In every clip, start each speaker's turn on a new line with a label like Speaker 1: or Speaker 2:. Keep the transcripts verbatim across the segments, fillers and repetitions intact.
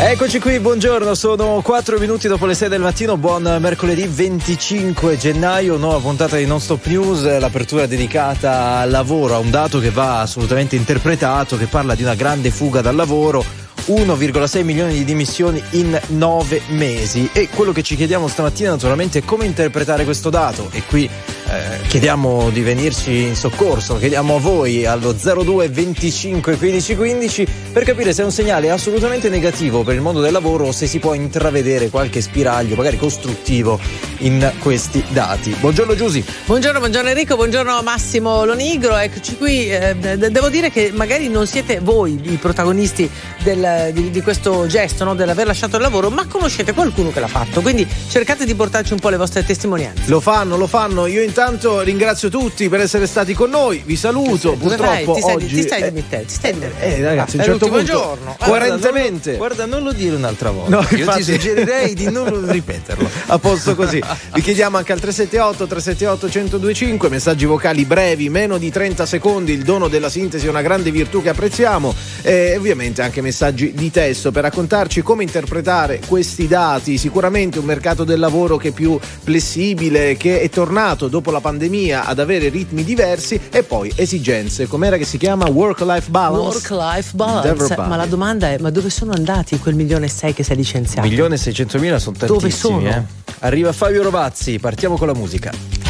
Speaker 1: Eccoci qui, buongiorno, sono quattro minuti dopo le sei del mattino, buon mercoledì venticinque gennaio, nuova puntata di Non Stop News, l'apertura dedicata al lavoro, a un dato che va assolutamente interpretato, che parla di una grande fuga dal lavoro, uno virgola sei milioni di dimissioni in nove mesi, e quello che ci chiediamo stamattina naturalmente è come interpretare questo dato, e qui eh, chiediamo di venirci in soccorso, chiediamo a voi allo zero due venticinque quindici quindici per capire se è un segnale assolutamente negativo per il mondo del lavoro o se si può intravedere qualche spiraglio magari costruttivo in questi dati. Buongiorno Giusy.
Speaker 2: Buongiorno, buongiorno Enrico, buongiorno Massimo Lonigro, eccoci qui. Eh, devo dire che magari non siete voi i protagonisti del, di, di questo gesto, no? Dell'aver lasciato il lavoro, ma conoscete qualcuno che l'ha fatto, quindi cercate di portarci un po' le vostre testimonianze.
Speaker 1: Lo fanno, lo fanno. Io intanto ringrazio tutti per essere stati con noi, vi saluto.
Speaker 2: Sì,
Speaker 1: purtroppo
Speaker 2: ti stai,
Speaker 1: oggi
Speaker 2: ti stai
Speaker 1: eh,
Speaker 2: dimettendo, ti stai dimettendo.
Speaker 1: Eh, ragazzi, a un
Speaker 2: è
Speaker 1: certo punto
Speaker 2: giorno.
Speaker 1: coerentemente.
Speaker 3: Guarda, non lo dire un'altra volta.
Speaker 1: No,
Speaker 3: Io
Speaker 1: infatti,
Speaker 3: ti suggerirei di non ripeterlo.
Speaker 1: A posto così. Vi chiediamo anche al tre sette otto tre sette otto uno zero due cinque, messaggi vocali brevi, meno di trenta secondi, il dono della sintesi è una grande virtù che apprezziamo, e ovviamente anche messaggi di testo per raccontarci come interpretare questi dati. Sicuramente un mercato del lavoro che è più flessibile, che è tornato dopo la pandemia ad avere ritmi diversi, e poi esigenze, com'era che si chiama? Work-life balance.
Speaker 2: Work-life balance. Ma la domanda è: ma dove sono andati quel milione e sei che sei licenziato?
Speaker 1: Un milione e seicentomila sono tantissimi.
Speaker 2: Dove sono?
Speaker 1: Eh? Arriva Fabio Rovazzi, partiamo con la musica.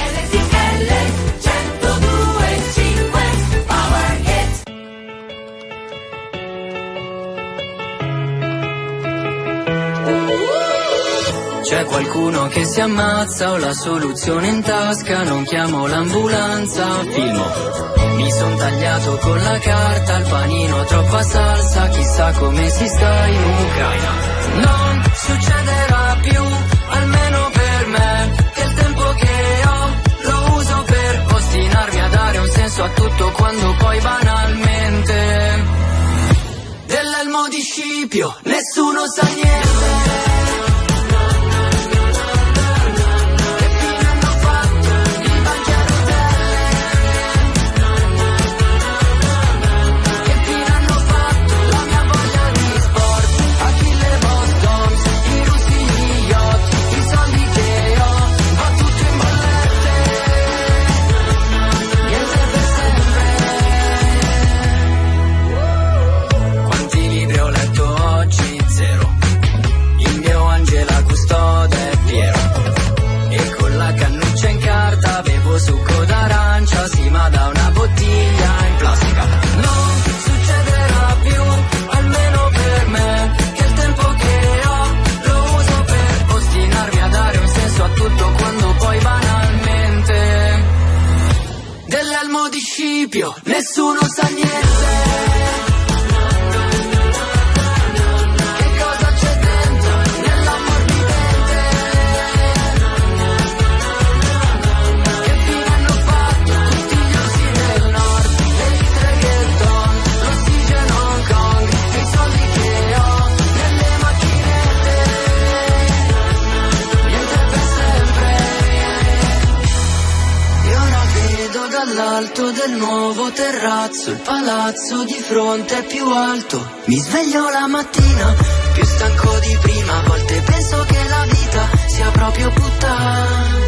Speaker 4: C'è qualcuno che si ammazza, ho la soluzione in tasca, non chiamo l'ambulanza, filmo. Mi son tagliato con la carta, il panino troppa salsa, chissà come si sta in Ucraina. Non succederà più, almeno per me, che il tempo che ho lo uso per ostinarmi a dare un senso a tutto quando poi banalmente dell'elmo di Scipio nessuno sa niente. Succo d'arancia, sì, ma da una bottiglia in plastica. Non succederà più, almeno per me, che il tempo che ho lo uso per ostinarmi a dare un senso a tutto quando poi banalmente dell'elmo di Scipio nessuno sa niente. Dall'alto del nuovo terrazzo, il palazzo di fronte è più alto. Mi sveglio la mattina, più stanco di prima. A volte penso che la vita sia proprio puttana.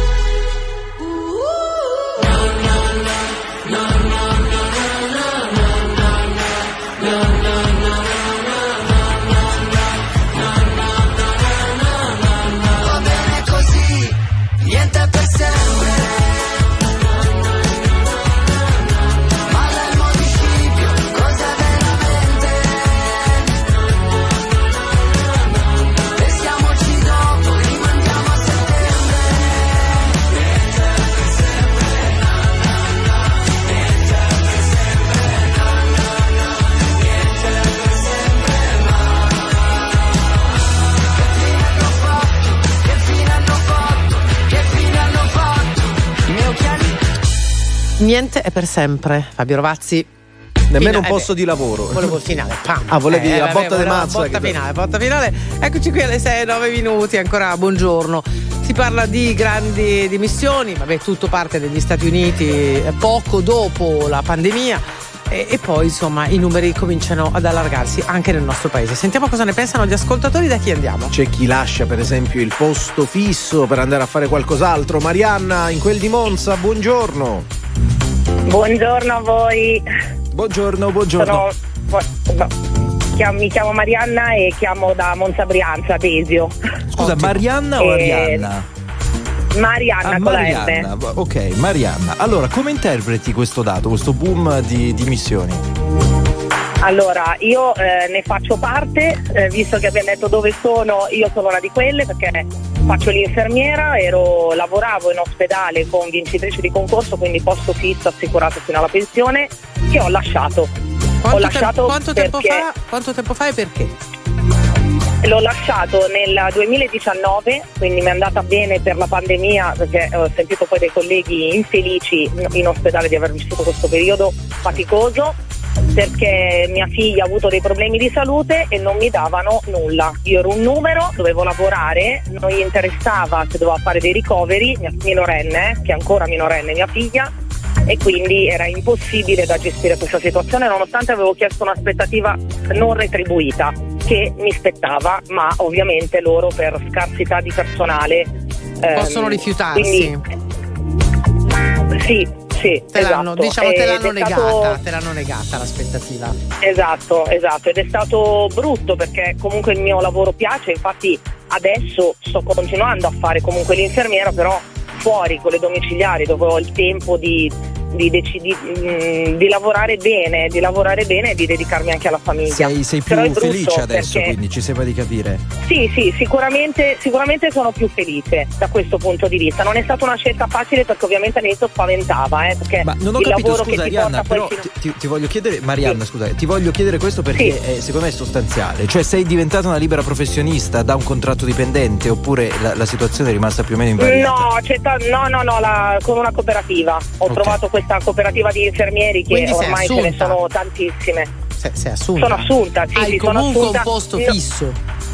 Speaker 4: Va bene così, niente per sempre.
Speaker 2: Niente è per sempre. Fabio Rovazzi.
Speaker 1: Nemmeno un posto eh di lavoro.
Speaker 2: Volevo il finale. Pam.
Speaker 1: Ah, volevi
Speaker 2: eh,
Speaker 1: la
Speaker 2: vabbè,
Speaker 1: botta di mazza.
Speaker 2: Botta finale, botta finale. Eccoci qui alle sei e nove minuti, ancora buongiorno. Si parla di grandi dimissioni, vabbè, tutto parte dagli Stati Uniti poco dopo la pandemia. e, e poi insomma i numeri cominciano ad allargarsi anche nel nostro paese. Sentiamo cosa ne pensano gli ascoltatori. Da chi andiamo?
Speaker 3: C'è chi lascia per esempio il posto fisso per andare a fare qualcos'altro. Marianna in quel di Monza, buongiorno.
Speaker 5: Buongiorno a voi.
Speaker 1: Buongiorno, buongiorno.
Speaker 5: Sono, mi chiamo Marianna e chiamo da Monza Brianza, Desio.
Speaker 1: Scusa, Marianna o Arianna?
Speaker 5: Marianna,
Speaker 1: ah,
Speaker 5: con
Speaker 1: Marianna.
Speaker 5: la M.
Speaker 1: Ok, Marianna. Allora, come interpreti questo dato, questo boom di dimissioni?
Speaker 5: Allora, io eh, ne faccio parte, eh, visto che abbiamo detto dove sono, io sono una di quelle perché faccio l'infermiera, ero, lavoravo in ospedale con vincitrici di concorso, quindi posto fisso assicurato fino alla pensione, che ho lasciato.
Speaker 2: Quanto,
Speaker 5: ho lasciato
Speaker 2: te- quanto tempo
Speaker 5: perché
Speaker 2: fa? Quanto tempo fa e perché?
Speaker 5: L'ho lasciato nel duemiladiciannove, quindi mi è andata bene per la pandemia, perché ho sentito poi dei colleghi infelici in ospedale di aver vissuto questo periodo faticoso, perché mia figlia ha avuto dei problemi di salute e non mi davano nulla. Io ero un numero, dovevo lavorare, non gli interessava se doveva fare dei ricoveri, mia minorenne, che è ancora minorenne mia figlia, e quindi era impossibile da gestire questa situazione, nonostante avevo chiesto un'aspettativa non retribuita che mi spettava, ma ovviamente loro per scarsità di personale
Speaker 2: possono
Speaker 5: ehm,
Speaker 2: rifiutarsi.
Speaker 5: Quindi, sì, sì,
Speaker 2: te l'hanno,
Speaker 5: esatto.
Speaker 2: diciamo, te l'hanno
Speaker 5: Ed è
Speaker 2: negata,
Speaker 5: stato...
Speaker 2: te l'hanno negata l'aspettativa.
Speaker 5: Esatto, esatto, ed è stato brutto perché comunque il mio lavoro piace, infatti adesso sto continuando a fare comunque l'infermiera, però fuori con le domiciliari dove ho il tempo di di, dec- di, mh, di lavorare bene, di lavorare bene e di dedicarmi anche alla famiglia.
Speaker 1: Sei, sei più felice adesso, perché... quindi ci sembra di capire.
Speaker 5: Sì, sì, sicuramente, sicuramente sono più felice da questo punto di vista. Non è stata una scelta facile perché ovviamente all'inizio spaventava, eh, perché
Speaker 1: ma non ho
Speaker 5: il
Speaker 1: capito,
Speaker 5: lavoro
Speaker 1: scusa
Speaker 5: che
Speaker 1: Arianna,
Speaker 5: ti
Speaker 1: però
Speaker 5: fino...
Speaker 1: ti, ti voglio chiedere, Marianna, sì. scusa, ti voglio chiedere questo perché sì. è, secondo me è sostanziale. Cioè, sei diventata una libera professionista da un contratto dipendente oppure la, la situazione è rimasta più o meno invariata?
Speaker 5: No, c'è ta- no, no, no, la, con una cooperativa. Ho okay. trovato questa cooperativa di infermieri che
Speaker 2: quindi
Speaker 5: ormai ce ne sono tantissime.
Speaker 2: Se, sei assunta?
Speaker 5: Sono assunta, sì,
Speaker 2: Hai
Speaker 5: sì,
Speaker 2: comunque
Speaker 5: sono assunta.
Speaker 2: un posto
Speaker 5: no.
Speaker 2: fisso?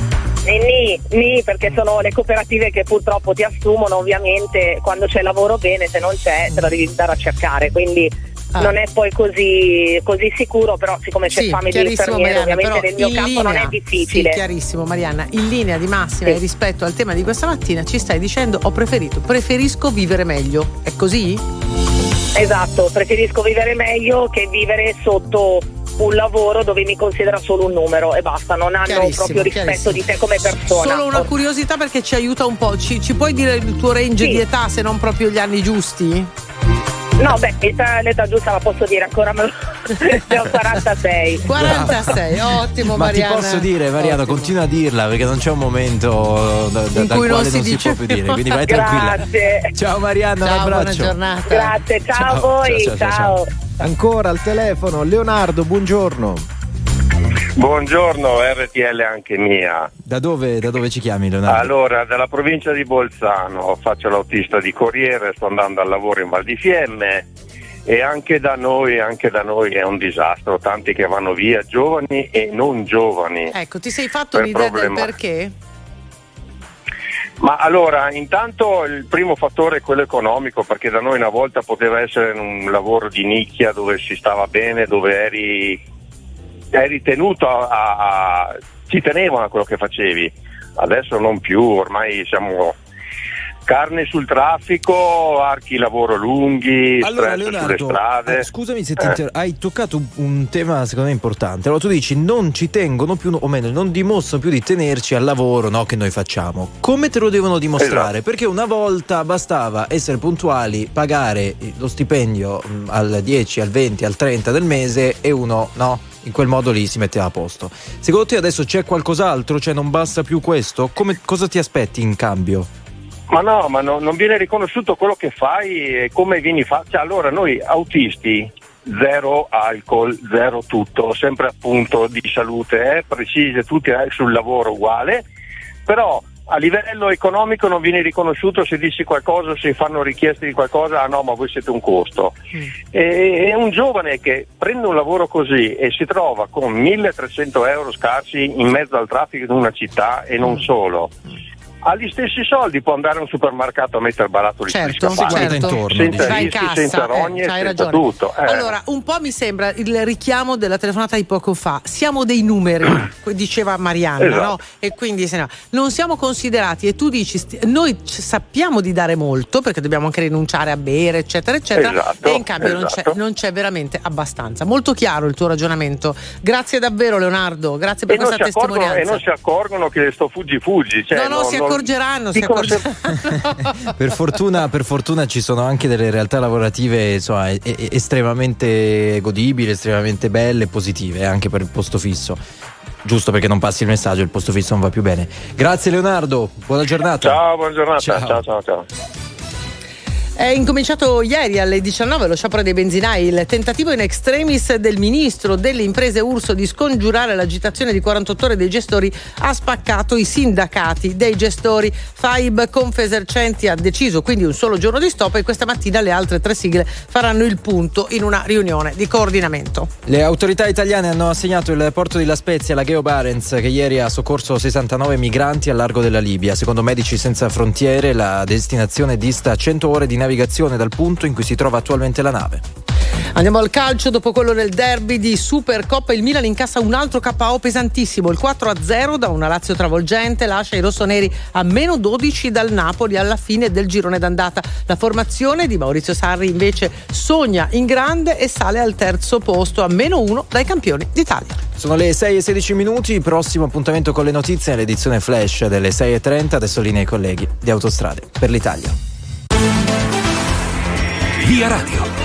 Speaker 5: Nì, nì, perché sono le cooperative che purtroppo ti assumono, ovviamente quando c'è lavoro bene, se non c'è te la devi andare a cercare, quindi ah. non è poi così, così sicuro, però siccome c'è
Speaker 2: sì,
Speaker 5: fame di infermieri, ovviamente nel mio campo linea, non è difficile.
Speaker 2: Sì, chiarissimo Marianna, in linea di massima sì. rispetto al tema di questa mattina ci stai dicendo ho preferito, preferisco vivere meglio, è così?
Speaker 5: Esatto, preferisco vivere meglio che vivere sotto un lavoro dove mi considera solo un numero e basta, non hanno proprio rispetto di te come persona.
Speaker 2: Solo una curiosità perché ci aiuta un po', ci, ci puoi dire il tuo range
Speaker 5: sì.
Speaker 2: di età, se non proprio gli anni giusti?
Speaker 5: No, beh, l'età, l'età giusta la posso dire, ancora me lo... ne ho quarantasei.
Speaker 2: quarantasei, ottimo
Speaker 1: ma
Speaker 2: Marianna.
Speaker 1: Ma ti posso dire, Mariano, ottimo. Continua a dirla perché non c'è un momento da, da,
Speaker 2: in
Speaker 1: dal
Speaker 2: cui
Speaker 1: quale
Speaker 2: non si,
Speaker 1: non si
Speaker 2: dice
Speaker 1: può più dire, quindi vai
Speaker 5: tranquilla.
Speaker 1: Grazie. Ciao Marianna,
Speaker 2: ciao,
Speaker 1: un abbraccio.
Speaker 2: Buona giornata.
Speaker 5: Grazie, ciao, ciao a voi, ciao, ciao, ciao. ciao.
Speaker 3: Ancora al telefono Leonardo, buongiorno.
Speaker 6: Buongiorno, R T L anche mia.
Speaker 1: Da dove, da dove ci chiami Leonardo?
Speaker 6: Allora, dalla provincia di Bolzano, faccio l'autista di Corriere, sto andando al lavoro in Val di Fiemme e anche da noi, anche da noi è un disastro, tanti che vanno via, giovani e non giovani.
Speaker 2: Ecco, ti sei fatto un'idea problema. del perché?
Speaker 6: Ma allora, intanto il primo fattore è quello economico, perché da noi una volta poteva essere un lavoro di nicchia dove si stava bene, dove eri eri tenuto a, a ci tenevano a quello che facevi, adesso non più, ormai siamo carne sul traffico, archi lavoro lunghi,
Speaker 1: allora,
Speaker 6: stress
Speaker 1: Leonardo,
Speaker 6: sulle strade.
Speaker 1: Eh, scusami se ti inter... eh. hai toccato un, un tema secondo me importante. Allora tu dici non ci tengono più, o meno non dimostrano più di tenerci al lavoro, no, che noi facciamo. Come te lo devono dimostrare? Esatto. Perché una volta bastava essere puntuali, pagare lo stipendio mh, al dieci, al venti, al trenta del mese e uno no, in quel modo lì si metteva a posto. Secondo te adesso c'è qualcos'altro? Cioè non basta più questo? Come, cosa ti aspetti in cambio?
Speaker 6: Ma no, ma no, non viene riconosciuto quello che fai e come vieni fatto. Cioè, allora noi autisti, zero alcol, zero tutto, sempre appunto di salute, eh, precise, tutti eh, sul lavoro uguale, però a livello economico non viene riconosciuto se dici qualcosa, se fanno richieste di qualcosa, ah no, ma voi siete un costo. Mm. E, e un giovane che prende un lavoro così e si trova con milletrecento euro scarsi in mezzo al traffico di una città e non solo. ha gli stessi soldi, può andare a un supermercato a mettere barattoli,
Speaker 2: certo,
Speaker 6: si guarda
Speaker 2: certo.
Speaker 1: intorno,
Speaker 6: senza
Speaker 2: vai in
Speaker 6: rischi,
Speaker 2: cassa,
Speaker 6: senza rogne,
Speaker 2: eh, hai
Speaker 6: senza
Speaker 2: ragione.
Speaker 6: tutto. Eh.
Speaker 2: Allora, un po' mi sembra il richiamo della telefonata di poco fa. Siamo dei numeri, diceva Marianna,
Speaker 6: esatto.
Speaker 2: no? E quindi se no, non siamo considerati. E tu dici, sti- noi c- sappiamo di dare molto perché dobbiamo anche rinunciare a bere, eccetera, eccetera.
Speaker 6: Esatto,
Speaker 2: e in cambio non, c'è,
Speaker 6: esatto.
Speaker 2: non c'è veramente abbastanza. Molto chiaro il tuo ragionamento. Grazie davvero, Leonardo. Grazie per
Speaker 6: E non,
Speaker 2: questa
Speaker 6: si accorgono,
Speaker 2: testimonianza.
Speaker 6: e non si accorgono che sto fuggi fuggi. Cioè,
Speaker 2: no, no,
Speaker 6: non,
Speaker 2: si
Speaker 6: non-
Speaker 2: accorgeranno. Si
Speaker 6: dicono se-
Speaker 2: accorgeranno.
Speaker 1: Per fortuna, per fortuna ci sono anche delle realtà lavorative, insomma, e- e- estremamente godibili, estremamente belle e positive, anche per il posto fisso. Giusto perché non passi il messaggio, il posto fisso non va più bene. Grazie Leonardo, buona giornata.
Speaker 6: Ciao, buona giornata.
Speaker 1: Ciao.
Speaker 6: Ciao, ciao, ciao.
Speaker 2: È incominciato ieri alle diciannove lo sciopero dei benzinai, il tentativo in extremis del ministro delle imprese Urso di scongiurare l'agitazione di quarantotto ore dei gestori ha spaccato i sindacati dei gestori. Faib Confesercenti ha deciso quindi un solo giorno di stop e questa mattina le altre tre sigle faranno il punto in una riunione di coordinamento.
Speaker 1: Le autorità italiane hanno assegnato il porto di La Spezia alla Geo Barents, che ieri ha soccorso sessantanove migranti al largo della Libia. Secondo Medici Senza Frontiere la destinazione dista cento ore di navigazione dal punto in cui si trova attualmente la nave.
Speaker 2: Andiamo al calcio, dopo quello del derby di Supercoppa il Milan incassa un altro K O pesantissimo, il quattro a zero da una Lazio travolgente lascia i rossoneri a meno dodici dal Napoli alla fine del girone d'andata. La formazione di Maurizio Sarri invece sogna in grande e sale al terzo posto a meno uno dai campioni d'Italia.
Speaker 1: Sono le sei e sedici minuti, prossimo appuntamento con le notizie nell'edizione flash delle sei e trenta, adesso linea ai colleghi di Autostrade per l'Italia.
Speaker 7: Via Radio.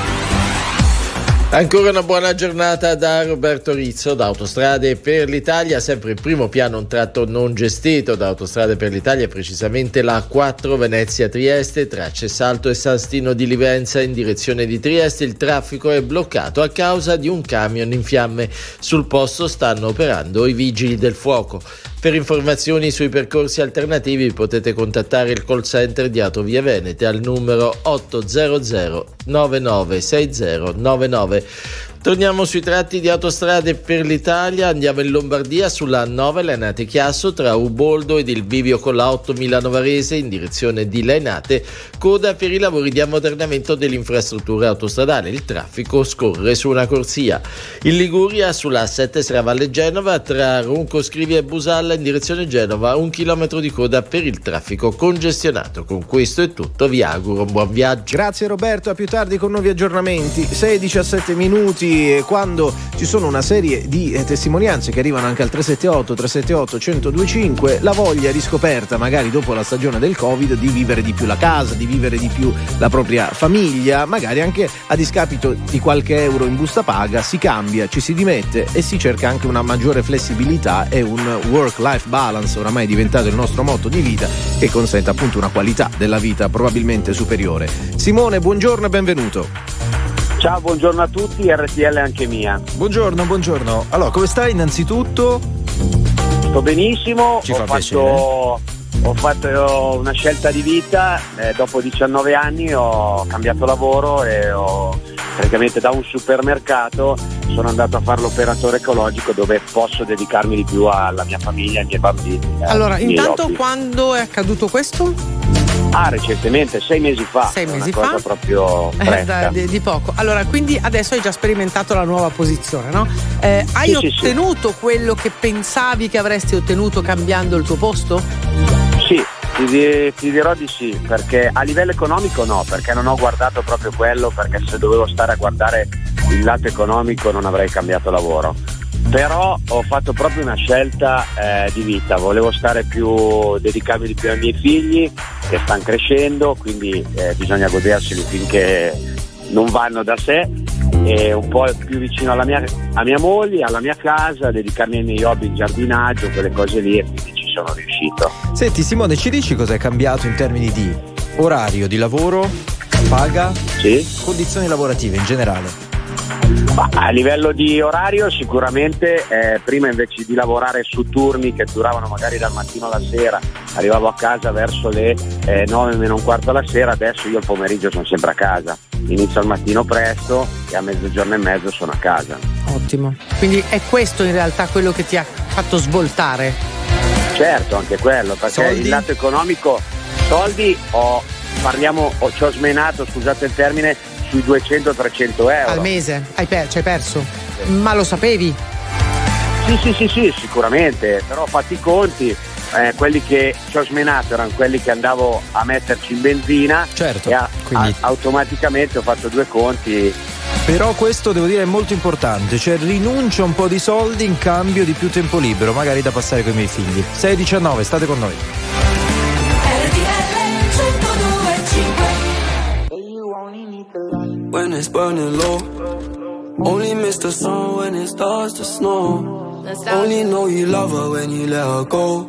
Speaker 3: Ancora una buona giornata da Roberto Rizzo da Autostrade per l'Italia, sempre in primo piano un tratto non gestito da Autostrade per l'Italia, precisamente la A quattro Venezia-Trieste tra Cessalto e San Stino di Livenza in direzione di Trieste. Il traffico è bloccato a causa di un camion in fiamme. Sul posto stanno operando i vigili del fuoco. Per informazioni sui percorsi alternativi potete contattare il call center di Autovie Venete al numero otto zero zero nove nove sei zero nove nove. Torniamo sui tratti di Autostrade per l'Italia, andiamo in Lombardia sulla A nove Lainate Chiasso tra Uboldo ed il bivio con la otto Milano Varese in direzione di Lainate, coda per i lavori di ammodernamento dell'infrastruttura autostradale, il traffico scorre su una corsia. In Liguria sulla A sette Serravalle Genova tra Ronco Scrivia e Busalla in direzione Genova, un chilometro di coda per il traffico congestionato. Con questo è tutto, vi auguro un buon viaggio.
Speaker 8: Grazie Roberto, a più tardi con nuovi aggiornamenti. sei e diciassette minuti, quando ci sono una serie di eh, testimonianze che arrivano anche al tre sette otto tre sette otto uno zero due cinque, la voglia riscoperta magari dopo la stagione del Covid di vivere di più la casa, di vivere di più la propria famiglia, magari anche a discapito di qualche euro in busta paga, si cambia, ci si dimette e si cerca anche una maggiore flessibilità e un work-life balance, oramai diventato il nostro motto di vita, che consente appunto una qualità della vita probabilmente superiore. Simone, buongiorno e benvenuto.
Speaker 9: Ciao, buongiorno a tutti, R T L anche mia.
Speaker 1: Buongiorno, buongiorno. Allora, come stai innanzitutto?
Speaker 9: Sto benissimo,
Speaker 1: Ci
Speaker 9: ho
Speaker 1: fa
Speaker 9: fatto, ho fatto una scelta di vita, eh, dopo diciannove anni ho cambiato lavoro e ho praticamente da un supermercato sono andato a fare l'operatore ecologico dove posso dedicarmi di più alla mia famiglia, ai miei bambini.
Speaker 2: Allora,
Speaker 9: ai miei
Speaker 2: intanto
Speaker 9: hobby.
Speaker 2: quando è accaduto questo?
Speaker 9: Ah, recentemente, sei mesi fa.
Speaker 2: Sei mesi
Speaker 9: una
Speaker 2: fa?
Speaker 9: cosa proprio
Speaker 2: Eh,
Speaker 9: fresca.
Speaker 2: da- di, di poco. Allora, quindi adesso hai già sperimentato la nuova posizione, no? Eh, hai
Speaker 9: Sì, sì, sì.
Speaker 2: ottenuto quello che pensavi che avresti ottenuto cambiando il tuo posto?
Speaker 9: Sì, ti, di- ti dirò di sì, perché a livello economico no, perché non ho guardato proprio quello, perché se dovevo stare a guardare il lato economico non avrei cambiato lavoro. Però ho fatto proprio una scelta eh, di vita, volevo stare più, dedicarmi di più ai miei figli che stanno crescendo, quindi eh, bisogna goderseli finché non vanno da sé, e un po' più vicino alla mia, a mia moglie, alla mia casa, dedicarmi ai miei hobby, il giardinaggio, quelle cose lì, e quindi ci sono riuscito.
Speaker 1: Senti Simone, ci dici cosa è cambiato in termini di orario di lavoro, paga,
Speaker 9: Sì?
Speaker 1: condizioni lavorative in generale?
Speaker 9: Ma a livello di orario sicuramente eh, prima invece di lavorare su turni che duravano magari dal mattino alla sera, arrivavo a casa verso le eh, nove meno un quarto alla sera, adesso io il pomeriggio sono sempre a casa, inizio al mattino presto e a mezzogiorno e mezzo sono a casa.
Speaker 2: Ottimo. Quindi è questo in realtà quello che ti ha fatto svoltare?
Speaker 9: Certo, anche quello, perché
Speaker 1: Soldi?
Speaker 9: il lato economico, soldi ho, parliamo, ho, ci ho smenato, scusate il termine, sui duecento trecento euro.
Speaker 2: Al mese? Hai per- ci hai perso? Ma lo sapevi?
Speaker 9: Sì, sì, sì, sì, sicuramente, però ho fatto i conti, eh, quelli che ci ho smenato erano quelli che andavo a metterci in benzina,
Speaker 1: certo,
Speaker 9: e a,
Speaker 1: quindi...
Speaker 9: a, automaticamente ho fatto due conti.
Speaker 1: Però questo devo dire è molto importante, cioè rinuncio a un po' di soldi in cambio di più tempo libero, magari da passare con i miei figli. sei e diciannove, state con noi.
Speaker 7: When it's burning low, only miss the sun when it starts to snow. Only know you love her when you let her go.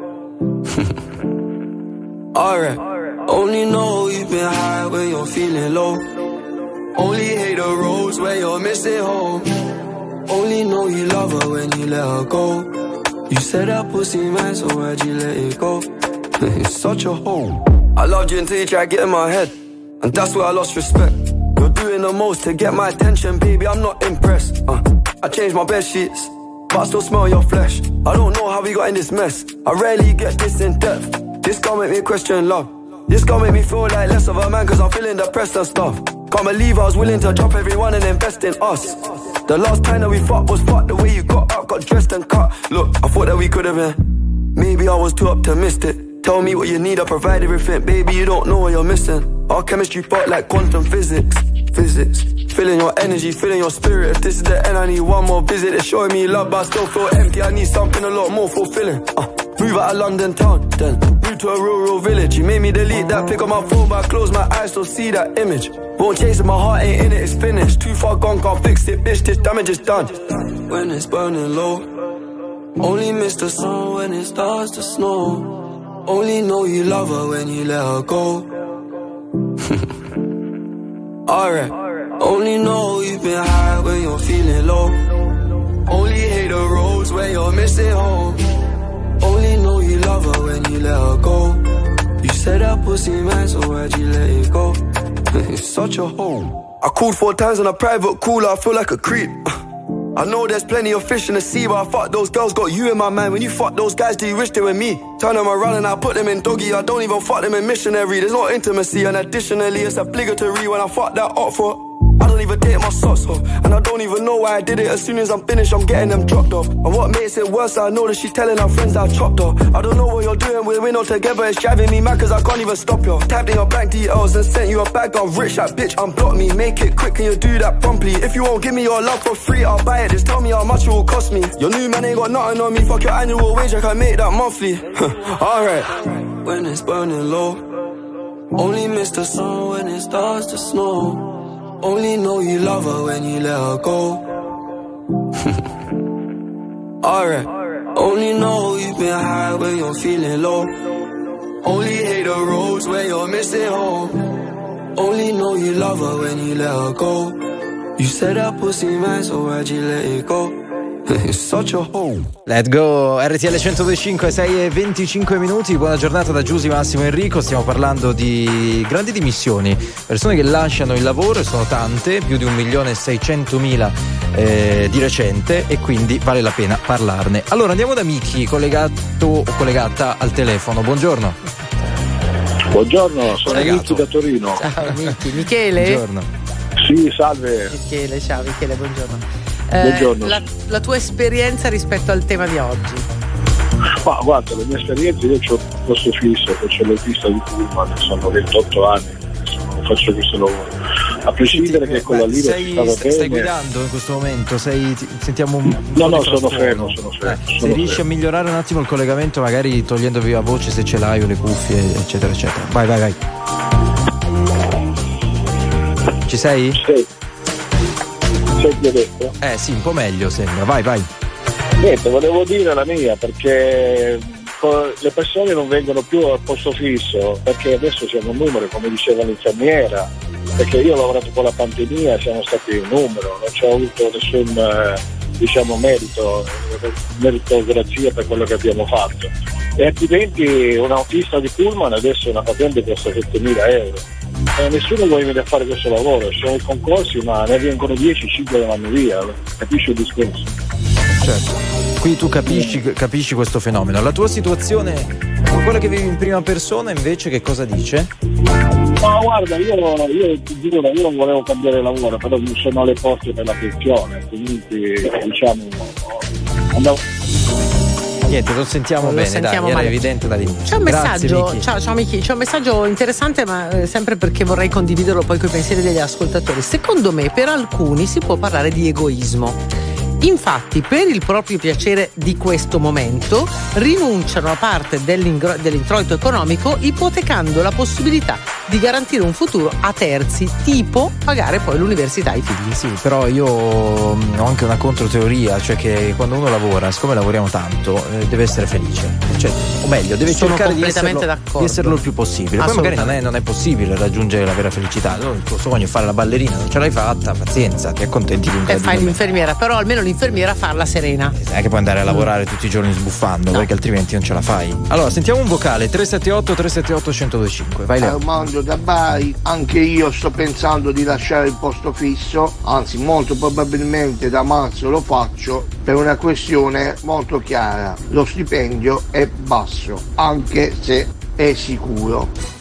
Speaker 7: Alright, only know you've been high when you're feeling low. Only hate the roads where you're missing home. Only know you love her when you let her go. You said that pussy man, so why'd you let it go? It's such a hole. I loved you until you tried to get in my head, and that's where I lost respect. You're doing the most to get my attention, baby, I'm not impressed. uh, I changed my bed sheets, but I still smell your flesh. I don't know how we got in this mess, I rarely get this in depth. This gon' make me question love. This gon' make me feel like less of a man, cause I'm feeling depressed and stuff. Can't believe I was willing to drop everyone and invest in us. The last time that we fought was fucked. The way you got up, got dressed and cut. Look, I thought that we could've been. Maybe I was too optimistic. Tell me what you need, I provide everything. Baby, you don't know what you're missing. Our chemistry fought like quantum physics. Physics. Feeling your energy, feeling your spirit. If this is the end, I need one more visit. It's showing me love, but I still feel empty. I need something a lot more fulfilling. uh, Move out of London town, then move to a rural village. You made me delete that pic on my phone, but I close my eyes, still see that image. Won't chase it, my heart ain't in it, it's finished. Too far gone, can't fix it, bitch, this damage is done. When it's burning low, only miss the sun when it starts to snow. Only know you love her when you let her go. Alright, only know you've been high when you're feeling low. Only hate the roads when you're missing home. Only know you love her when you let her go. You said that pussy man, so why'd you let it go? It's such a hole. I called four times on a private cooler, I feel like a creep. I know there's plenty of fish in the sea, but I fuck those girls, got you in my mind. When you fuck those guys, do you wish they were me? Turn them around and I put them in doggy. I don't even fuck them in missionary. There's no intimacy, and additionally it's obligatory when I fuck that up for. I don't even take my socks off, and I don't even know why I did it. As soon as I'm finished, I'm getting them dropped off. And what makes it worse, I know that she's telling her friends that I chopped off. I don't know what you're doing, we're, we're not together. It's driving me mad cause I can't even stop you. Tapped in your bank details and sent you a bag of rich. That bitch unblock me, make it quick, can you do that promptly? If you won't give me your love for free, I'll buy it. Just tell me how much it will cost me. Your new man ain't got nothing on me. Fuck your annual wage, I can make that monthly. Alright. When it's burning low, only miss the sun when it starts to snow. Only know you love her when you let her go. Alright. Only know you've been high when you're feeling low. Only hate the roads when you're missing home. Only know you love her when you let her go. You said that pussy man, so why'd you let it go? It's such a hole.
Speaker 1: Let's go, R T L centodue e cinque, sei e venticinque minuti. Buona giornata da Giusy, Massimo, Enrico. Stiamo parlando di grandi dimissioni, persone che lasciano il lavoro, e sono tante, più di un milione e seicentomila eh, di recente, e quindi vale la pena parlarne. Allora andiamo da Miki, collegato o collegata al telefono. Buongiorno.
Speaker 10: Buongiorno, sono Miki da Torino.
Speaker 2: Ciao Miki. Michele?
Speaker 1: Buongiorno.
Speaker 10: Sì, salve.
Speaker 2: Michele, ciao Michele, buongiorno. Eh,
Speaker 10: Buongiorno.
Speaker 2: La, la tua esperienza rispetto al tema di oggi?
Speaker 10: Ma guarda, la mia esperienza, io ho un posto fisso, faccio l'autista di Pullman, sono ventotto anni, sono, faccio questo lavoro. A prescindere che con la Liga
Speaker 1: sei,
Speaker 10: si stava
Speaker 1: stai
Speaker 10: bene.
Speaker 1: guidando in questo momento? Sei, ti, sentiamo un
Speaker 10: No, no,
Speaker 1: di
Speaker 10: sono
Speaker 1: frastuono.
Speaker 10: fermo, sono fermo.
Speaker 1: Eh,
Speaker 10: sono
Speaker 1: se riesci
Speaker 10: fermo.
Speaker 1: a migliorare un attimo il collegamento, magari togliendo via voce se ce l'hai o le cuffie, eccetera, eccetera. Vai, vai, vai. Ci sei?
Speaker 10: Sì. Senti adesso?
Speaker 1: Eh sì, un po' meglio sembra, vai vai.
Speaker 10: Niente, volevo dire la mia, perché le persone non vengono più al posto fisso, perché adesso siamo un numero, come diceva l'infermiera, perché io ho lavorato con la pandemia, siamo stati un numero, non c'è avuto nessun diciamo merito, meritocrazia per quello che abbiamo fatto. E altrimenti un autista di Pullman adesso una patente costa settemila euro. Eh, nessuno vuole venire a fare questo lavoro, ci sono i concorsi ma ne vengono dieci, cinque vanno via, capisci il discorso?
Speaker 1: certo. Qui tu capisci, capisci questo fenomeno. La tua situazione, quella che vivi in prima persona, invece, che cosa dice?
Speaker 10: No, guarda, io, io ti giuro, io non volevo cambiare lavoro, però mi sono alle porte per la pensione, quindi diciamo andavo.
Speaker 1: Niente, lo sentiamo
Speaker 2: lo
Speaker 1: bene,
Speaker 2: sentiamo
Speaker 1: dai,
Speaker 2: male.
Speaker 1: era evidente dall'inizio.
Speaker 2: C'è un
Speaker 1: Grazie,
Speaker 2: messaggio,
Speaker 1: Miki.
Speaker 2: ciao, ciao Miki, c'è un messaggio interessante, ma eh, sempre perché vorrei condividerlo poi coi pensieri degli ascoltatori. Secondo me, per alcuni si può parlare di egoismo. Infatti, per il proprio piacere di questo momento, rinunciano a parte dell'introito economico, ipotecando la possibilità di garantire un futuro a terzi, tipo pagare poi l'università ai figli.
Speaker 1: Sì, però io ho anche una controteoria, cioè che quando uno lavora, siccome lavoriamo tanto, eh, deve essere felice, cioè, o meglio, deve
Speaker 2: Sono
Speaker 1: cercare di
Speaker 2: completamente
Speaker 1: esserlo,
Speaker 2: d'accordo.
Speaker 1: di esserlo il più possibile. Poi magari non è, non è possibile raggiungere la vera felicità. Il tuo sogno è fare la ballerina, non ce l'hai fatta, pazienza, ti accontenti di un
Speaker 2: E fai l'infermiera, però almeno l'infermiera farla serena.
Speaker 1: Non è che puoi andare a lavorare tutti i giorni sbuffando, no, perché altrimenti non ce la fai. Allora, sentiamo un vocale: tre sette otto tre sette otto uno zero due cinque. Vai Leo.
Speaker 11: Armando da Bari, anche io sto pensando di lasciare il posto fisso, anzi molto probabilmente da marzo lo faccio per una questione molto chiara: lo stipendio è basso, anche se è sicuro.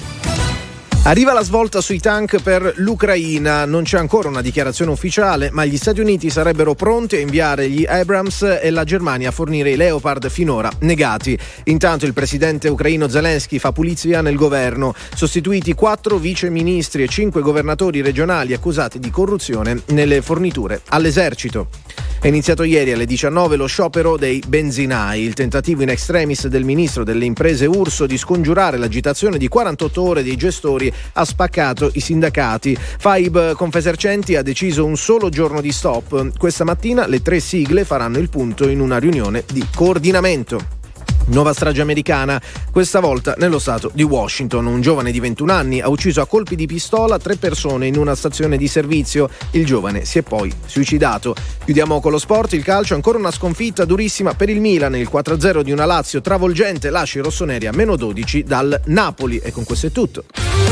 Speaker 8: Arriva la svolta sui tank per l'Ucraina. Non c'è ancora una dichiarazione ufficiale, ma gli Stati Uniti sarebbero pronti a inviare gli Abrams e la Germania a fornire i Leopard, finora negati. Intanto il presidente ucraino Zelensky fa pulizia nel governo. Sostituiti quattro vice ministri e cinque governatori regionali accusati di corruzione nelle forniture all'esercito. È iniziato ieri alle diciannove lo sciopero dei benzinai, il tentativo in extremis del ministro delle imprese Urso di scongiurare l'agitazione di quarantotto ore dei gestori ha spaccato i sindacati. Faib Confesercenti ha deciso un solo giorno di stop. Questa mattina le tre sigle faranno il punto in una riunione di coordinamento. Nuova strage americana, questa volta nello stato di Washington. Un giovane di ventuno anni ha ucciso a colpi di pistola tre persone in una stazione di servizio. Il giovane si è poi suicidato. Chiudiamo con lo sport, il calcio, ancora una sconfitta durissima per il Milan. Il quattro a zero di una Lazio travolgente lascia i rossoneri a meno dodici dal Napoli. E con questo è tutto.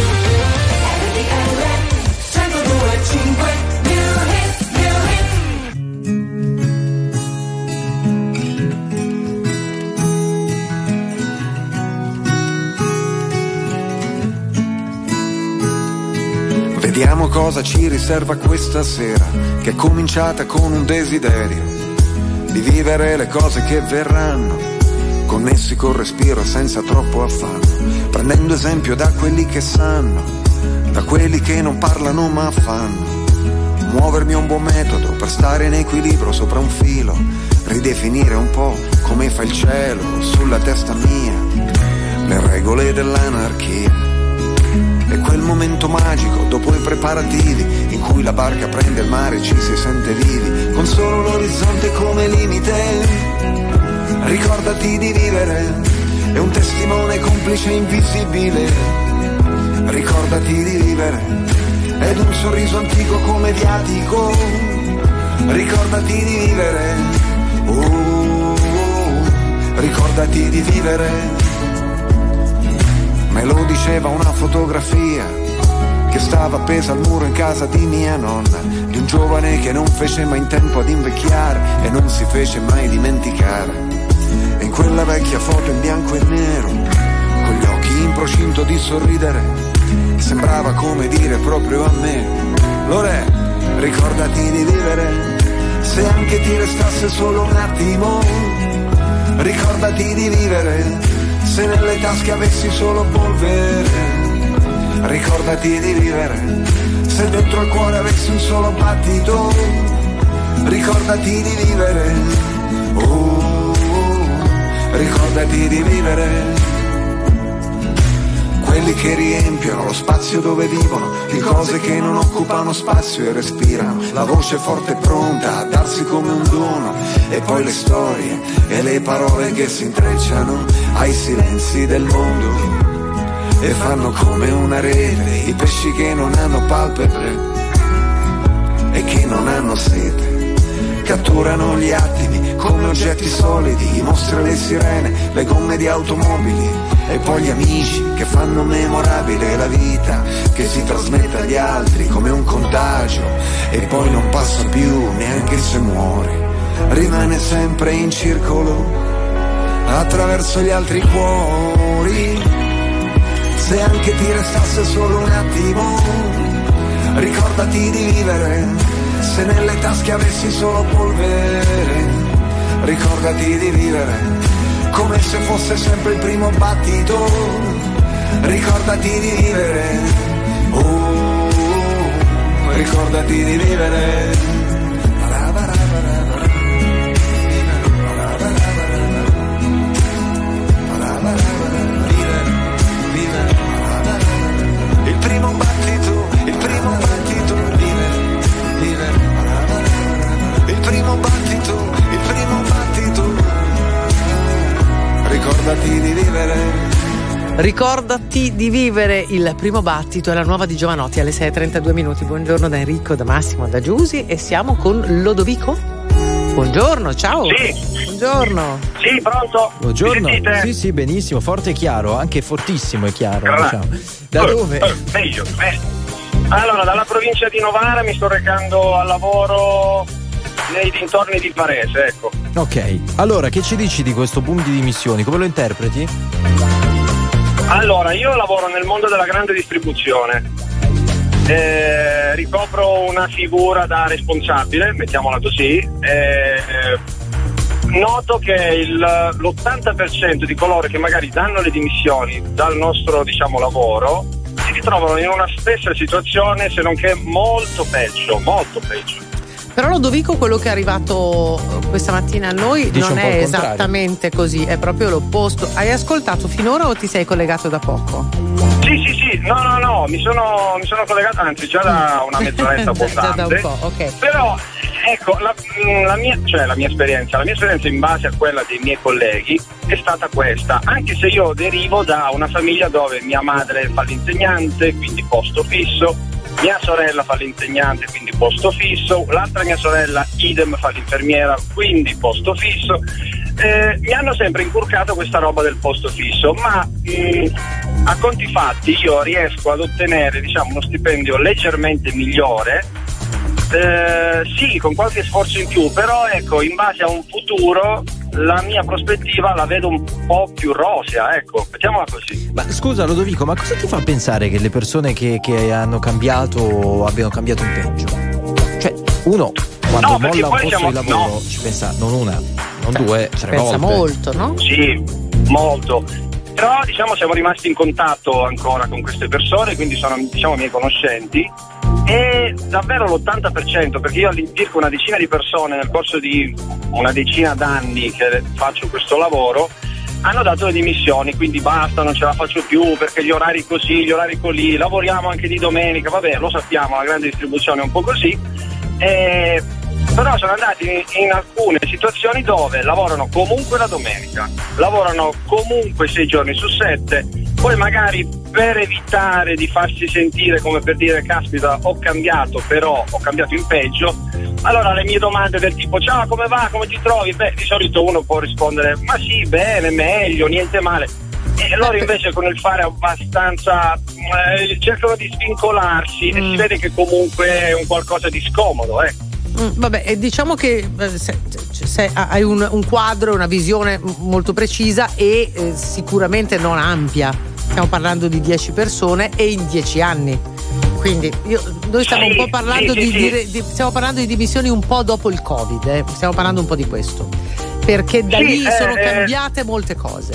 Speaker 12: Vediamo cosa ci riserva questa sera, che è cominciata con un desiderio di vivere le cose che verranno, connessi col respiro senza troppo affanno, prendendo esempio da quelli che sanno, da quelli che non parlano ma fanno. Muovermi è un buon metodo per stare in equilibrio sopra un filo, ridefinire un po' come fa il cielo sulla testa mia, le regole dell'anarchia. E quel momento magico dopo i preparativi in cui la barca prende il mare e ci si sente vivi, con solo l'orizzonte come limite. Ricordati di vivere, è un testimone complice invisibile. Ricordati di vivere, ed un sorriso antico come viatico. Ricordati di vivere, oh, oh, oh. Ricordati di vivere. Me lo diceva una fotografia che stava appesa al muro in casa di mia nonna, di un giovane che non fece mai in tempo ad invecchiare e non si fece mai dimenticare. E in quella vecchia foto in bianco e nero, con gli occhi in procinto di sorridere, sembrava come dire proprio a me: Lore, ricordati di vivere, se anche ti restasse solo un attimo. Ricordati di vivere, se nelle tasche avessi solo polvere. Ricordati di vivere, se dentro il cuore avessi un solo battito. Ricordati di vivere, oh, oh, oh. Ricordati di vivere. Quelli che riempiono lo spazio dove vivono, di cose che non occupano spazio e respirano, la voce forte e pronta a darsi come un dono, e poi le storie e le parole che si intrecciano ai silenzi del mondo e fanno come una rete, i pesci che non hanno palpebre e che non hanno sete, catturano gli attimi come oggetti solidi, i mostri e le sirene, le gomme di automobili, e poi gli amici che fanno memorabile la vita, che si trasmette agli altri come un contagio, e poi non passa più neanche se muore. rimane sempre in circolo attraverso gli altri cuori. Se anche ti restasse solo un attimo, ricordati di vivere. Se nelle tasche avessi solo polvere, ricordati di vivere come se fosse sempre il primo battito. Ricordati di vivere, oh, ricordati di vivere. Il primo battito, il primo battito, vivere, vivere. Il primo battito, il primo battito. Ricordati di vivere.
Speaker 2: Ricordati di vivere, il primo battito, è la nuova di Giovanotti alle sei e trentadue minuti. Buongiorno da Enrico, da Massimo, da Giusy e siamo con Lodovico. Buongiorno, ciao.
Speaker 13: Sì.
Speaker 2: Buongiorno.
Speaker 13: Sì, pronto?
Speaker 1: Buongiorno. Sì, sì, benissimo, forte e chiaro, anche fortissimo e chiaro.
Speaker 13: Gra-
Speaker 1: diciamo. Da
Speaker 13: uh,
Speaker 1: dove?
Speaker 13: Uh, meglio. Eh. Allora, dalla provincia di Novara mi sto recando al lavoro nei dintorni di Varese, ecco.
Speaker 1: Ok, allora che ci dici di questo boom di dimissioni? Come lo interpreti?
Speaker 13: Allora, io lavoro nel mondo della grande distribuzione, eh, ricopro una figura da responsabile, mettiamola così, eh, noto che il, l'ottanta per cento di coloro che magari danno le dimissioni dal nostro, diciamo, lavoro si ritrovano in una stessa situazione, se non che molto peggio, molto peggio.
Speaker 2: Però Lodovico, quello che è arrivato questa mattina a noi
Speaker 1: Dice
Speaker 2: non
Speaker 1: un po'
Speaker 2: è
Speaker 1: il contrario.
Speaker 2: esattamente così, è proprio l'opposto. Hai ascoltato finora o ti sei collegato da poco?
Speaker 13: Sì, sì, sì, no, no, no, mi sono, mi sono collegato, anzi già da una mezz'oretta abbondante.
Speaker 2: Già da un po', ok.
Speaker 13: Però, ecco, la, la mia, cioè la mia esperienza, la mia esperienza in base a quella dei miei colleghi è stata questa, anche se io derivo da una famiglia dove mia madre fa l'insegnante, quindi posto fisso, mia sorella fa l'insegnante, quindi posto fisso, l'altra mia sorella idem fa l'infermiera, quindi posto fisso. Eh, mi hanno sempre inculcato questa roba del posto fisso, ma mh, a conti fatti io riesco ad ottenere, diciamo, uno stipendio leggermente migliore, eh, sì, con qualche sforzo in più, però ecco, in base a un futuro la mia prospettiva la vedo un po' più rosea, ecco, mettiamola così.
Speaker 1: Ma scusa Lodovico, ma cosa ti fa pensare che le persone che, che hanno cambiato abbiano cambiato in peggio? Cioè, uno quando
Speaker 13: No,
Speaker 1: molla
Speaker 13: perché
Speaker 1: un
Speaker 13: poi
Speaker 1: posto
Speaker 13: siamo-
Speaker 1: di lavoro
Speaker 13: no.
Speaker 1: ci pensa non una, non due, tre
Speaker 2: Pensa
Speaker 1: volte.
Speaker 2: molto, no?
Speaker 13: Sì, molto. Però diciamo siamo rimasti in contatto ancora con queste persone, quindi sono, diciamo, miei conoscenti, e davvero l'ottanta per cento, perché io all'incirca una decina di persone nel corso di una decina d'anni che faccio questo lavoro hanno dato le dimissioni, quindi basta, non ce la faccio più perché gli orari così, gli orari colì, lavoriamo anche di domenica, vabbè, lo sappiamo, la grande distribuzione è un po' così, e però sono andati in, in alcune situazioni dove lavorano comunque la domenica, lavorano comunque sei giorni su sette, poi magari per evitare di farsi sentire come per dire caspita ho cambiato, però ho cambiato in peggio, allora le mie domande del tipo ciao come va, come ti trovi, beh di solito uno può rispondere ma sì bene, meglio, niente male, e loro invece con il fare abbastanza eh, cercano di svincolarsi mm. e si vede che comunque è un qualcosa di scomodo, ecco.
Speaker 2: Mm, vabbè, e diciamo che eh, se, se hai un, un quadro, una visione molto precisa e eh, sicuramente non ampia. Stiamo parlando di dieci persone e in dieci anni. Quindi io, noi stiamo
Speaker 13: Sì,
Speaker 2: un po' parlando
Speaker 13: sì,
Speaker 2: di,
Speaker 13: sì,
Speaker 2: di,
Speaker 13: sì.
Speaker 2: di stiamo parlando di dimissioni un po' dopo il Covid, eh. Stiamo parlando un po' di questo. Perché da
Speaker 13: Sì,
Speaker 2: lì
Speaker 13: eh,
Speaker 2: sono
Speaker 13: eh.
Speaker 2: cambiate molte cose.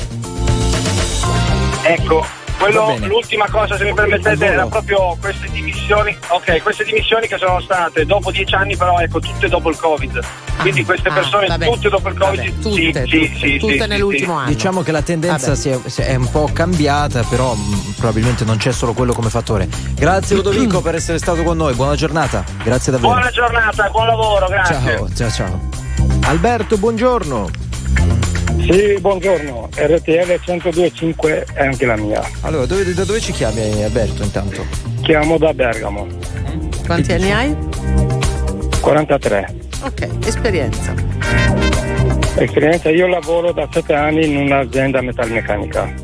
Speaker 13: Ecco, quello,
Speaker 1: Va bene.
Speaker 13: l'ultima cosa se mi permettete era proprio queste dimissioni, ok, queste dimissioni che sono state dopo dieci anni, però ecco, tutte dopo il Covid. Quindi queste
Speaker 2: ah,
Speaker 13: persone
Speaker 2: vabbè.
Speaker 13: tutte dopo il Covid,
Speaker 2: Vabbè,
Speaker 13: sì,
Speaker 2: tutte,
Speaker 13: sì,
Speaker 2: tutte,
Speaker 13: sì,
Speaker 2: tutte
Speaker 13: sì,
Speaker 2: nell'ultimo
Speaker 13: sì.
Speaker 2: anno.
Speaker 1: Diciamo che la tendenza
Speaker 2: Vabbè.
Speaker 1: si è, si è un po' cambiata, però mh, probabilmente non c'è solo quello come fattore. Grazie Lodovico per essere stato con noi, buona giornata, grazie davvero.
Speaker 13: Buona giornata, buon lavoro, grazie.
Speaker 1: Ciao, ciao, ciao.
Speaker 8: Alberto, buongiorno.
Speaker 10: Sì, buongiorno, R T L centodue e cinque è anche la mia.
Speaker 1: Allora, dove, da dove ci chiami Alberto intanto?
Speaker 10: Chiamo da Bergamo,
Speaker 2: Quanti anni hai?
Speaker 10: quarantatré.
Speaker 2: Ok, esperienza.
Speaker 10: Esperienza, io lavoro da sette anni in un'azienda metalmeccanica.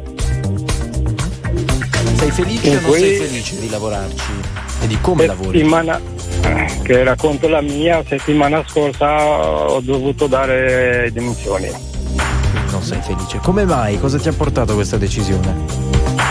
Speaker 1: Sei felice
Speaker 10: In
Speaker 1: o non
Speaker 10: cui-
Speaker 1: sei felice di lavorarci? E di come lavori?
Speaker 10: Settimana...
Speaker 6: che racconto la mia, settimana scorsa ho dovuto dare dimissioni.
Speaker 1: Non sei felice. Come mai? Cosa ti ha portato a questa decisione?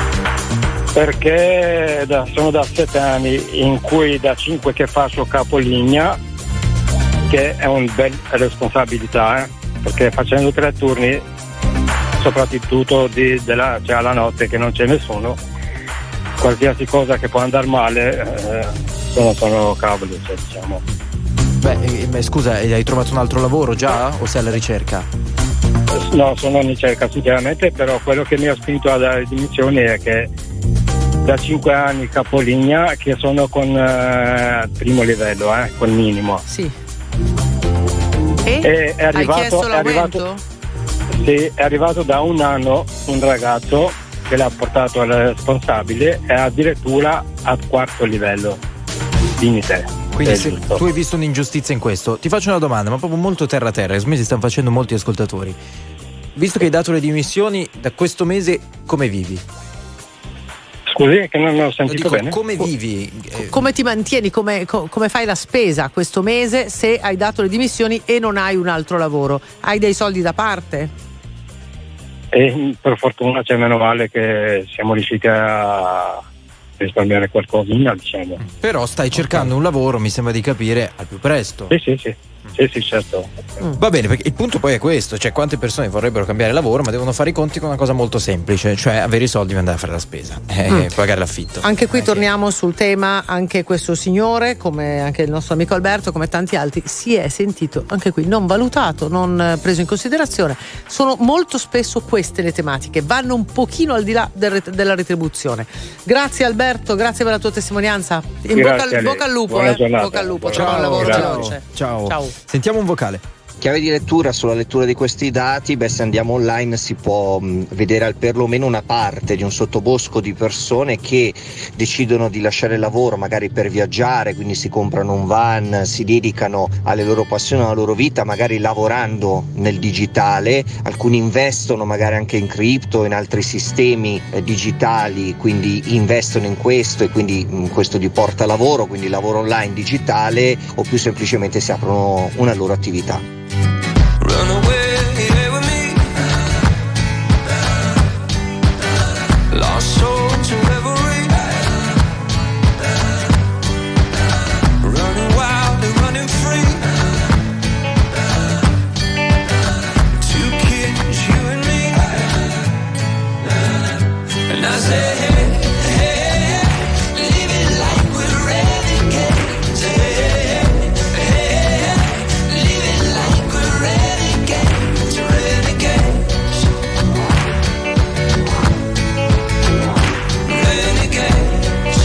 Speaker 6: Perché da, sono da sette anni in cui da cinque che faccio capolinea, che è una bella responsabilità, eh? Perché facendo tre turni, soprattutto di, della, cioè alla notte che non c'è nessuno, qualsiasi cosa che può andare male eh, sono, sono cavoli, cioè, diciamo.
Speaker 1: Beh, eh, scusa, hai trovato un altro lavoro già o sei alla ricerca?
Speaker 6: No, sono in ricerca sinceramente, però quello che mi ha spinto a dare dimissioni è che da cinque anni capolinea che sono con eh, primo livello, eh, con minimo.
Speaker 2: Sì. E?
Speaker 6: E è arrivato,
Speaker 2: hai chiesto
Speaker 6: è
Speaker 2: l'aumento?
Speaker 6: arrivato, sì, è arrivato da un anno un ragazzo che l'ha portato al responsabile e addirittura a quarto livello. Dimmi te.
Speaker 1: Quindi se tu hai visto un'ingiustizia in questo, ti faccio una domanda, ma proprio molto terra a terra, che si stanno facendo molti ascoltatori. Visto che hai dato le dimissioni, da questo mese come vivi?
Speaker 6: Scusi, che non ho sentito
Speaker 1: dico,
Speaker 6: bene.
Speaker 1: Come vivi?
Speaker 2: Come ti mantieni? Come, co- come fai la spesa questo mese se hai dato le dimissioni e non hai un altro lavoro? Hai dei soldi da parte?
Speaker 6: E per fortuna c'è, meno male che siamo riusciti a risparmiare qualcosina, diciamo.
Speaker 1: Però stai cercando un lavoro, mi sembra di capire, al più presto.
Speaker 6: Sì, sì, sì. Sì, sì, certo.
Speaker 1: Va bene, perché il punto poi è questo, cioè quante persone vorrebbero cambiare lavoro ma devono fare i conti con una cosa molto semplice, cioè avere i soldi per andare a fare la spesa e mm. pagare l'affitto.
Speaker 2: Anche qui torniamo sul tema, anche questo signore, come anche il nostro amico Alberto, come tanti altri, si è sentito anche qui non valutato, non preso in considerazione. Sono molto spesso queste le tematiche, vanno un pochino al di là del, della retribuzione. Grazie Alberto, grazie per la tua testimonianza. In bocca al, bocca al lupo, eh. Bocca al lupo, ciao, un lavoro veloce.
Speaker 1: Ciao. Ciao. Sentiamo un vocale.
Speaker 14: Chiave di lettura sulla lettura di questi dati, beh, se andiamo online si può mh, vedere al perlomeno una parte di un sottobosco di persone che decidono di lasciare il lavoro magari per viaggiare, quindi si comprano un van, si dedicano alle loro passioni, alla loro vita, magari lavorando nel digitale, alcuni investono magari anche in cripto, in altri sistemi eh, digitali, quindi investono in questo e quindi mh, questo gli porta lavoro, quindi lavoro online digitale, o più semplicemente si aprono una loro attività.
Speaker 12: Run away with me. Lost soul to reverie. Running wild and running free. Two kids, you and me. And I say, hey, hey, live it like we're renegades. Hey, hey, hey, live it like we're renegades, renegades, renegades.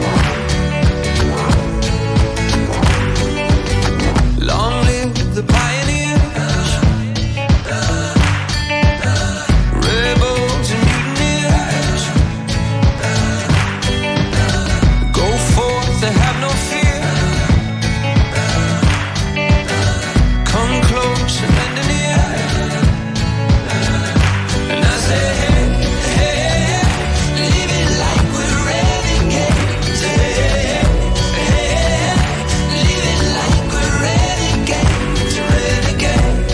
Speaker 12: Long live the pioneers, rebels and mutineers. Go forth and have no fear. Come close and bend an ear. And I say, hey, hey, live it like we're renegades. Hey, hey, live it like we're renegades, renegades,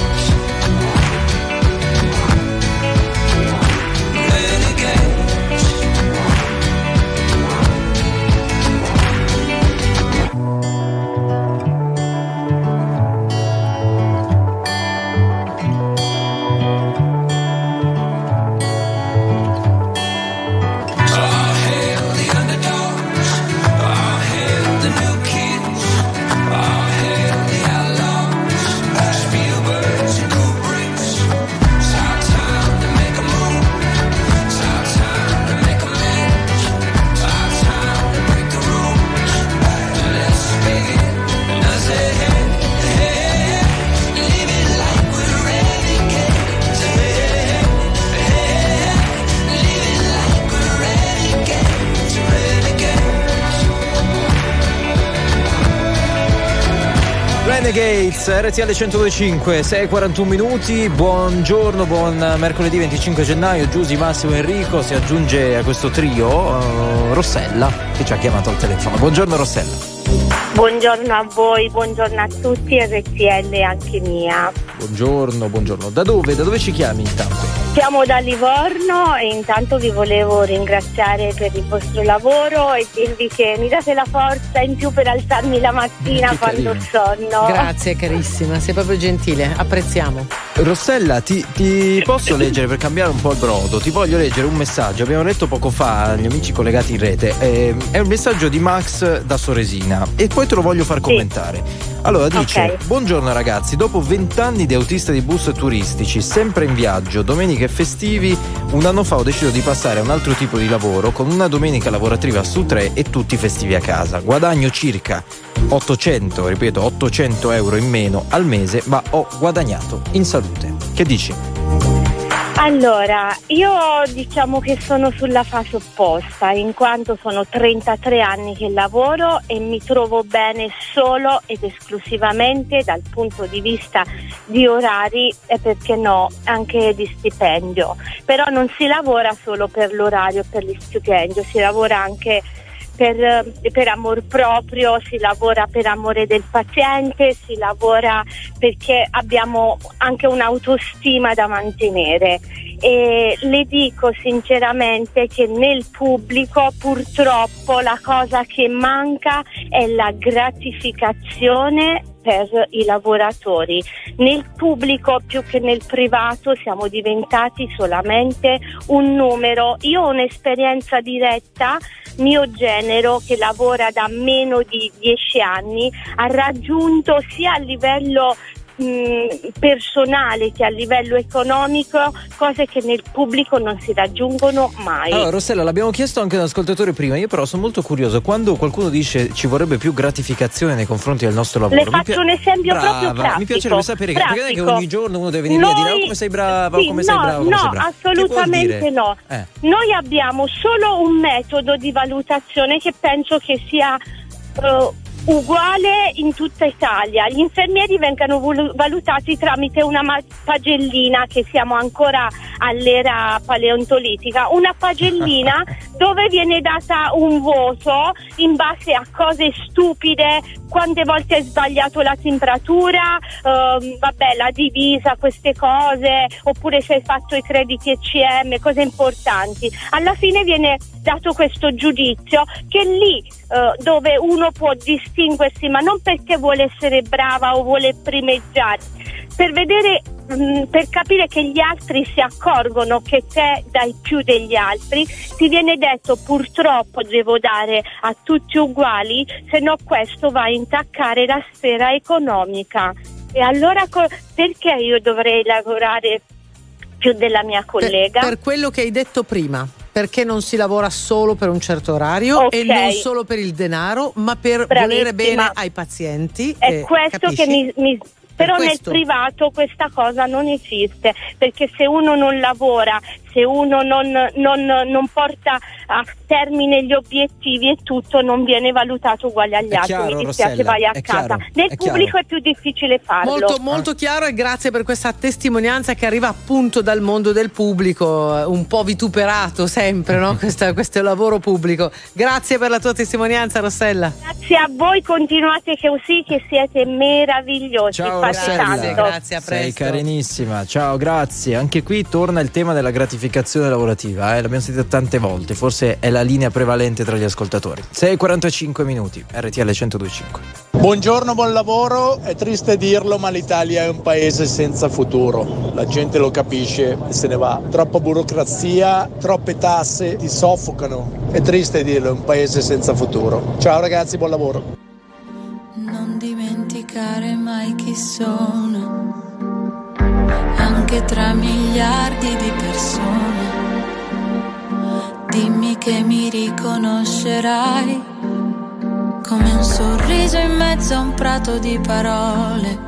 Speaker 12: all hail the underdogs, all hail the new kids, all hail the outlaws, Spielbergs and Kubricks. It's our time to make a move, it's our time to make amends, it's our time to break the rules. Let's begin. And I say, hey, hey, live it like we're renegades. Hey, hey, live it like we're renegades, renegades.
Speaker 1: Renegades, R T L centodue e cinque, sei e quarantuno minuti, buongiorno, buon mercoledì venticinque gennaio, Giusy, Massimo, Enrico, si aggiunge a questo trio uh, Rossella che ci ha chiamato al telefono. Buongiorno Rossella.
Speaker 15: Buongiorno a voi, buongiorno a tutti, R T L anche mia.
Speaker 1: Buongiorno, buongiorno. Da dove? Da dove ci chiami intanto?
Speaker 15: Siamo da Livorno e intanto vi volevo ringraziare per il vostro lavoro e dirvi che mi date la forza in più per alzarmi la mattina
Speaker 2: Che
Speaker 15: quando ho
Speaker 2: carino.
Speaker 15: sonno.
Speaker 2: Grazie carissima, sei proprio gentile, apprezziamo.
Speaker 1: Rossella, ti, ti posso leggere per cambiare un po' il brodo? Ti voglio leggere un messaggio. Abbiamo letto poco fa agli amici collegati in rete. Eh, è un messaggio di Max da Soresina e poi te lo voglio far commentare. Allora dice:
Speaker 15: Ok.
Speaker 1: buongiorno ragazzi, dopo vent'anni di autista di bus turistici, sempre in viaggio, domeniche e festivi, un anno fa ho deciso di passare a un altro tipo di lavoro con una domenica lavorativa su tre e tutti festivi a casa. Guadagno circa ottocento, ripeto ottocento euro in meno al mese, ma ho guadagnato in salute. Che dici?
Speaker 15: Allora, io diciamo che sono sulla fase opposta, in quanto sono trentatré anni che lavoro e mi trovo bene solo ed esclusivamente dal punto di vista di orari e perché no, anche di stipendio. Però non si lavora solo per l'orario, per lo stipendio, si lavora anche Per, per amor proprio, si lavora per amore del paziente, si lavora perché abbiamo anche un'autostima da mantenere e le dico sinceramente che nel pubblico purtroppo la cosa che manca è la gratificazione per i lavoratori. Nel pubblico più che nel privato siamo diventati solamente un numero. Io ho un'esperienza diretta, mio genero che lavora da meno di dieci anni ha raggiunto sia a livello mh, personale che a livello economico cose che nel pubblico non si raggiungono mai.
Speaker 1: Allora Rossella, l'abbiamo chiesto anche ad un ascoltatore prima, io però sono molto curioso, quando qualcuno dice ci vorrebbe più gratificazione nei confronti del nostro lavoro.
Speaker 15: Le faccio
Speaker 1: mi
Speaker 15: un esempio
Speaker 1: Brava,
Speaker 15: proprio pratico.
Speaker 1: mi piacerebbe sapere che, perché non è che
Speaker 15: Pratico.
Speaker 1: ogni giorno uno deve venire a dire oh, come sei brava,
Speaker 15: Sì,
Speaker 1: come
Speaker 15: no,
Speaker 1: sei brava, come
Speaker 15: no,
Speaker 1: sei brava.
Speaker 15: assolutamente
Speaker 1: Che vuol dire?
Speaker 15: no.
Speaker 1: Eh.
Speaker 15: Noi abbiamo solo un metodo di valutazione che penso che sia eh, uguale in tutta Italia. Gli infermieri vengono volu- valutati tramite una ma- pagellina, che siamo ancora all'era paleontolitica, una pagellina dove viene data un voto in base a cose stupide, quante volte hai sbagliato la temperatura, ehm, vabbè, la divisa, queste cose, oppure se hai fatto i crediti E C M, cose importanti. Alla fine viene dato questo giudizio che lì eh, dove uno può distinguersi, ma non perché vuole essere brava o vuole primeggiare, per vedere mh, per capire che gli altri si accorgono che te dai più degli altri, ti viene detto purtroppo devo dare a tutti uguali, se no questo va a intaccare la sfera economica. E allora co- perché io dovrei lavorare più della mia collega?
Speaker 2: Per, per quello che hai detto prima, perché non si lavora solo per un certo orario
Speaker 15: Ok.
Speaker 2: e non solo per il denaro, ma per
Speaker 15: Bravissima.
Speaker 2: volere bene ai pazienti.
Speaker 15: È
Speaker 2: eh,
Speaker 15: questo
Speaker 2: capisci?
Speaker 15: che mi, mi però nel
Speaker 2: questo.
Speaker 15: privato questa cosa non esiste, perché se uno non lavora, se uno non, non, non porta a termine gli obiettivi e tutto, non viene valutato uguale agli
Speaker 2: È
Speaker 15: altri.
Speaker 2: chiaro,
Speaker 15: Mi dispiace,
Speaker 2: Rossella,
Speaker 15: vai a
Speaker 2: è
Speaker 15: casa.
Speaker 2: chiaro,
Speaker 15: Nel
Speaker 2: è
Speaker 15: pubblico
Speaker 2: chiaro.
Speaker 15: è più difficile farlo.
Speaker 2: Molto, molto chiaro, e grazie per questa testimonianza che arriva appunto dal mondo del pubblico, eh, un po' vituperato sempre, no? Questo, questo lavoro pubblico. Grazie per la tua testimonianza, Rossella.
Speaker 15: Grazie a voi, continuate così che siete meravigliosi.
Speaker 1: Ciao
Speaker 15: Fate
Speaker 1: Rossella,
Speaker 15: tanto.
Speaker 2: grazie, a
Speaker 1: sei
Speaker 2: presto.
Speaker 1: carinissima, ciao, grazie. Anche qui torna il tema della gratificazione lavorativa, eh? L'abbiamo sentito tante volte, forse è la linea prevalente tra gli ascoltatori. sei e quarantacinque minuti, R T L centodue e cinque.
Speaker 16: Buongiorno, buon lavoro. È triste dirlo, ma l'Italia è un paese senza futuro. La gente lo capisce e se ne va. Troppa burocrazia, troppe tasse ti soffocano. È triste dirlo, è un paese senza futuro. Ciao ragazzi, buon lavoro.
Speaker 17: Non dimenticare mai chi sono, anche tra miliardi di persone. Dimmi che mi riconoscerai, come un sorriso in mezzo a un prato di parole,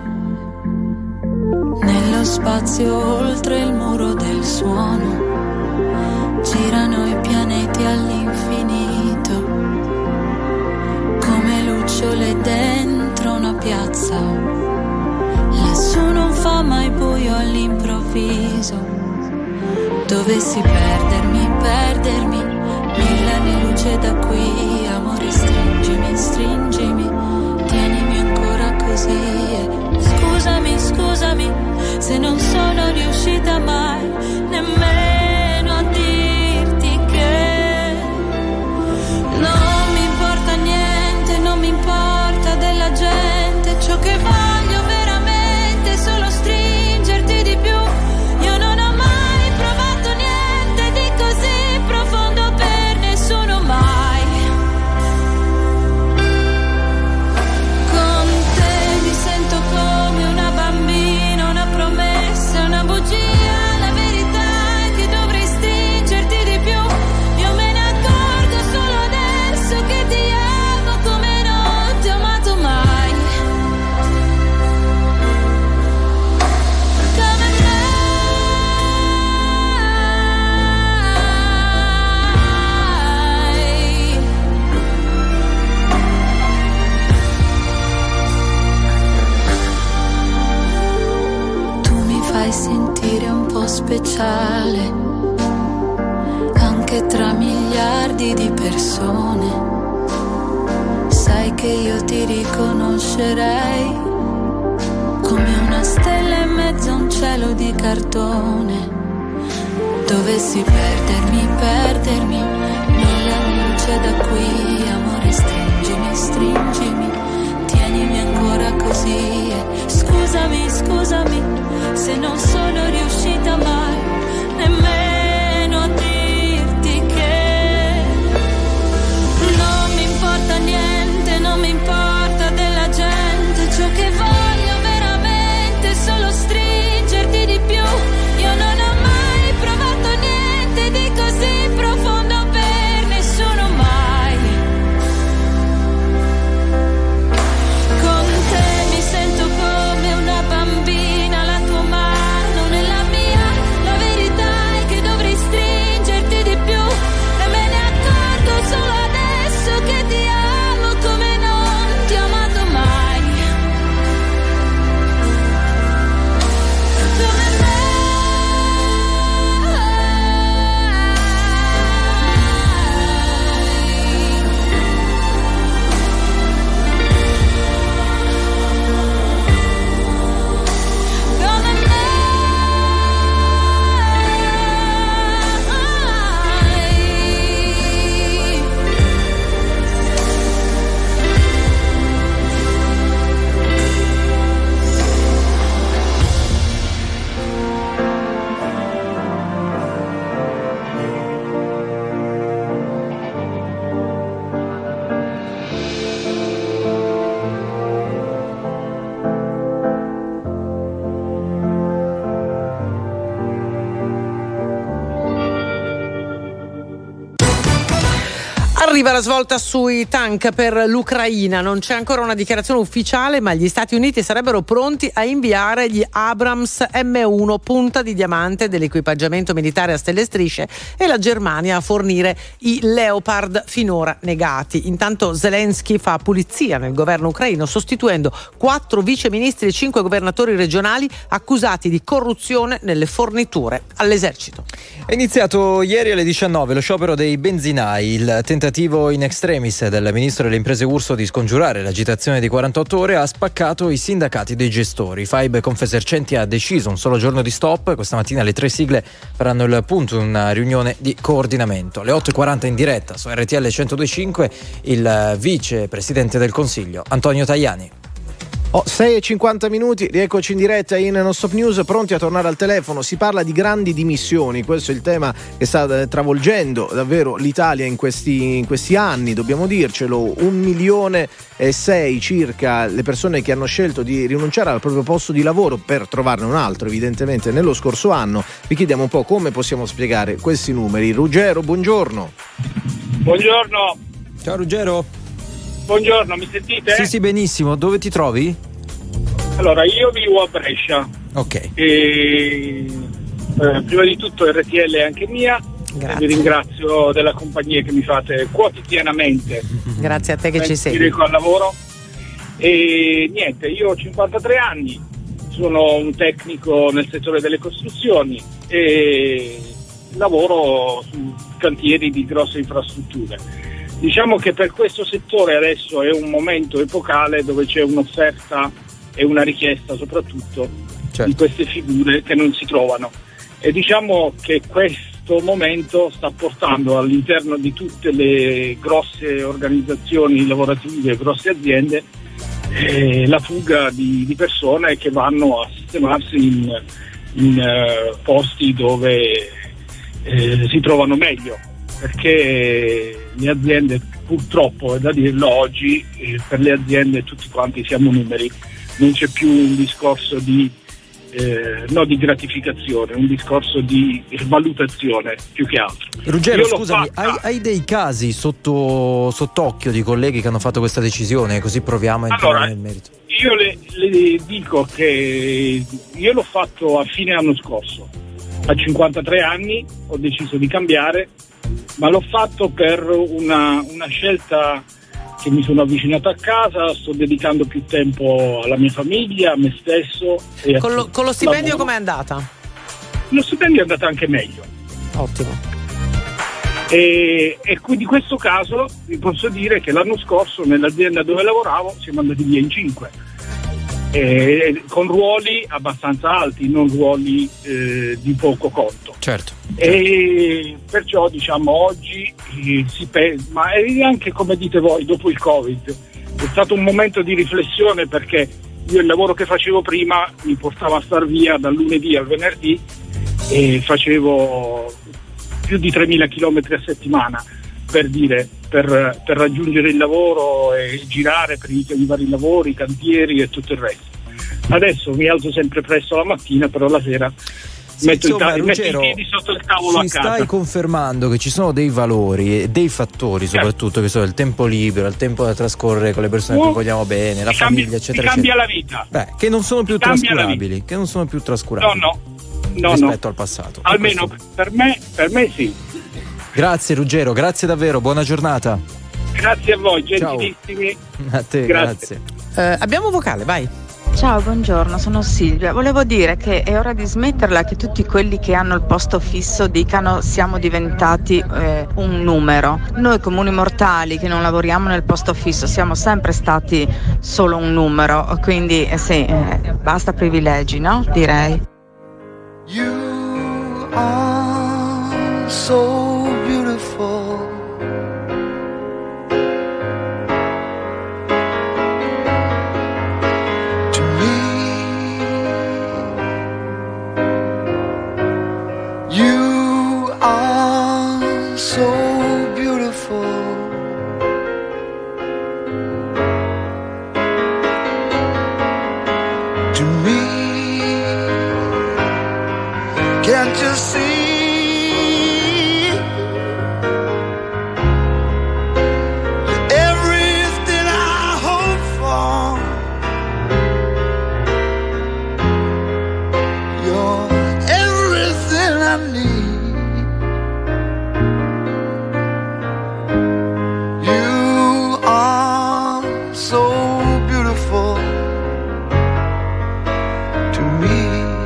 Speaker 17: nello spazio oltre il muro del suono. Girano i pianeti all'infinito, come lucciole dentro una piazza. Lassù non fa mai buio all'improvviso. Dovessi perdermi, perdermi, mille anni luce da qui. Amore, stringimi, stringimi, scusami se non sono riuscita mai nemmeno a dirti che non mi importa niente, non mi importa della gente, ciò che voglio veramente è solo stringerti di più. Io non ho mai provato niente di così profondo per nessuno mai. Con te mi sento come una bambina, una promessa, una bugia, la verità è che dovrei stringerti di più. Io me ne accorgo solo adesso che ti amo come non ti ho amato mai. Come mai. Tu mi fai sentire un po' speciale, anche tra miliardi di persone. Sai che io ti riconoscerei come una stella in mezzo a un cielo di cartone. Dovessi perdermi, perdermi nella luce da qui, amore, stringimi, stringimi, tienimi ancora così. E scusami, scusami se non sono riuscita mai nemmeno a dirti che non mi importa niente, non mi importa della gente, ciò che voglio veramente è solo stringerti di più. Io non ho mai provato niente di così profondo per nessuno mai. Con te mi sento come una bambina, la tua mano nella mia, la verità è che dovrei stringerti di più. E me ne accorgo solo adesso che ti amo come non ti ho amato mai. Come
Speaker 2: Arriva la svolta sui tank per l'Ucraina. Non c'è ancora una dichiarazione ufficiale, ma gli Stati Uniti sarebbero pronti a inviare gli Abrams M uno punta di diamante dell'equipaggiamento militare a stelle e strisce, e la Germania a fornire i Leopard finora negati. Intanto Zelensky fa pulizia nel governo ucraino, sostituendo quattro viceministri e cinque governatori regionali accusati di corruzione nelle forniture all'esercito.
Speaker 1: È iniziato ieri alle diciannove lo sciopero dei benzinai, il tentativo in extremis del ministro delle imprese Urso di scongiurare l'agitazione di quarantotto ore ha spaccato i sindacati dei gestori. Fibe Confesercenti ha deciso un solo giorno di stop. Questa mattina le tre sigle faranno il punto in una riunione di coordinamento. Alle otto e quaranta in diretta su R T L centodue e cinque il vice presidente del Consiglio Antonio Tajani.
Speaker 8: Oh, sei e cinquanta minuti, rieccoci in diretta in Non Stop News, pronti a tornare al telefono. Si parla di grandi dimissioni, questo è il tema che sta travolgendo davvero l'Italia in questi, in questi anni, dobbiamo dircelo. Un milione e sei circa le persone che hanno scelto di rinunciare al proprio posto di lavoro per trovarne un altro, evidentemente, nello scorso anno. Vi chiediamo un po' come possiamo spiegare questi numeri. Ruggero, buongiorno.
Speaker 18: Buongiorno.
Speaker 1: Ciao Ruggero.
Speaker 18: Buongiorno, mi sentite?
Speaker 1: Sì, sì, benissimo. Dove ti trovi?
Speaker 18: Allora, io vivo a Brescia.
Speaker 1: Ok.
Speaker 18: E, eh, prima di tutto R T L è anche mia.
Speaker 2: Grazie.
Speaker 18: Vi ringrazio della compagnia che mi fate quotidianamente.
Speaker 2: Grazie a te che ci sei.
Speaker 18: Dico al lavoro. E niente, io ho cinquantatré anni, sono un tecnico nel settore delle costruzioni e lavoro su cantieri di grosse infrastrutture. Diciamo che per questo settore adesso è un momento epocale dove c'è un'offerta e una richiesta soprattutto di queste figure che non si trovano. E diciamo che questo momento sta portando all'interno di tutte le grosse organizzazioni lavorative, grosse aziende, eh, la fuga di, di persone che vanno a sistemarsi in, in uh, posti dove eh, si trovano meglio, perché le aziende, purtroppo è da dirlo oggi, eh, per le aziende tutti quanti siamo numeri, non c'è più un discorso di Eh, no di gratificazione, un discorso di valutazione più che altro.
Speaker 1: Ruggero,
Speaker 18: Io l'ho
Speaker 1: scusami,
Speaker 18: fatta-
Speaker 1: hai, hai dei casi sotto sott'occhio di colleghi che hanno fatto questa decisione, così proviamo a entrare
Speaker 18: Allora,
Speaker 1: nel merito?
Speaker 18: Io le, le dico che io l'ho fatto a fine anno scorso, a cinquantatré anni ho deciso di cambiare, ma l'ho fatto per una, una scelta che mi sono avvicinato a casa, sto dedicando più tempo alla mia famiglia, a me stesso. E a
Speaker 2: Con lo, con lo stipendio
Speaker 18: lavoro.
Speaker 2: com'è andata?
Speaker 18: Lo stipendio è andato anche meglio.
Speaker 2: Ottimo.
Speaker 18: E, e quindi in questo caso vi posso dire che l'anno scorso nell'azienda dove lavoravo siamo andati via in cinque, e, con ruoli abbastanza alti, non ruoli eh, di poco conto.
Speaker 1: Certo.
Speaker 18: E perciò diciamo oggi eh, si pe- ma è anche come dite voi, dopo il Covid è stato un momento di riflessione, perché io il lavoro che facevo prima mi portava a star via dal lunedì al venerdì e facevo più di tremila chilometri a settimana, per dire, per, per raggiungere il lavoro e girare per i, i vari lavori, i cantieri e tutto il resto. Adesso mi alzo sempre presto la mattina, però la sera
Speaker 1: Sì,
Speaker 18: metto,
Speaker 1: insomma,
Speaker 18: i ta- metto i
Speaker 1: Ruggero,
Speaker 18: piedi sotto il tavolo a
Speaker 1: ci
Speaker 18: casa.
Speaker 1: stai confermando che ci sono dei valori e dei fattori, soprattutto, che sono il tempo libero, il tempo da trascorrere con le persone a cui
Speaker 18: Oh,
Speaker 1: vogliamo bene, la
Speaker 18: ti
Speaker 1: famiglia,
Speaker 18: cambia,
Speaker 1: eccetera,
Speaker 18: ti cambia
Speaker 1: eccetera.
Speaker 18: la vita.
Speaker 1: Beh, che non sono più
Speaker 18: Ti cambia la
Speaker 1: trascurabili, che non sono più trascurabili.
Speaker 18: No, no, no,
Speaker 1: rispetto
Speaker 18: no.
Speaker 1: al passato.
Speaker 18: Almeno per me, per me sì.
Speaker 1: Grazie Ruggero, grazie davvero, buona giornata.
Speaker 18: Grazie a voi, gentilissimi.
Speaker 1: A te,
Speaker 18: Grazie.
Speaker 1: grazie.
Speaker 2: Eh, abbiamo vocale, vai.
Speaker 19: Ciao, buongiorno, sono Silvia. Volevo dire che è ora di smetterla che tutti quelli che hanno il posto fisso dicano siamo diventati eh, un numero. Noi comuni mortali che non lavoriamo nel posto fisso siamo sempre stati solo un numero, quindi eh, sì, eh, basta privilegi, no? Direi.
Speaker 12: You are so beautiful. To me, you are so beautiful. To me, can't you see everything I hope for? You're everything I need. You are so beautiful to me.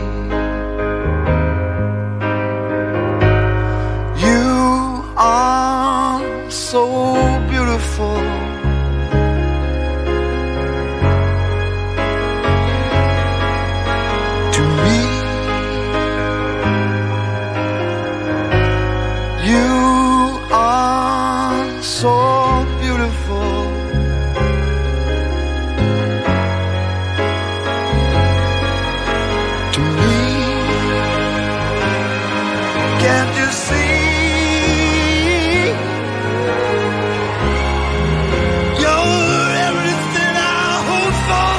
Speaker 12: You are so beautiful. To me, you are so beautiful. To me, can't you see? You're everything I hope for.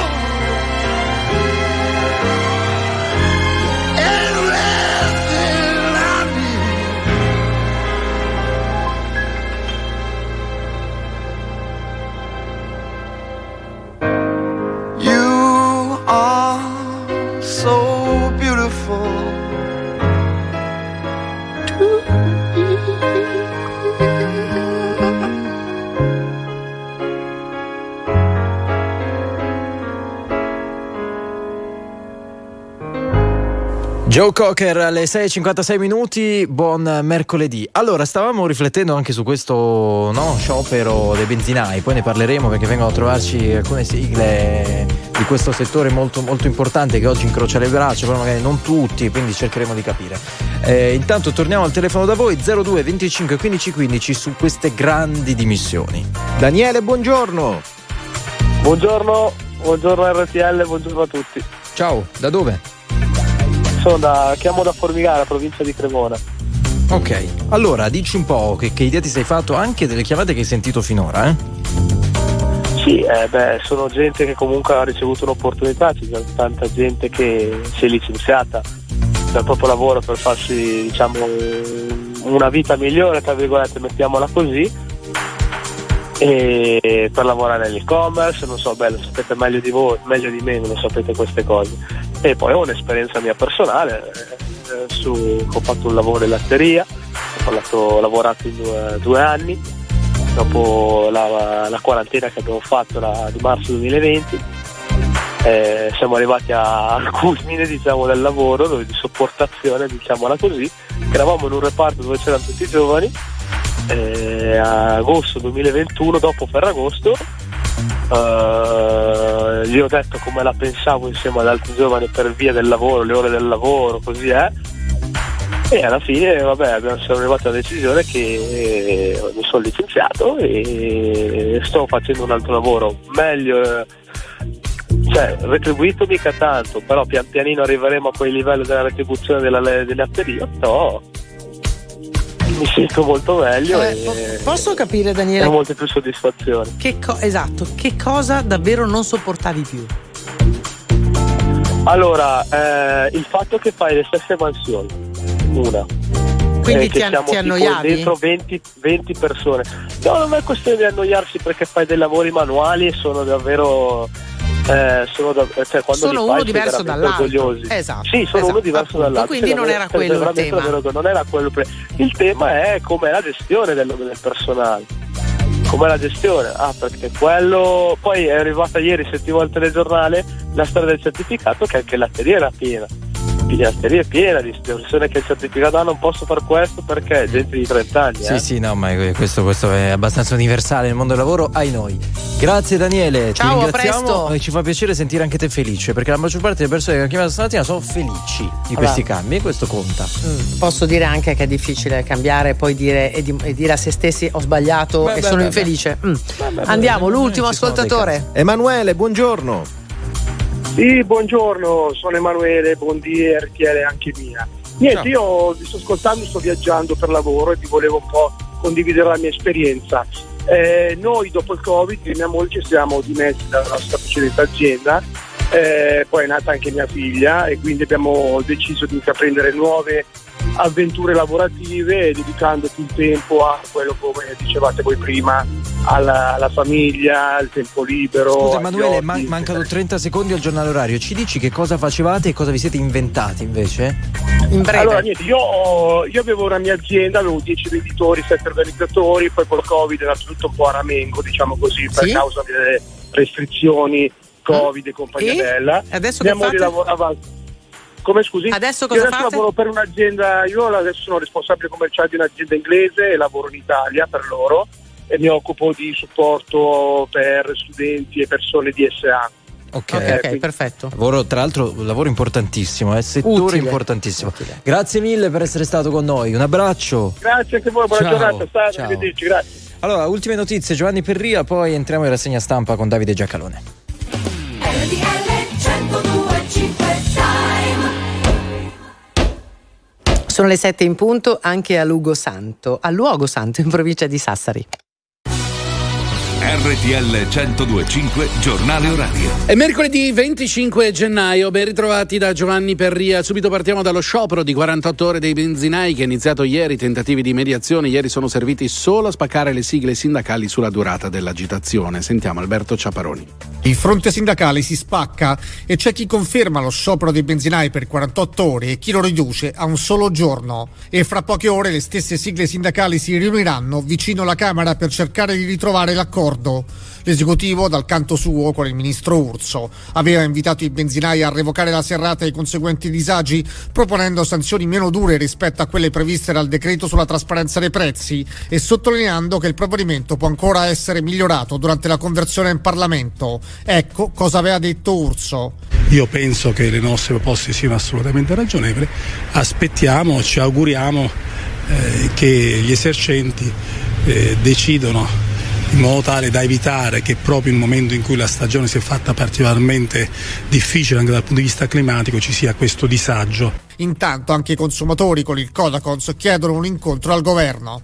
Speaker 12: Everything I need. You are so beautiful.
Speaker 1: Joe Cocker alle sei e cinquantasei minuti, buon mercoledì. Allora, stavamo riflettendo anche su questo no, sciopero dei benzinai, poi ne parleremo perché vengono a trovarci alcune sigle di questo settore molto, molto importante che oggi incrocia le braccia, però magari non tutti, quindi cercheremo di capire. Eh, intanto torniamo al telefono da voi, zero due venticinque quindici quindici, su queste grandi dimissioni.
Speaker 8: Daniele, buongiorno.
Speaker 20: Buongiorno, buongiorno R T L, buongiorno a tutti.
Speaker 1: Ciao, da dove?
Speaker 20: Sono da, chiamo da Formigara, provincia di Cremona.
Speaker 1: Ok, allora dici un po' che, che idea ti sei fatto anche delle chiamate che hai sentito finora, eh?
Speaker 20: Sì, eh, beh, sono gente che comunque ha ricevuto un'opportunità, c'è tanta gente che si è licenziata dal proprio lavoro per farsi, diciamo, una vita migliore, tra virgolette, mettiamola così, e per lavorare nell'e-commerce, non so, beh, lo sapete meglio di voi, meglio di me, non lo sapete queste cose. E poi ho un'esperienza mia personale, eh, su, ho fatto un lavoro in latteria, ho fatto, ho lavorato in due, due anni, dopo la, la quarantena che abbiamo fatto la, di marzo duemilaventi, eh, siamo arrivati a, al culmine, diciamo, del lavoro, dove, di sopportazione, diciamola così, che eravamo in un reparto dove c'erano tutti i giovani. Eh, a agosto duemilaventuno, dopo Ferragosto, eh, gli ho detto come la pensavo insieme ad altri giovani per via del lavoro, le ore del lavoro, così è. E alla fine, vabbè, abbiamo, siamo arrivati alla decisione che eh, mi sono licenziato e sto facendo un altro lavoro meglio, eh, cioè retribuito mica tanto, però pian pianino arriveremo a quei livelli della retribuzione della, dell'atteria, però mi sento molto meglio
Speaker 2: eh,
Speaker 20: e
Speaker 2: posso capire, Daniele,
Speaker 20: ho molte più soddisfazioni.
Speaker 2: Che co- esatto, che cosa davvero non sopportavi più?
Speaker 20: Allora, eh, il fatto che fai le stesse mansioni, una,
Speaker 2: quindi
Speaker 20: eh,
Speaker 2: ti,
Speaker 20: che
Speaker 2: an-
Speaker 20: siamo
Speaker 2: ti annoiavi?
Speaker 20: dentro venti, venti persone. No, non è questione di annoiarsi, perché fai dei lavori manuali e sono davvero eh, sono, da, cioè, quando
Speaker 2: sono
Speaker 20: li fai,
Speaker 2: uno diverso dall'altro.
Speaker 20: orgogliosi.
Speaker 2: Esatto,
Speaker 20: sì, sono
Speaker 2: esatto,
Speaker 20: uno diverso
Speaker 2: appunto,
Speaker 20: dall'altro.
Speaker 2: quindi
Speaker 20: Cioè,
Speaker 2: non era
Speaker 20: cioè,
Speaker 2: quello il tema.
Speaker 20: Davvero, non era quello pre- il tema è com'è la gestione del, del personale, com'è la gestione. Ah, perché quello poi è arrivata ieri, sentivo al telegiornale la storia del certificato, che anche l'atteria era piena. La latteria è piena di persone che il certificato, ah, non posso fare questo perché è gente di trenta anni.
Speaker 1: Sì,
Speaker 20: eh.
Speaker 1: sì, no, ma questo, questo è abbastanza universale nel mondo del lavoro, ai noi. Grazie Daniele,
Speaker 2: ciao,
Speaker 1: ti ringraziamo,
Speaker 2: a presto.
Speaker 1: E ci fa piacere sentire anche te felice, perché la maggior parte delle persone che hanno chiamato stamattina sono felici di
Speaker 2: allora,
Speaker 1: questi cambi, e questo conta.
Speaker 2: Mm, posso dire anche che è difficile cambiare e poi dire e, di, e dire a se stessi ho sbagliato beh, e beh, sono beh, infelice. Mm. Beh, beh, Andiamo, beh, l'ultimo ascoltatore.
Speaker 8: Emanuele, buongiorno.
Speaker 10: Sì, buongiorno, sono Emanuele, buondì R T L anche mia. Niente, Ciao. Io vi sto ascoltando, sto viaggiando per lavoro e vi volevo un po' condividere la mia esperienza. Eh, noi dopo il Covid, io e mia moglie siamo dimessi dalla nostra precedente azienda, eh, poi è nata anche mia figlia e quindi abbiamo deciso di intraprendere nuove avventure lavorative, dedicando più tempo a quello, come dicevate voi prima, alla, alla famiglia, al tempo libero.
Speaker 1: Scusa Emanuele, man- mancano trenta secondi al giornale orario, ci dici che cosa facevate e cosa vi siete inventati invece?
Speaker 2: In breve.
Speaker 10: Allora niente, io, ho, io avevo una mia azienda, avevo dieci venditori, sette organizzatori, poi col Covid è andato tutto un po' a ramengo, diciamo così, per
Speaker 2: sì?
Speaker 10: causa delle restrizioni Covid e compagnia
Speaker 2: e?
Speaker 10: bella.
Speaker 2: Adesso
Speaker 10: mia
Speaker 2: che
Speaker 10: moglie
Speaker 2: fate?
Speaker 10: lavorava. Come scusi?
Speaker 2: Adesso cosa
Speaker 10: io adesso
Speaker 2: fate?
Speaker 10: lavoro per un'azienda, io adesso sono responsabile commerciale di un'azienda inglese e lavoro in Italia per loro e mi occupo di supporto per studenti e persone di S A.
Speaker 1: Ok,
Speaker 2: ok, okay
Speaker 10: quindi...
Speaker 2: perfetto.
Speaker 1: Lavoro, tra l'altro, un lavoro importantissimo, è eh? settore
Speaker 2: Utile.
Speaker 1: importantissimo.
Speaker 2: Utile.
Speaker 1: Grazie mille per essere stato con noi, un abbraccio.
Speaker 10: Grazie anche a voi, buona
Speaker 1: Ciao.
Speaker 10: giornata, state,
Speaker 1: Ciao.
Speaker 10: arrivederci, grazie.
Speaker 1: Allora, ultime notizie, Giovanni Perria, poi entriamo in rassegna stampa con Davide Giacalone.
Speaker 17: R T L centodue e cinque
Speaker 2: Sono le sette in punto anche a Lugo Santo, a Luogo Santo in provincia di Sassari.
Speaker 21: R T L centodue e cinque giornale orario.
Speaker 22: È mercoledì venticinque gennaio, ben ritrovati da Giovanni Perria. Subito partiamo dallo sciopero di quarantotto ore dei benzinai che è iniziato ieri. Tentativi di mediazione ieri sono serviti solo a spaccare le sigle sindacali sulla durata dell'agitazione. Sentiamo Alberto Ciaparoni.
Speaker 23: Il fronte sindacale si spacca e c'è chi conferma lo sciopero dei benzinai per quarantotto ore e chi lo riduce a un solo giorno. E fra poche ore le stesse sigle sindacali si riuniranno vicino alla Camera per cercare di ritrovare l'accordo accordo. L'esecutivo, dal canto suo, con il ministro Urso, aveva invitato i benzinai a revocare la serrata e i conseguenti disagi, proponendo sanzioni meno dure rispetto a quelle previste dal decreto sulla trasparenza dei prezzi e sottolineando che il provvedimento può ancora essere migliorato durante la conversione in Parlamento. Ecco cosa aveva detto Urso.
Speaker 3: Io penso che le nostre proposte siano assolutamente ragionevoli, aspettiamo, ci auguriamo eh, che gli esercenti eh, decidano in modo tale da evitare che proprio nel momento in cui la stagione si è fatta particolarmente difficile anche dal punto di vista climatico ci sia questo disagio.
Speaker 23: Intanto anche i consumatori con il Codacons chiedono un incontro al governo.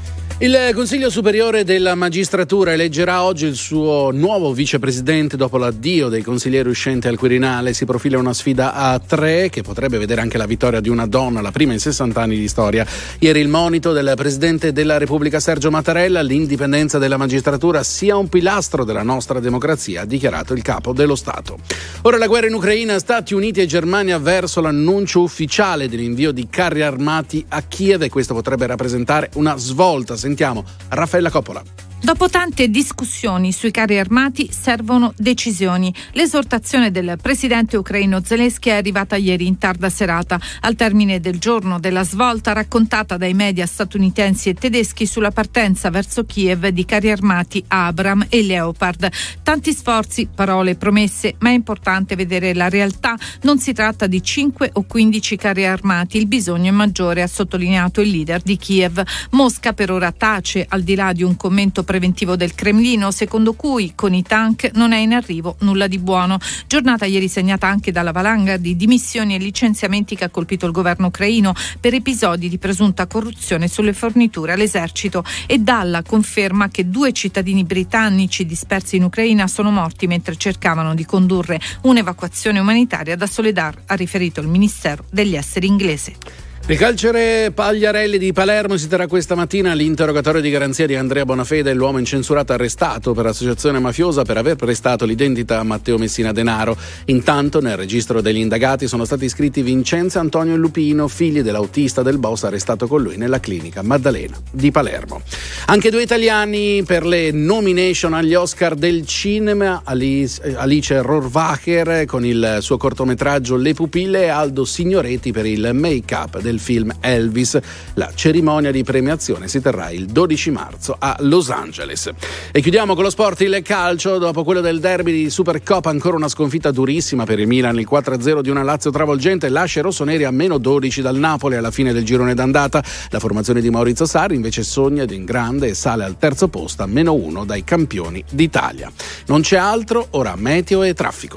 Speaker 22: Il Consiglio Superiore della Magistratura eleggerà oggi il suo nuovo vicepresidente dopo l'addio dei consiglieri uscenti al Quirinale. Si profila una sfida a tre che potrebbe vedere anche la vittoria di una donna, la prima in sessanta anni di storia. Ieri il monito del Presidente della Repubblica Sergio Mattarella: l'indipendenza della magistratura sia un pilastro della nostra democrazia, ha dichiarato il capo dello Stato. Ora la guerra in Ucraina, Stati Uniti e Germania verso l'annuncio ufficiale dell'invio di carri armati a Kiev e questo potrebbe rappresentare una svolta. Sentiamo Raffaella Coppola.
Speaker 4: Dopo tante discussioni sui carri armati servono decisioni. L'esortazione del presidente ucraino Zelensky è arrivata ieri in tarda serata, al termine del giorno della svolta raccontata dai media statunitensi e tedeschi sulla partenza verso Kiev di carri armati Abram e Leopard. Tanti sforzi, parole, promesse, ma è importante vedere la realtà. Non si tratta di cinque o quindici carri armati, il bisogno è maggiore, ha sottolineato il leader di Kiev. Mosca per ora tace, al di là di un commento preventivo del Cremlino, secondo cui con i tank non è in arrivo nulla di buono. Giornata ieri segnata anche dalla valanga di dimissioni e licenziamenti che ha colpito il governo ucraino per episodi di presunta corruzione sulle forniture all'esercito, e dalla conferma che due cittadini britannici dispersi in Ucraina sono morti mentre cercavano di condurre un'evacuazione umanitaria da Soledar, ha riferito il Ministero degli Esteri inglese.
Speaker 22: Il carcere Pagliarelli di Palermo si terrà questa mattina l'interrogatorio di garanzia di Andrea Bonafede, l'uomo incensurato arrestato per associazione mafiosa per aver prestato l'identità a Matteo Messina Denaro. Intanto nel registro degli indagati sono stati iscritti Vincenzo e Antonio Lupino, figli dell'autista del boss arrestato con lui nella clinica Maddalena di Palermo. Anche due italiani per le nomination agli Oscar del cinema, Alice, Alice Rohrwacher con il suo cortometraggio Le pupille e Aldo Signoretti per il make-up del film Elvis. La cerimonia di premiazione si terrà il dodici marzo a Los Angeles. E chiudiamo con lo sport, il calcio. Dopo quello del derby di Supercoppa, ancora una sconfitta durissima per il Milan, il quattro a zero di una Lazio travolgente lascia i rossoneri a meno dodici dal Napoli alla fine del girone d'andata. La formazione di Maurizio Sarri invece sogna in grande e sale al terzo posto a meno uno dai campioni d'Italia. Non c'è altro, ora meteo e traffico.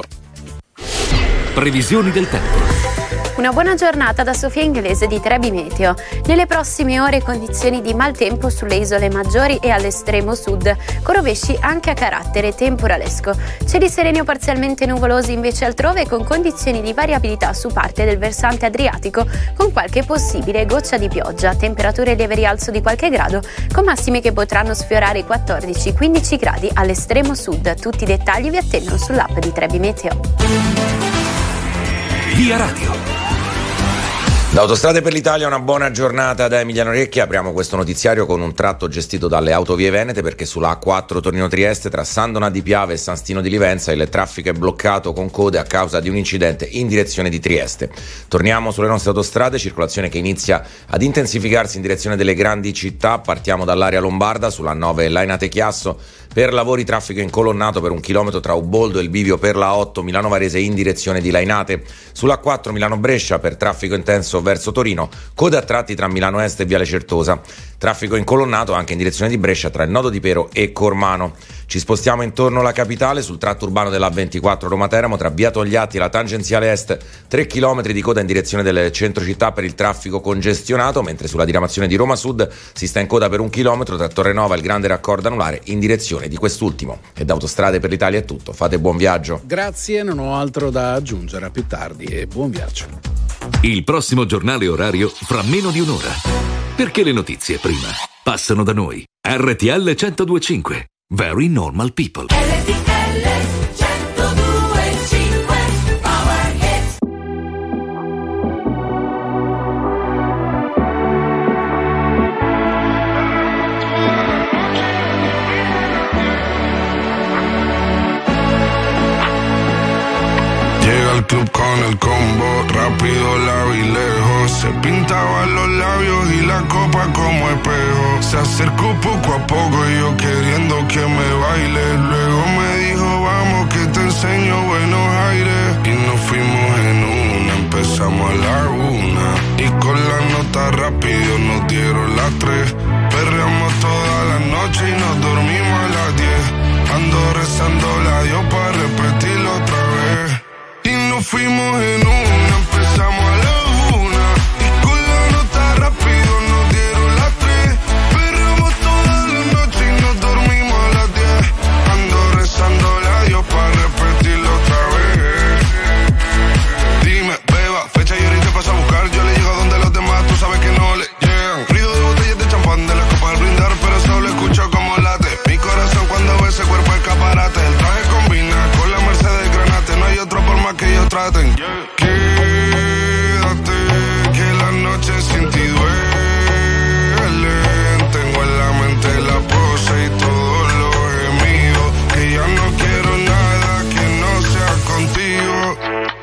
Speaker 21: Previsioni del tempo.
Speaker 5: Una buona giornata da Sofia Inglese di Trebi Meteo. Nelle prossime ore condizioni di maltempo sulle isole maggiori e all'estremo sud, con rovesci anche a carattere temporalesco. Cieli sereni o parzialmente nuvolosi invece altrove, con condizioni di variabilità su parte del versante adriatico, con qualche possibile goccia di pioggia. Temperature lieve rialzo di qualche grado, con massime che potranno sfiorare i quattordici quindici gradi all'estremo sud. Tutti i dettagli vi attendono sull'app di Trebi Meteo.
Speaker 21: Via Radio.
Speaker 24: Da Autostrade per l'Italia una buona giornata da Emiliano Recchi. Apriamo questo notiziario con un tratto gestito dalle Autovie Venete, perché sulla A quattro Torino-Trieste tra Sandona di Piave e San Stino di Livenza il traffico è bloccato con code a causa di un incidente in direzione di Trieste. Torniamo sulle nostre autostrade, circolazione che inizia ad intensificarsi in direzione delle grandi città. Partiamo dall'area lombarda sulla nove Lainate Chiasso. Per lavori traffico incolonnato per un chilometro tra Uboldo e il bivio per la otto Milano Varese in direzione di Lainate. Sulla quattro Milano Brescia per traffico intenso verso Torino, code a tratti tra Milano Est e Viale Certosa. Traffico incolonnato anche in direzione di Brescia tra il nodo di Pero e Cormano. Ci spostiamo intorno alla capitale sul tratto urbano della A ventiquattro Roma Teramo tra Via Togliatti e la tangenziale est, tre chilometri di coda in direzione del centro città per il traffico congestionato, mentre sulla diramazione di Roma Sud si sta in coda per un chilometro tra Torrenova e il grande raccordo anulare in direzione di quest'ultimo. E da Autostrade per l'Italia è tutto, fate buon viaggio.
Speaker 22: Grazie, non ho altro da aggiungere, a più tardi e buon viaggio.
Speaker 21: Il prossimo giornale orario fra meno di un'ora, perché le notizie prima passano da noi. R T L centodue e cinque, Very Normal People.
Speaker 25: R T L centodue e cinque, Power Hit.
Speaker 6: al club con el combo, rápido la vi lejos. Se pintaba los labios y la copa como espejo. Se acercó poco a poco y yo queriendo que me baile. Luego me dijo vamos que te enseño buenos aires. Y nos fuimos en una, empezamos a la una. Y con la nota rápido nos dieron las tres. Perreamos toda la noche y nos dormimos a las diez. Ando rezando la Dios para repetirlo otra vez. Y nos fuimos en una, empezamos a la una. Y con la nota rápido nos dieron las tres. Perreamos toda la noche y nos dormimos a las diez. Ando rezando la Dios para repetirlo otra vez. Dime, beba, fecha y ahorita paso a buscar. Yo le llego donde los demás, tú sabes que no le llegan. Ruido de botellas de champán de las copas al brindar, pero solo escucho como late mi corazón cuando ve ese cuerpo escaparate. El traje combina con la Mercedes Granate. No hay otra forma que ellos traten. Quédate, que la noche sin ti duele. Tengo en la mente la pose y todos los gemidos. Que ya no quiero nada que no sea contigo.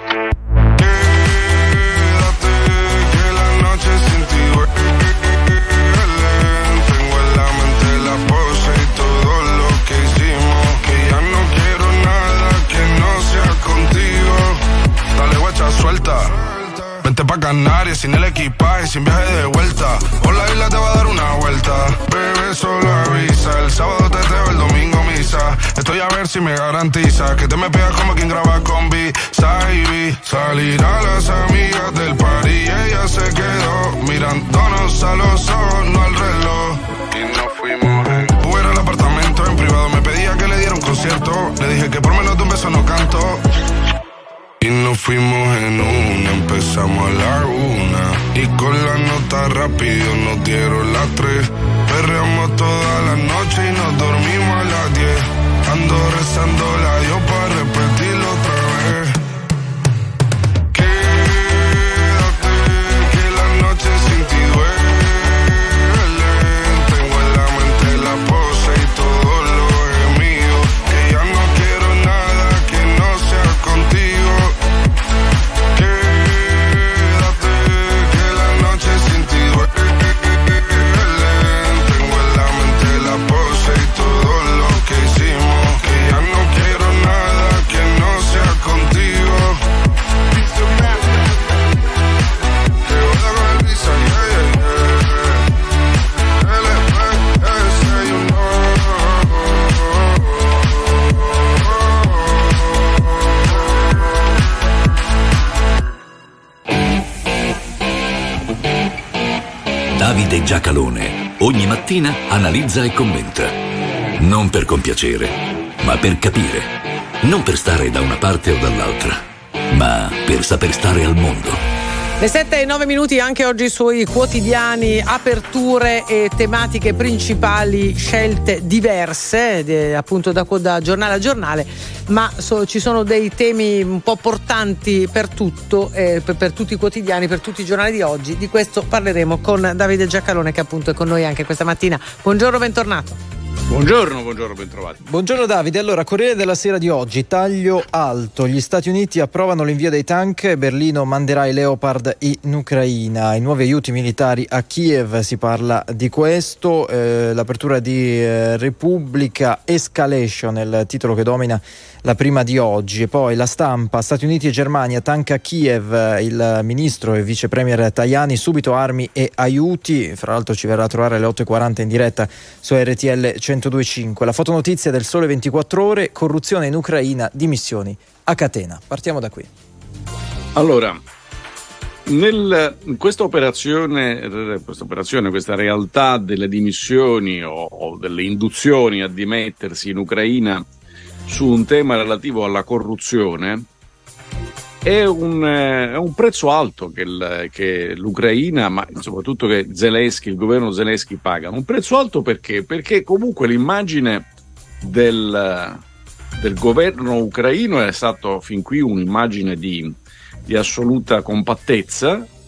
Speaker 6: Quédate, que la noche sin ti duele. Tengo en la mente la pose y todo lo que hicimos. Que ya no quiero nada que no sea contigo. Dale guacha, suelta. Vente pa' Canarias sin el equipaje, sin viaje de vuelta. Por la isla te va a dar una vuelta. Bebé, solo avisa. El sábado te teo, el domingo misa. Estoy a ver si me garantiza que te me pegas como quien graba con B. Saibi. Salir a las amigas del party y ella se quedó mirándonos a los ojos, no al reloj. Y nos fuimos en Uber al apartamento en privado. Me pedía que le diera un concierto. Le dije que por menos de un beso no canto. Y nos fuimos en una, empezamos a la una. Y con la nota rápido nos dieron las tres. Perreamos toda la noche y nos dormimos a las diez. Ando rezando la Dios para repetirlo otra vez. Quédate, que la noche sin ti duele. Tengo en la mente la pose y todo lo gemido. Que ya no quiero nada que no sea contigo. Quédate, que la noche sin ti duele. Tengo en la mente la pose y todo lo que hicimos. Que ya no quiero nada que no sea contigo. Que voy a con el visa, yeah, yeah, yeah. L P S, you know.
Speaker 21: Davide Giacalone ogni mattina analizza e commenta. Non per compiacere, ma per capire. Non per stare da una parte o dall'altra, ma per saper stare al mondo.
Speaker 2: Le sette e nove minuti anche oggi sui quotidiani, aperture e tematiche principali, scelte diverse, de, appunto da, da giornale a giornale, ma so, ci sono dei temi un po' portanti per tutto, eh, per, per tutti i quotidiani, per tutti i giornali di oggi. Di questo parleremo con Davide Giacalone, che appunto è con noi anche questa mattina. Buongiorno, bentornato.
Speaker 22: Buongiorno, buongiorno, bentrovati.
Speaker 1: Buongiorno Davide, allora Corriere della Sera di oggi, taglio alto, gli Stati Uniti approvano l'invio dei tank, Berlino manderà i Leopard in Ucraina, i nuovi aiuti militari a Kiev, si parla di questo, eh, l'apertura di eh, Repubblica, Escalation, il titolo che domina la prima di oggi. E poi La Stampa, Stati Uniti e Germania, tank a Kiev, il ministro e vice premier Tajani, subito armi e aiuti, fra l'altro ci verrà a trovare alle otto e quaranta in diretta su R T L centodue e cinque. La fotonotizia del Sole ventiquattro Ore, corruzione in Ucraina, dimissioni a catena. Partiamo da qui.
Speaker 22: Allora, nel, in questa operazione, questa operazione, questa realtà delle dimissioni o, o delle induzioni a dimettersi in Ucraina su un tema relativo alla corruzione, è un, è un prezzo alto che, il, che l'Ucraina, ma soprattutto che Zelensky, il governo Zelensky pagano. Un prezzo alto perché? Perché comunque l'immagine del, del governo ucraino è stato fin qui un'immagine di, di assoluta compattezza,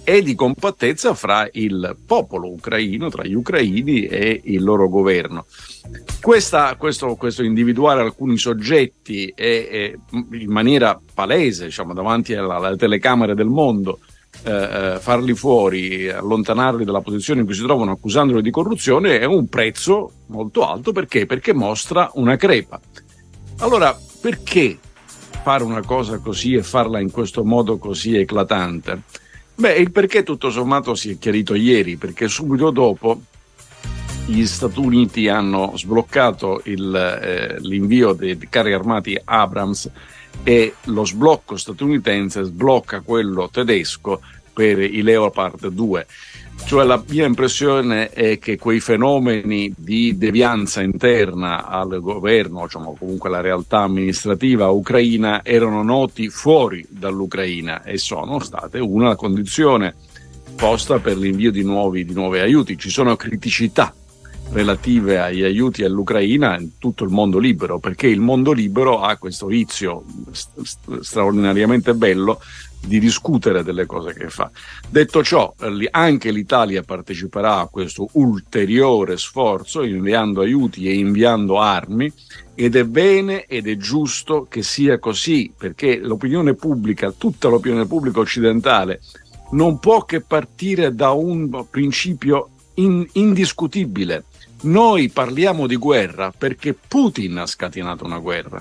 Speaker 7: e di compattezza fra il popolo ucraino, tra gli ucraini e il loro governo. Questa, questo, questo individuare alcuni soggetti e, e in maniera palese, diciamo, davanti alla, alle telecamere del mondo, eh, farli fuori, allontanarli dalla posizione in cui si trovano accusandoli di corruzione, è un prezzo molto alto. Perché? Perché mostra una crepa. Allora, perché fare una cosa così e farla in questo modo così eclatante? Beh, il perché tutto sommato si è chiarito ieri, perché subito dopo gli Stati Uniti hanno sbloccato il, eh, l'invio dei carri armati Abrams e lo sblocco statunitense sblocca quello tedesco per i Leopard due. Cioè, la mia impressione è che quei fenomeni di devianza interna al governo, diciamo comunque alla realtà amministrativa ucraina, erano noti fuori dall'Ucraina e sono state una condizione posta per l'invio di nuovi, di nuovi aiuti. Ci sono criticità relative agli aiuti all'Ucraina in tutto il mondo libero, perché il mondo libero ha questo vizio st- straordinariamente bello di discutere delle cose che fa. Detto ciò, anche l'Italia parteciperà a questo ulteriore sforzo inviando aiuti e inviando armi, ed è bene ed è giusto che sia così, perché l'opinione pubblica, tutta l'opinione pubblica occidentale, non può che partire da un principio in- indiscutibile. Noi parliamo di guerra perché Putin ha scatenato una guerra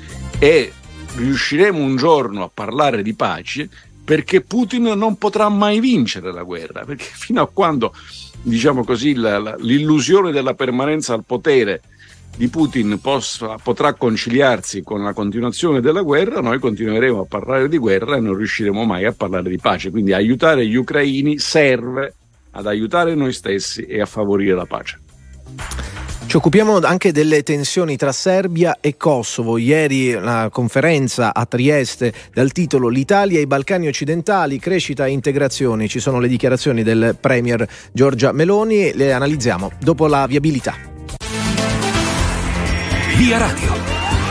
Speaker 7: e riusciremo un giorno a parlare di pace perché Putin non potrà mai vincere la guerra, perché fino a quando, diciamo così, la, la, l'illusione della permanenza al potere di Putin possa, potrà conciliarsi con la continuazione della guerra, noi continueremo a parlare di guerra e non riusciremo mai a parlare di pace. Quindi aiutare gli ucraini serve ad aiutare noi stessi e a favorire la pace.
Speaker 8: Ci occupiamo anche delle tensioni tra Serbia e Kosovo. Ieri la conferenza a Trieste dal titolo "L'Italia e i Balcani occidentali, crescita e integrazione". Ci sono le dichiarazioni del premier Giorgia Meloni, le analizziamo dopo la viabilità.
Speaker 21: Via Radio.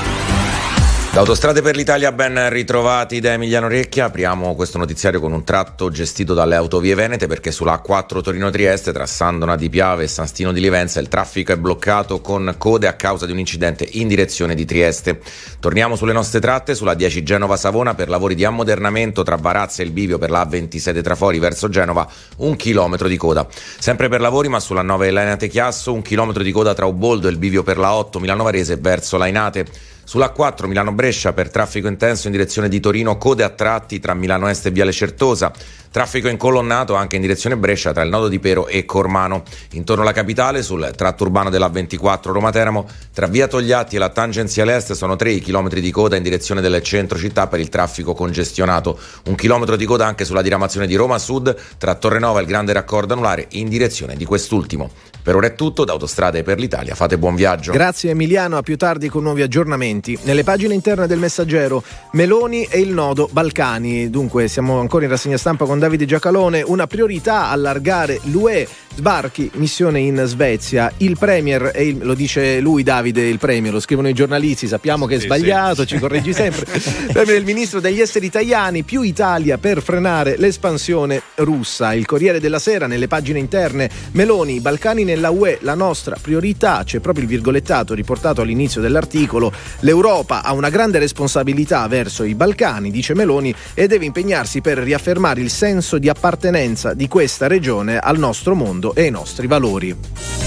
Speaker 24: Da Autostrade per l'Italia, ben ritrovati da Emiliano Recchia. Apriamo questo notiziario con un tratto gestito dalle Autovie Venete, perché sulla A quattro Torino-Trieste tra Sandona di Piave e San Stino di Livenza il traffico è bloccato con code a causa di un incidente in direzione di Trieste. Torniamo sulle nostre tratte. Sulla dieci Genova-Savona per lavori di ammodernamento tra Varazze e il bivio per la A ventisei dei Trafori verso Genova, un chilometro di coda. Sempre per lavori, ma sulla nove Lainate Chiasso, un chilometro di coda tra Uboldo e il bivio per la otto Milano Varese verso Lainate. Sulla A quattro Milano-Brescia per traffico intenso in direzione di Torino, code a tratti tra Milano Est e Viale Certosa. Traffico incolonnato anche in direzione Brescia tra il nodo di Pero e Cormano. Intorno alla capitale, sul tratto urbano della A ventiquattro Roma-Teramo, tra via Togliatti e la tangenziale est sono tre i chilometri di coda in direzione del centro città per il traffico congestionato. Un chilometro di coda anche sulla diramazione di Roma Sud tra Torrenova e il grande raccordo anulare in direzione di quest'ultimo. Per ora è tutto, da Autostrade per l'Italia. Fate buon viaggio.
Speaker 8: Grazie Emiliano, a più tardi con nuovi aggiornamenti. Nelle pagine interne del Messaggero, Meloni e il nodo Balcani. Dunque, siamo ancora in rassegna stampa con Davide Giacalone. Una priorità, allargare l'U E. Sbarchi, missione in Svezia. Il premier, e il, lo dice lui Davide, il premier, lo scrivono i giornalisti, sappiamo che è sì, sbagliato, sì. Ci correggi sempre. Premier, il ministro degli esteri italiani, più Italia per frenare l'espansione russa. Il Corriere della Sera, nelle pagine interne, Meloni, Balcani nella U E, la nostra priorità. C'è proprio il virgolettato riportato all'inizio dell'articolo. L'Europa ha una grande responsabilità verso i Balcani, dice Meloni, e deve impegnarsi per riaffermare il senso di appartenenza di questa regione al nostro mondo e ai nostri valori.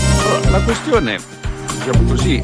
Speaker 7: La questione, diciamo così,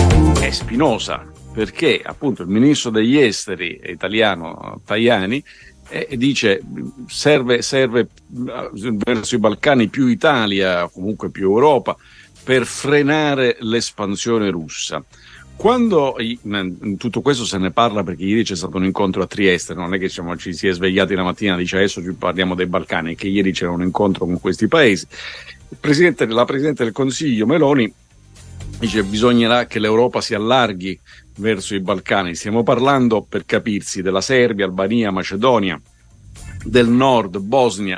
Speaker 7: è spinosa, perché appunto il ministro degli esteri italiano Tajani eh, dice serve, serve verso i Balcani più Italia, comunque più Europa, per frenare l'espansione russa. Quando in tutto questo se ne parla, perché ieri c'è stato un incontro a Trieste, non è che diciamo, ci si è svegliati la mattina e dice adesso parliamo dei Balcani, che ieri c'era un incontro con questi paesi. Il presidente, la Presidente del Consiglio Meloni dice bisognerà che l'Europa si allarghi verso i Balcani. Stiamo parlando, per capirsi, della Serbia, Albania, Macedonia del Nord, Bosnia,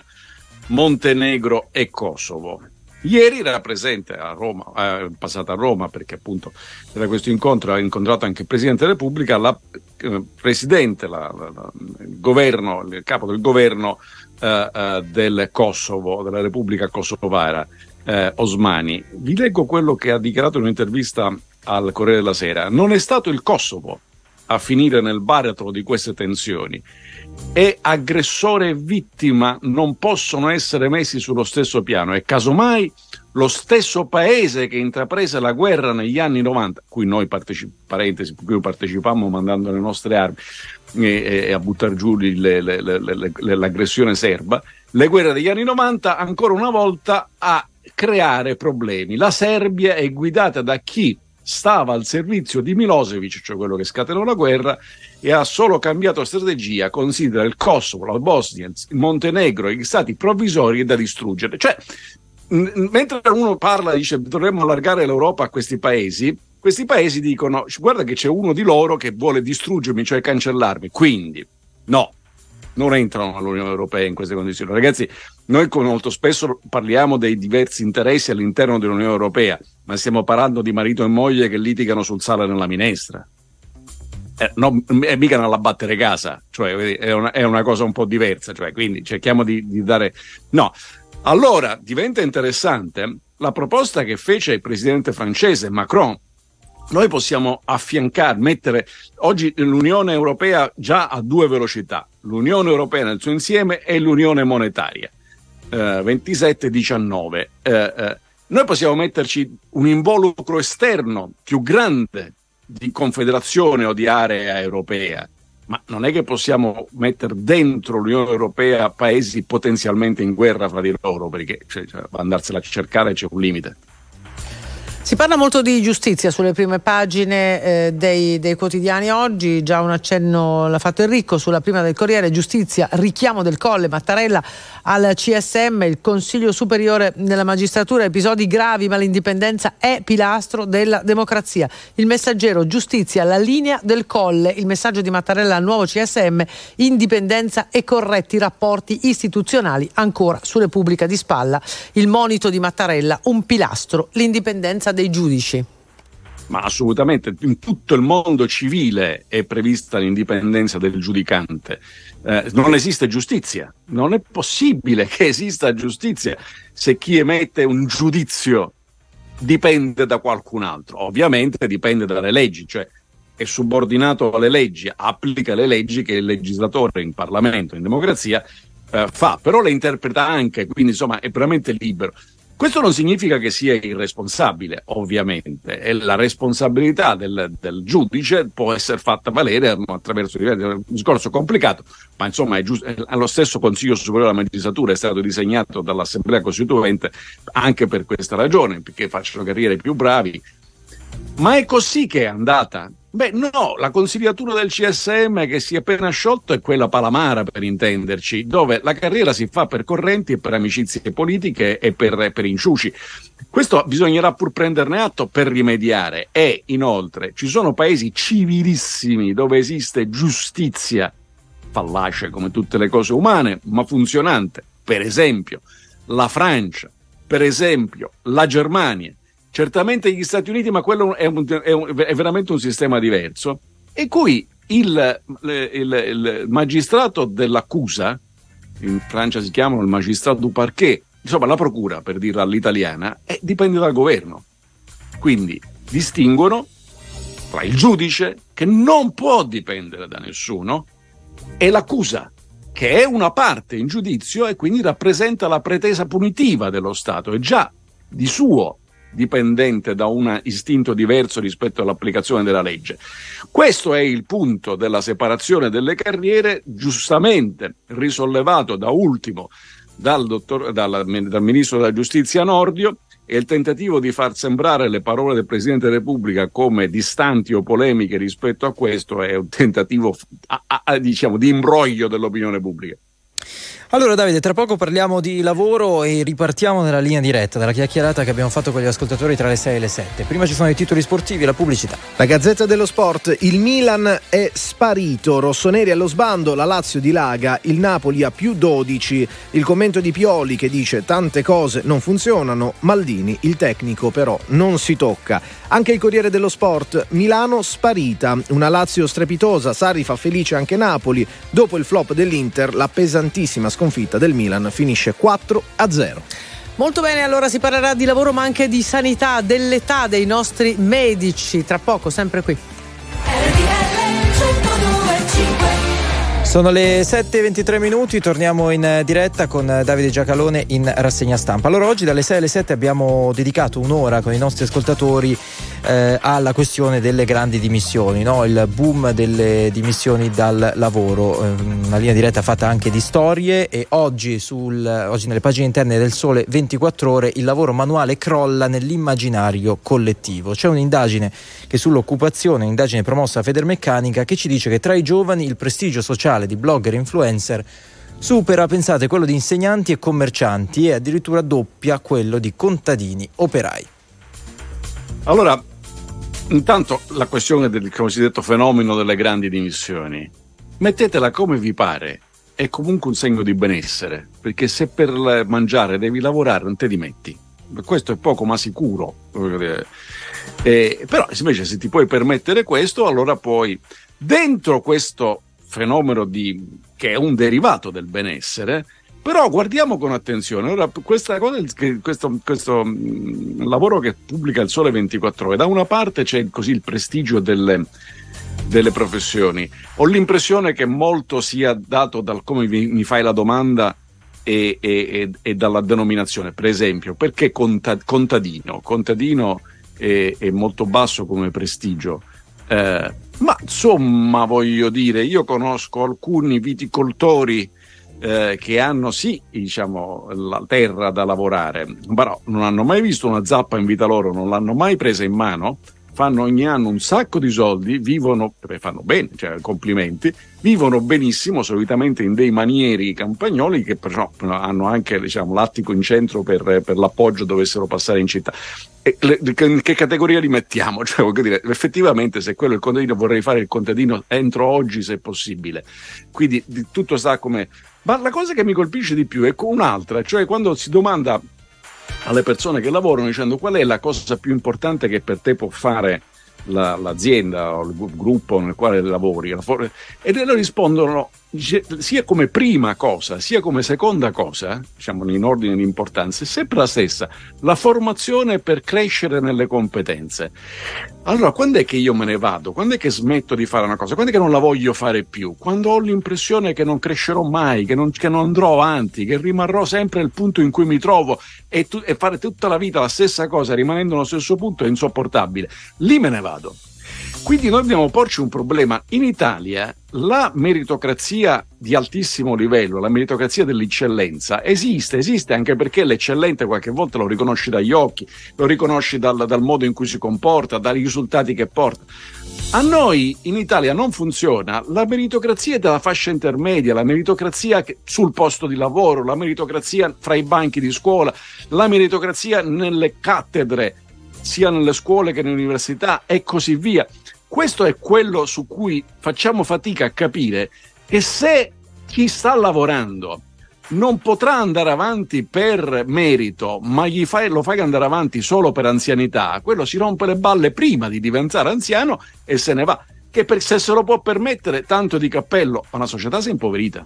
Speaker 7: Montenegro e Kosovo. Ieri era presente a Roma, eh, passata a Roma perché appunto era questo incontro, ha incontrato anche il Presidente della Repubblica, la eh, Presidente, la, la, la, il governo, il capo del governo eh, eh, del Kosovo, della Repubblica Kosovara, eh, Osmani, vi leggo quello che ha dichiarato in un'intervista al Corriere della Sera. Non è stato il Kosovo a finire nel baratro di queste tensioni, e aggressore e vittima non possono essere messi sullo stesso piano, e casomai lo stesso paese che intraprese la guerra negli anni novanta, cui noi parteci- parentesi, cui partecipammo mandando le nostre armi e, e a buttare giù le, le, le, le, le, l'aggressione serba, le guerre degli anni novanta, ancora una volta a creare problemi. La Serbia è guidata da chi stava al servizio di Milosevic, cioè quello che scatenò la guerra, e ha solo cambiato strategia. Considera il Kosovo, la Bosnia, il Montenegro, gli stati provvisori da distruggere. Cioè, m- mentre uno parla, dice dovremmo allargare l'Europa a questi paesi, questi paesi dicono guarda che c'è uno di loro che vuole distruggermi, cioè cancellarmi, quindi no, non entrano all'Unione Europea in queste condizioni. Ragazzi, noi molto spesso parliamo dei diversi interessi all'interno dell'Unione Europea, ma stiamo parlando di marito e moglie che litigano sul sale nella minestra. Eh, no, e mica nella battere casa, cioè è una, è una cosa un po' diversa, cioè, quindi cerchiamo di, di dare... No, allora diventa interessante la proposta che fece il presidente francese Macron. Noi possiamo affiancare, mettere... Oggi l'Unione Europea già ha due velocità, l'Unione Europea nel suo insieme e l'Unione Monetaria, eh, ventisette diciannove. Eh, eh, noi possiamo metterci un involucro esterno più grande di confederazione o di area europea, ma non è che possiamo mettere dentro l'Unione Europea paesi potenzialmente in guerra fra di loro, perché cioè, cioè, andarsela a cercare c'è un limite.
Speaker 2: Si parla molto di giustizia sulle prime pagine eh, dei, dei quotidiani oggi, già un accenno l'ha fatto Enrico sulla prima del Corriere, giustizia, richiamo del Colle, Mattarella al C S M, il Consiglio Superiore della Magistratura, episodi gravi ma l'indipendenza è pilastro della democrazia. Il Messaggero, giustizia, la linea del Colle, il messaggio di Mattarella al nuovo C S M, indipendenza e corretti rapporti istituzionali ancora su Repubblica di spalla. Il monito di Mattarella, un pilastro, l'indipendenza dei giudici.
Speaker 7: Ma assolutamente, in tutto il mondo civile è prevista l'indipendenza del giudicante. Eh, non esiste giustizia, non è possibile che esista giustizia se chi emette un giudizio dipende da qualcun altro. Ovviamente dipende dalle leggi, cioè è subordinato alle leggi, applica le leggi che il legislatore in Parlamento, in democrazia, eh, fa, però le interpreta anche, quindi insomma è veramente libero. Questo non significa che sia irresponsabile, ovviamente, e la responsabilità del, del giudice può essere fatta valere attraverso un discorso complicato, ma insomma è giusto, lo stesso Consiglio Superiore della Magistratura è stato disegnato dall'Assemblea Costituente anche per questa ragione, perché facciano carriere più bravi. Ma è così che è andata? Beh no, la consigliatura del C S M che si è appena sciolto è quella Palamara, per intenderci, dove la carriera si fa per correnti e per amicizie politiche e per, per inciuci. Questo bisognerà pur prenderne atto per rimediare, e inoltre ci sono paesi civilissimi dove esiste giustizia, fallace come tutte le cose umane, ma funzionante, per esempio la Francia, per esempio la Germania. Certamente gli Stati Uniti, ma quello è, un, è, un, è veramente un sistema diverso, e cui il, il, il magistrato dell'accusa, in Francia si chiamano il magistrato du parquet, insomma la procura per dirla all'italiana, eh, dipende dal governo. Quindi distinguono tra il giudice, che non può dipendere da nessuno, e l'accusa, che è una parte in giudizio e quindi rappresenta la pretesa punitiva dello Stato, e già di suo dipendente da un istinto diverso rispetto all'applicazione della legge. Questo è il punto della separazione delle carriere, giustamente risollevato da ultimo dal, dottor, dal, dal ministro della giustizia Nordio, e il tentativo di far sembrare le parole del Presidente della Repubblica come distanti o polemiche rispetto a questo è un tentativo a, a, diciamo di imbroglio dell'opinione pubblica.
Speaker 1: Allora Davide, tra poco parliamo di lavoro e ripartiamo nella linea diretta, dalla chiacchierata che abbiamo fatto con gli ascoltatori tra le sei e le sette. Prima ci sono i titoli sportivi e la pubblicità.
Speaker 8: La Gazzetta dello Sport, il Milan è sparito, rossoneri allo sbando, la Lazio dilaga, il Napoli a più dodici, il commento di Pioli che dice tante cose non funzionano, Maldini, il tecnico però non si tocca. Anche il Corriere dello Sport, Milano sparita, una Lazio strepitosa, Sarri fa felice anche Napoli, dopo il flop dell'Inter la pesantissima sconfitta del Milan finisce quattro a zero.
Speaker 2: Molto bene, allora si parlerà di lavoro ma anche di sanità, dell'età dei nostri medici, tra poco, sempre qui.
Speaker 1: Sono le sette e ventitré minuti, torniamo in diretta con Davide Giacalone in rassegna stampa. Allora oggi dalle sei alle sette abbiamo dedicato un'ora con i nostri ascoltatori eh, alla questione delle grandi dimissioni, no? Il boom delle dimissioni dal lavoro, eh, una linea diretta fatta anche di storie, e oggi, sul, oggi nelle pagine interne del Sole ventiquattro Ore il lavoro manuale crolla nell'immaginario collettivo. C'è un'indagine che sull'occupazione, un'indagine promossa da Federmeccanica, che ci dice che tra i giovani il prestigio sociale di blogger e influencer supera, pensate, quello di insegnanti e commercianti e addirittura doppia quello di contadini operai.
Speaker 7: Allora, intanto la questione del cosiddetto fenomeno delle grandi dimissioni, mettetela come vi pare, è comunque un segno di benessere, perché se per mangiare devi lavorare non te dimetti, questo è poco ma sicuro. Eh, però invece se ti puoi permettere questo, allora puoi, dentro questo fenomeno di, che è un derivato del benessere, però guardiamo con attenzione. Ora, questa cosa, questo, questo mh, lavoro che pubblica il Sole ventiquattro Ore, da una parte c'è così il prestigio delle, delle professioni, ho l'impressione che molto sia dato dal come mi, mi fai la domanda e, e, e dalla denominazione. Per esempio, perché conta, contadino? Contadino è, è molto basso come prestigio. Eh, ma insomma, voglio dire, io conosco alcuni viticoltori eh, che hanno sì, diciamo, la terra da lavorare, però non hanno mai visto una zappa in vita loro, non l'hanno mai presa in mano, fanno ogni anno un sacco di soldi, vivono, fanno bene, cioè complimenti, vivono benissimo, solitamente in dei manieri campagnoli che però hanno anche, diciamo, l'attico in centro per, per l'appoggio dovessero passare in città. E le, che, che categoria li mettiamo? Cioè, voglio dire, effettivamente se quello è il contadino, vorrei fare il contadino entro oggi se possibile. Quindi di, tutto sta come... Ma la cosa che mi colpisce di più è un'altra, cioè quando si domanda alle persone che lavorano dicendo qual è la cosa più importante che per te può fare la, l'azienda o il gruppo nel quale lavori, e loro rispondono sia come prima cosa sia come seconda cosa, diciamo in ordine di importanza, è sempre la stessa: la formazione per crescere nelle competenze. Allora, quando è che io me ne vado? Quando è che smetto di fare una cosa? Quando è che non la voglio fare più? Quando ho l'impressione che non crescerò mai, che non, che non andrò avanti, che rimarrò sempre al punto in cui mi trovo, e, tu, e fare tutta la vita la stessa cosa rimanendo allo stesso punto è insopportabile. Lì me ne vado. Quindi noi dobbiamo porci un problema. In Italia la meritocrazia di altissimo livello, la meritocrazia dell'eccellenza esiste, esiste anche perché l'eccellente qualche volta lo riconosci dagli occhi, lo riconosci dal, dal modo in cui si comporta, dai risultati che porta. A noi in Italia non funziona la meritocrazia della fascia intermedia, la meritocrazia sul posto di lavoro, la meritocrazia fra i banchi di scuola, la meritocrazia nelle cattedre, sia nelle scuole che nelle università e così via. Questo è quello su cui facciamo fatica a capire, che se chi sta lavorando non potrà andare avanti per merito, ma gli fai, lo fai andare avanti solo per anzianità, quello si rompe le balle prima di diventare anziano e se ne va. Che per, se se lo può permettere, tanto di cappello, ma una società si è impoverita.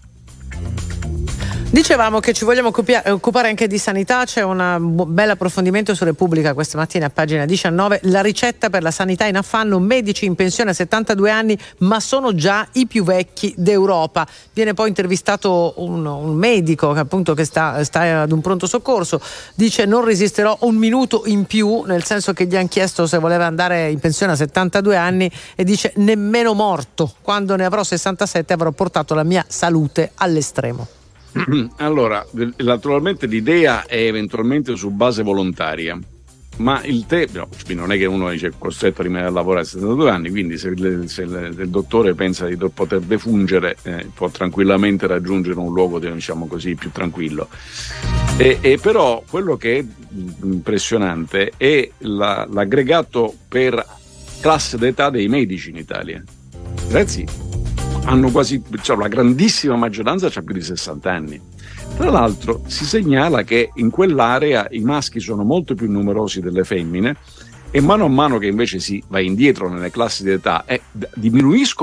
Speaker 2: Dicevamo che ci vogliamo occupare anche di sanità, c'è un bel approfondimento su Repubblica questa mattina a pagina diciannove, la ricetta per la sanità in affanno, medici in pensione a settantadue anni ma sono già i più vecchi d'Europa. Viene poi intervistato un, un medico che appunto che sta, sta ad un pronto soccorso, dice non resisterò un minuto in più, nel senso che gli hanno chiesto se voleva andare in pensione a settantadue anni e dice nemmeno morto, quando ne avrò sessantasette avrò portato la mia salute all'estremo.
Speaker 7: Allora, naturalmente l'idea è eventualmente su base volontaria, ma il te no, non è che uno dice costretto a rimanere a lavorare a settantadue anni, quindi se, le, se le, il dottore pensa di poter defungere eh, può tranquillamente raggiungere un luogo, diciamo così, più tranquillo. E, e però quello che è impressionante è la, l'aggregato per classe d'età dei medici in Italia. Ragazzi, hanno quasi, cioè la grandissima maggioranza c'ha più di sessanta anni. Tra l'altro si segnala che in quell'area i maschi sono molto più numerosi delle femmine e mano a mano che invece si va indietro nelle classi di età eh, diminuiscono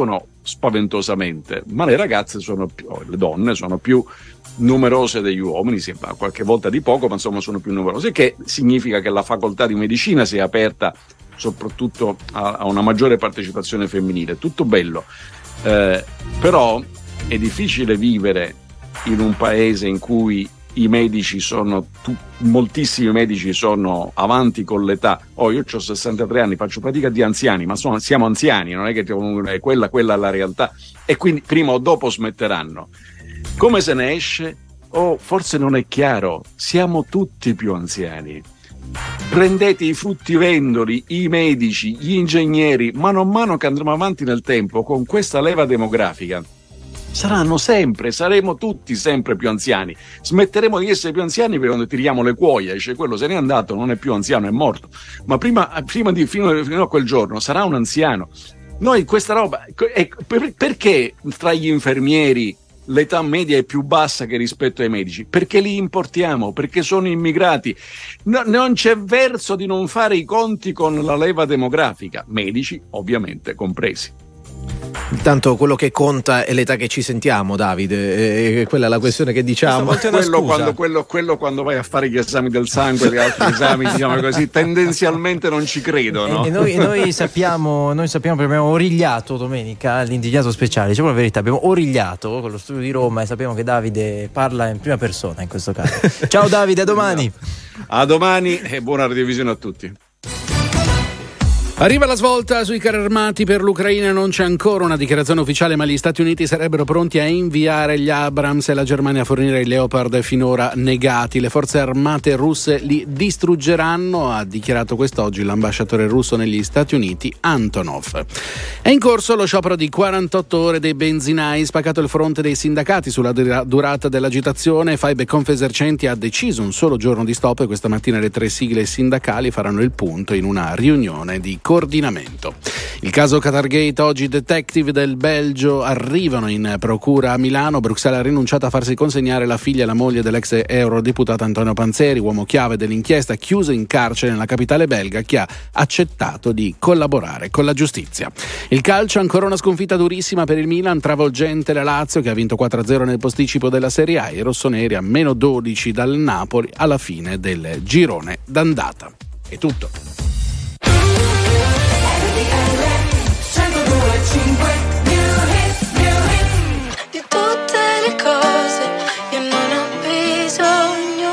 Speaker 7: spaventosamente, ma le ragazze sono più, le donne sono più numerose degli uomini, sì, qualche volta di poco, ma insomma sono più numerose, che significa che la facoltà di medicina si è aperta soprattutto a, a una maggiore partecipazione femminile. Tutto bello, eh, però è difficile vivere in un paese in cui i medici sono tu, moltissimi medici sono avanti con l'età. Oh, io ho sessantatré anni, faccio fatica di anziani, ma sono, siamo anziani, non è che è quella, quella è la realtà, e quindi prima o dopo smetteranno. Come se ne esce? Oh, forse non è chiaro, siamo tutti più anziani. Prendete i fruttivendoli, i medici, gli ingegneri, mano a mano che andremo avanti nel tempo con questa leva demografica, saranno sempre, saremo tutti sempre più anziani. Smetteremo di essere più anziani perché quando tiriamo le cuoia, cioè quello se n'è andato, non è più anziano, è morto. Ma prima, prima di, fino, fino a quel giorno sarà un anziano. Noi questa roba, è, per, perché tra gli infermieri l'età media è più bassa che rispetto ai medici? Perché li importiamo, perché sono immigrati. No, non c'è verso di non fare i conti con la leva demografica, medici ovviamente compresi.
Speaker 8: Intanto quello che conta è l'età che ci sentiamo, Davide, e quella è la questione che diciamo.
Speaker 7: Quello quando, quello, quello quando vai a fare gli esami del sangue e gli altri esami, diciamo così, tendenzialmente non ci credono.
Speaker 1: E, e noi, noi sappiamo, noi sappiamo perché abbiamo origliato domenica all'indignato speciale, diciamo la verità, abbiamo origliato con lo studio di Roma e sappiamo che Davide parla in prima persona in questo caso. Ciao Davide, a domani.
Speaker 7: A domani e buona radiovisione a tutti.
Speaker 22: Arriva la svolta sui carri armati per l'Ucraina, non c'è ancora una dichiarazione ufficiale, ma gli Stati Uniti sarebbero pronti a inviare gli Abrams e la Germania a fornire i Leopard finora negati. Le forze armate russe li distruggeranno, ha dichiarato quest'oggi l'ambasciatore russo negli Stati Uniti Antonov. È in corso lo sciopero di quarantotto ore dei benzinai, spaccato il fronte dei sindacati sulla durata dell'agitazione. Faib e Confesercenti ha deciso un solo giorno di stop e questa mattina le tre sigle sindacali faranno il punto in una riunione di coordinamento. Il caso Qatargate, oggi i detective del Belgio arrivano in procura a Milano. Bruxelles ha rinunciato a farsi consegnare la figlia e la moglie dell'ex eurodeputato Antonio Panzeri, uomo chiave dell'inchiesta, chiuso in carcere nella capitale belga, che ha accettato di collaborare con la giustizia. Il calcio, ancora una sconfitta durissima per il Milan, travolgente la Lazio che ha vinto quattro a zero nel posticipo della Serie A, i rossoneri a meno dodici dal Napoli alla fine del girone d'andata. È tutto.
Speaker 17: Di tutte le cose io non ho bisogno.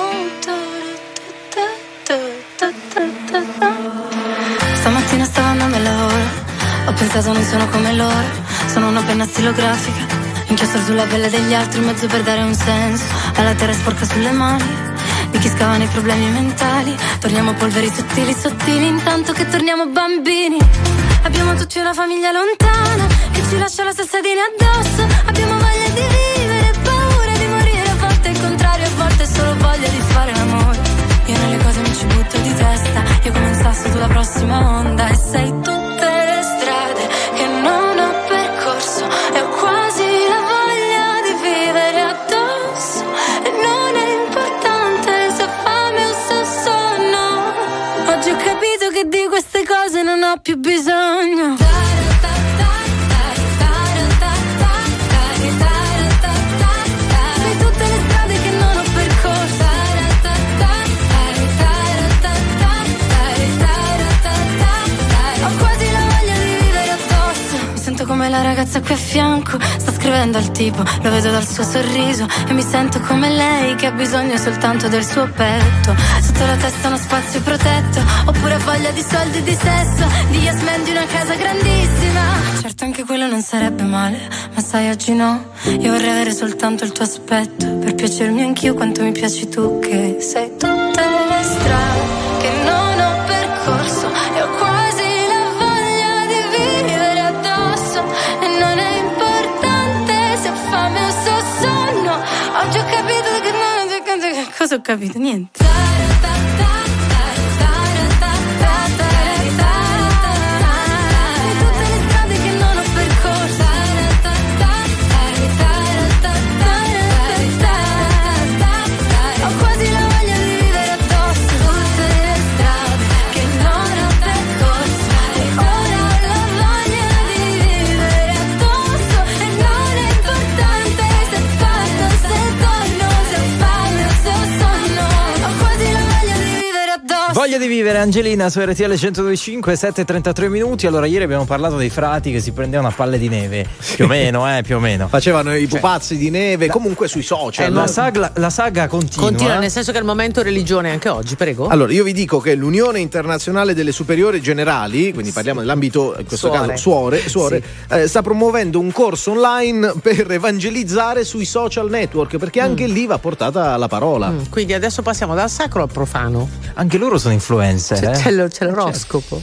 Speaker 17: Stamattina stavo andando al lavoro, ho pensato non sono come loro, sono una penna stilografica, inchiostro sulla pelle degli altri in mezzo per dare un senso alla terra sporca sulle mani di chi scava nei problemi mentali. Torniamo polveri sottili sottili intanto che torniamo bambini. Abbiamo tutti una famiglia lontana che ci lascia la salsadina addosso. Abbiamo voglia di vivere, paura di morire, a volte il contrario, a volte solo voglia di fare l'amore. Io nelle cose mi ci butto di testa, io come un sasso sulla prossima onda. E sei tutte le strade che non ho percorso e ho quasi la voglia di vivere addosso. E non è importante se ho fame o se ho sonno. Oggi ho capito che di queste cose non ho più bisogno. Sei tutte le strade che non ho percorso. Ho quasi la voglia di vivere addosso. Mi sento come la ragazza qui a fianco, sta scrivendo al tipo, lo vedo dal suo sorriso e mi sento come lei che ha bisogno soltanto del suo petto. Sotto la testa uno spazio protetto, oppure ha voglia di soldi e di sesso, di yes man, di una casa grandissima. Certo anche quello non sarebbe male, ma sai oggi no. Io vorrei avere soltanto il tuo aspetto, per piacermi anch'io quanto mi piaci tu, che sei tutte le strade che non ho percorso e ho quasi la voglia di vivere addosso. E non è importante se ho fame o se ho sonno. Oggi ho capito che non... Che cosa ho capito? Niente.
Speaker 1: Voglia di vivere, Angelina su R T L centodue e cinque, sette e trentatré minuti. Allora, ieri abbiamo parlato dei frati che si prendevano a palle di neve, più o meno, eh, più o meno.
Speaker 8: Facevano i pupazzi di neve, comunque sui social.
Speaker 1: Eh, la, saga, la saga continua.
Speaker 2: Continua, nel senso che al momento religione anche oggi, prego.
Speaker 8: Allora, io vi dico che l'Unione Internazionale delle Superiori Generali, quindi parliamo dell'ambito, in questo
Speaker 2: Suore.
Speaker 8: caso suore, suore
Speaker 2: Sì.
Speaker 8: eh, sta promuovendo un corso online per evangelizzare sui social network, perché anche
Speaker 2: Mm.
Speaker 8: lì va portata la parola.
Speaker 2: Mm, quindi adesso passiamo dal sacro al profano.
Speaker 1: Anche loro sono influencer.
Speaker 2: C'è,
Speaker 1: eh?
Speaker 2: c'è, lo- c'è l'oroscopo.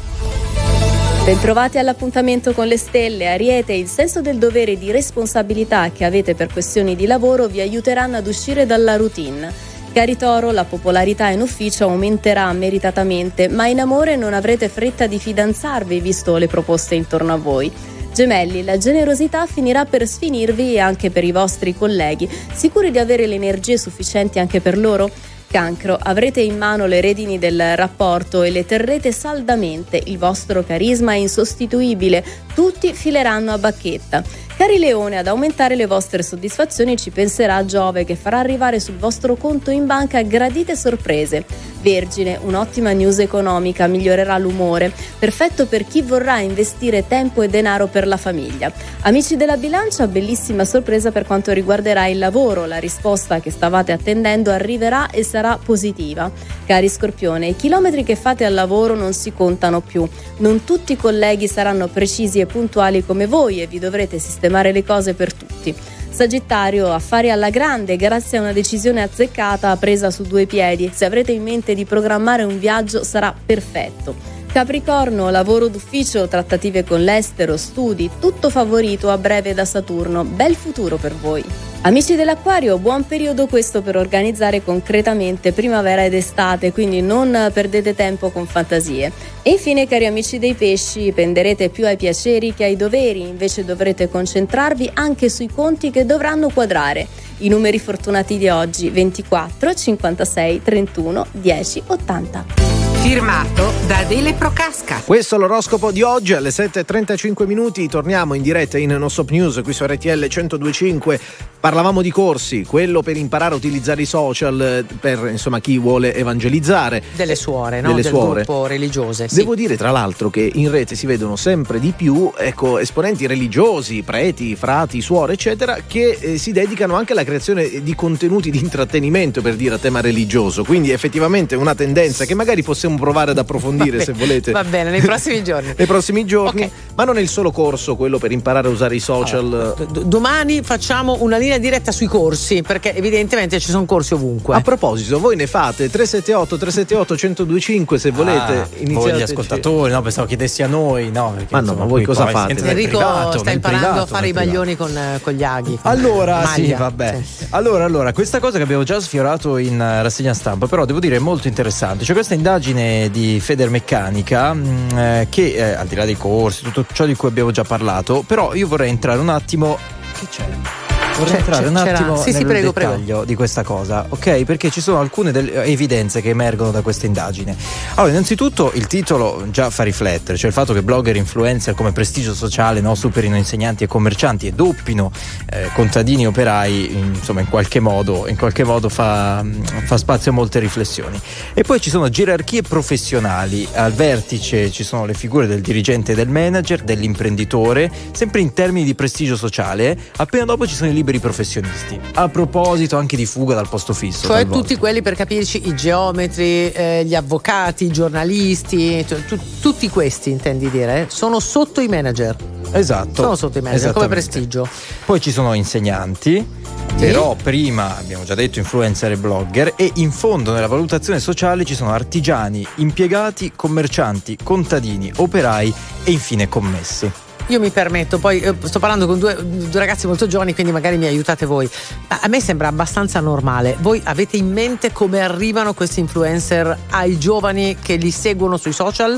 Speaker 9: Bentrovati all'appuntamento con le stelle. Ariete, il senso del dovere e di responsabilità che avete per questioni di lavoro vi aiuteranno ad uscire dalla routine. Cari Toro, la popolarità in ufficio aumenterà meritatamente, ma in amore non avrete fretta di fidanzarvi visto le proposte intorno a voi. Gemelli, la generosità finirà per sfinirvi anche per i vostri colleghi, sicuri di avere le energie sufficienti anche per loro? Cancro, avrete in mano le redini del rapporto e le terrete saldamente, il vostro carisma è insostituibile, tutti fileranno a bacchetta. Cari Leone, ad aumentare le vostre soddisfazioni ci penserà Giove che farà arrivare sul vostro conto in banca gradite sorprese. Vergine, un'ottima news economica migliorerà l'umore, perfetto per chi vorrà investire tempo e denaro per la famiglia. Amici della Bilancia, bellissima sorpresa per quanto riguarderà il lavoro, la risposta che stavate attendendo arriverà e sarà positiva. Cari Scorpione, i chilometri che fate al lavoro non si contano più, non tutti i colleghi saranno precisi e puntuali come voi e vi dovrete sistemare le cose per tutti. Sagittario, affari alla grande grazie a una decisione azzeccata presa su due piedi. Se avrete in mente di programmare un viaggio sarà perfetto. Capricorno, lavoro d'ufficio, trattative con l'estero, studi, tutto favorito a breve da Saturno. Bel futuro per voi. Amici dell'Acquario, buon periodo questo per organizzare concretamente primavera ed estate, quindi non perdete tempo con fantasie. E infine, cari amici dei Pesci, penderete più ai piaceri che ai doveri, invece dovrete concentrarvi anche sui conti che dovranno quadrare. I numeri fortunati di oggi: ventiquattro, cinquantasei, trentuno, dieci, ottanta.
Speaker 2: Firmato da Adele Procasca.
Speaker 8: Questo è l'oroscopo di oggi. Alle sette e trentacinque minuti torniamo in diretta in Non Stop News qui su R T L centodue e cinque. Parlavamo di corsi, quello per imparare a utilizzare i social per, insomma, chi vuole evangelizzare.
Speaker 2: Delle suore, no?
Speaker 8: Delle
Speaker 2: Del
Speaker 8: suore.
Speaker 2: gruppo religiose. Sì.
Speaker 8: Devo dire tra l'altro che in rete si vedono sempre di più, ecco, esponenti religiosi, preti, frati, suore eccetera, che eh, si dedicano anche alla creazione di contenuti di intrattenimento, per dire, a tema religioso. Quindi effettivamente una tendenza che magari possiamo provare ad approfondire
Speaker 2: Va
Speaker 8: se
Speaker 2: bene,
Speaker 8: volete.
Speaker 2: Va bene, nei prossimi giorni.
Speaker 8: nei prossimi giorni,
Speaker 2: Ok.
Speaker 8: ma non è il solo corso quello per imparare a usare i social.
Speaker 2: D- domani facciamo una linea diretta sui corsi, perché evidentemente ci sono corsi ovunque.
Speaker 8: A proposito, voi ne fate tre sette otto tre sette otto centodue e cinque se volete
Speaker 1: Ah,
Speaker 8: iniziare.
Speaker 1: voi gli ascoltatori, no, pensavo chiedessi a noi, no, perché,
Speaker 8: Ma no,
Speaker 1: insomma,
Speaker 8: ma voi
Speaker 1: qui
Speaker 8: cosa
Speaker 1: poi
Speaker 8: fate?
Speaker 1: entra nel
Speaker 2: Enrico
Speaker 1: privato,
Speaker 2: sta
Speaker 1: nel
Speaker 2: imparando
Speaker 1: privato,
Speaker 2: a fare i
Speaker 1: nel privato.
Speaker 2: baglioni con, eh, con gli aghi.
Speaker 1: Allora, sì,
Speaker 2: Maglia.
Speaker 1: vabbè.
Speaker 2: Sì.
Speaker 1: Allora, allora, questa cosa che abbiamo già sfiorato in eh, rassegna stampa, però devo dire è molto interessante. C'è questa indagine di Federmeccanica mh, eh, che, eh, al di là dei corsi, tutto ciò di cui abbiamo già parlato, però io vorrei entrare un attimo. Che c'è? Vorrei
Speaker 2: C'è-
Speaker 1: entrare
Speaker 2: c'è-
Speaker 1: un
Speaker 2: c'era-
Speaker 1: attimo
Speaker 2: sì, sì,
Speaker 1: nel
Speaker 2: prego,
Speaker 1: dettaglio di questa cosa, ok? Perché ci sono alcune delle evidenze che emergono da questa indagine. Allora, innanzitutto il titolo già fa riflettere, cioè il fatto che blogger, influencer come prestigio sociale, no, superino insegnanti e commercianti e doppino eh, contadini e operai, insomma, in qualche modo, in qualche modo fa, fa spazio a molte riflessioni. E poi ci sono gerarchie professionali, al vertice ci sono le figure del dirigente e del manager, dell'imprenditore, sempre in termini di prestigio sociale. Appena dopo ci sono i liberi professionisti. A proposito anche di fuga dal posto fisso.
Speaker 2: Cioè
Speaker 1: talvolta.
Speaker 2: tutti quelli, per capirci, i geometri, eh, gli avvocati, i giornalisti, tu- tu- tutti questi, intendi dire, sono sotto i manager.
Speaker 1: Esatto.
Speaker 2: Sono sotto i manager come
Speaker 1: Esattamente.
Speaker 2: prestigio.
Speaker 1: Poi ci sono insegnanti, però prima abbiamo già detto influencer e blogger, e in fondo nella valutazione sociale ci sono artigiani, impiegati, commercianti, contadini, operai e infine commessi.
Speaker 2: Io mi permetto, poi eh, sto parlando con due, due ragazzi molto giovani, quindi magari mi aiutate voi. Ma a me sembra abbastanza normale. Voi avete in mente come arrivano questi influencer ai giovani che li seguono sui social?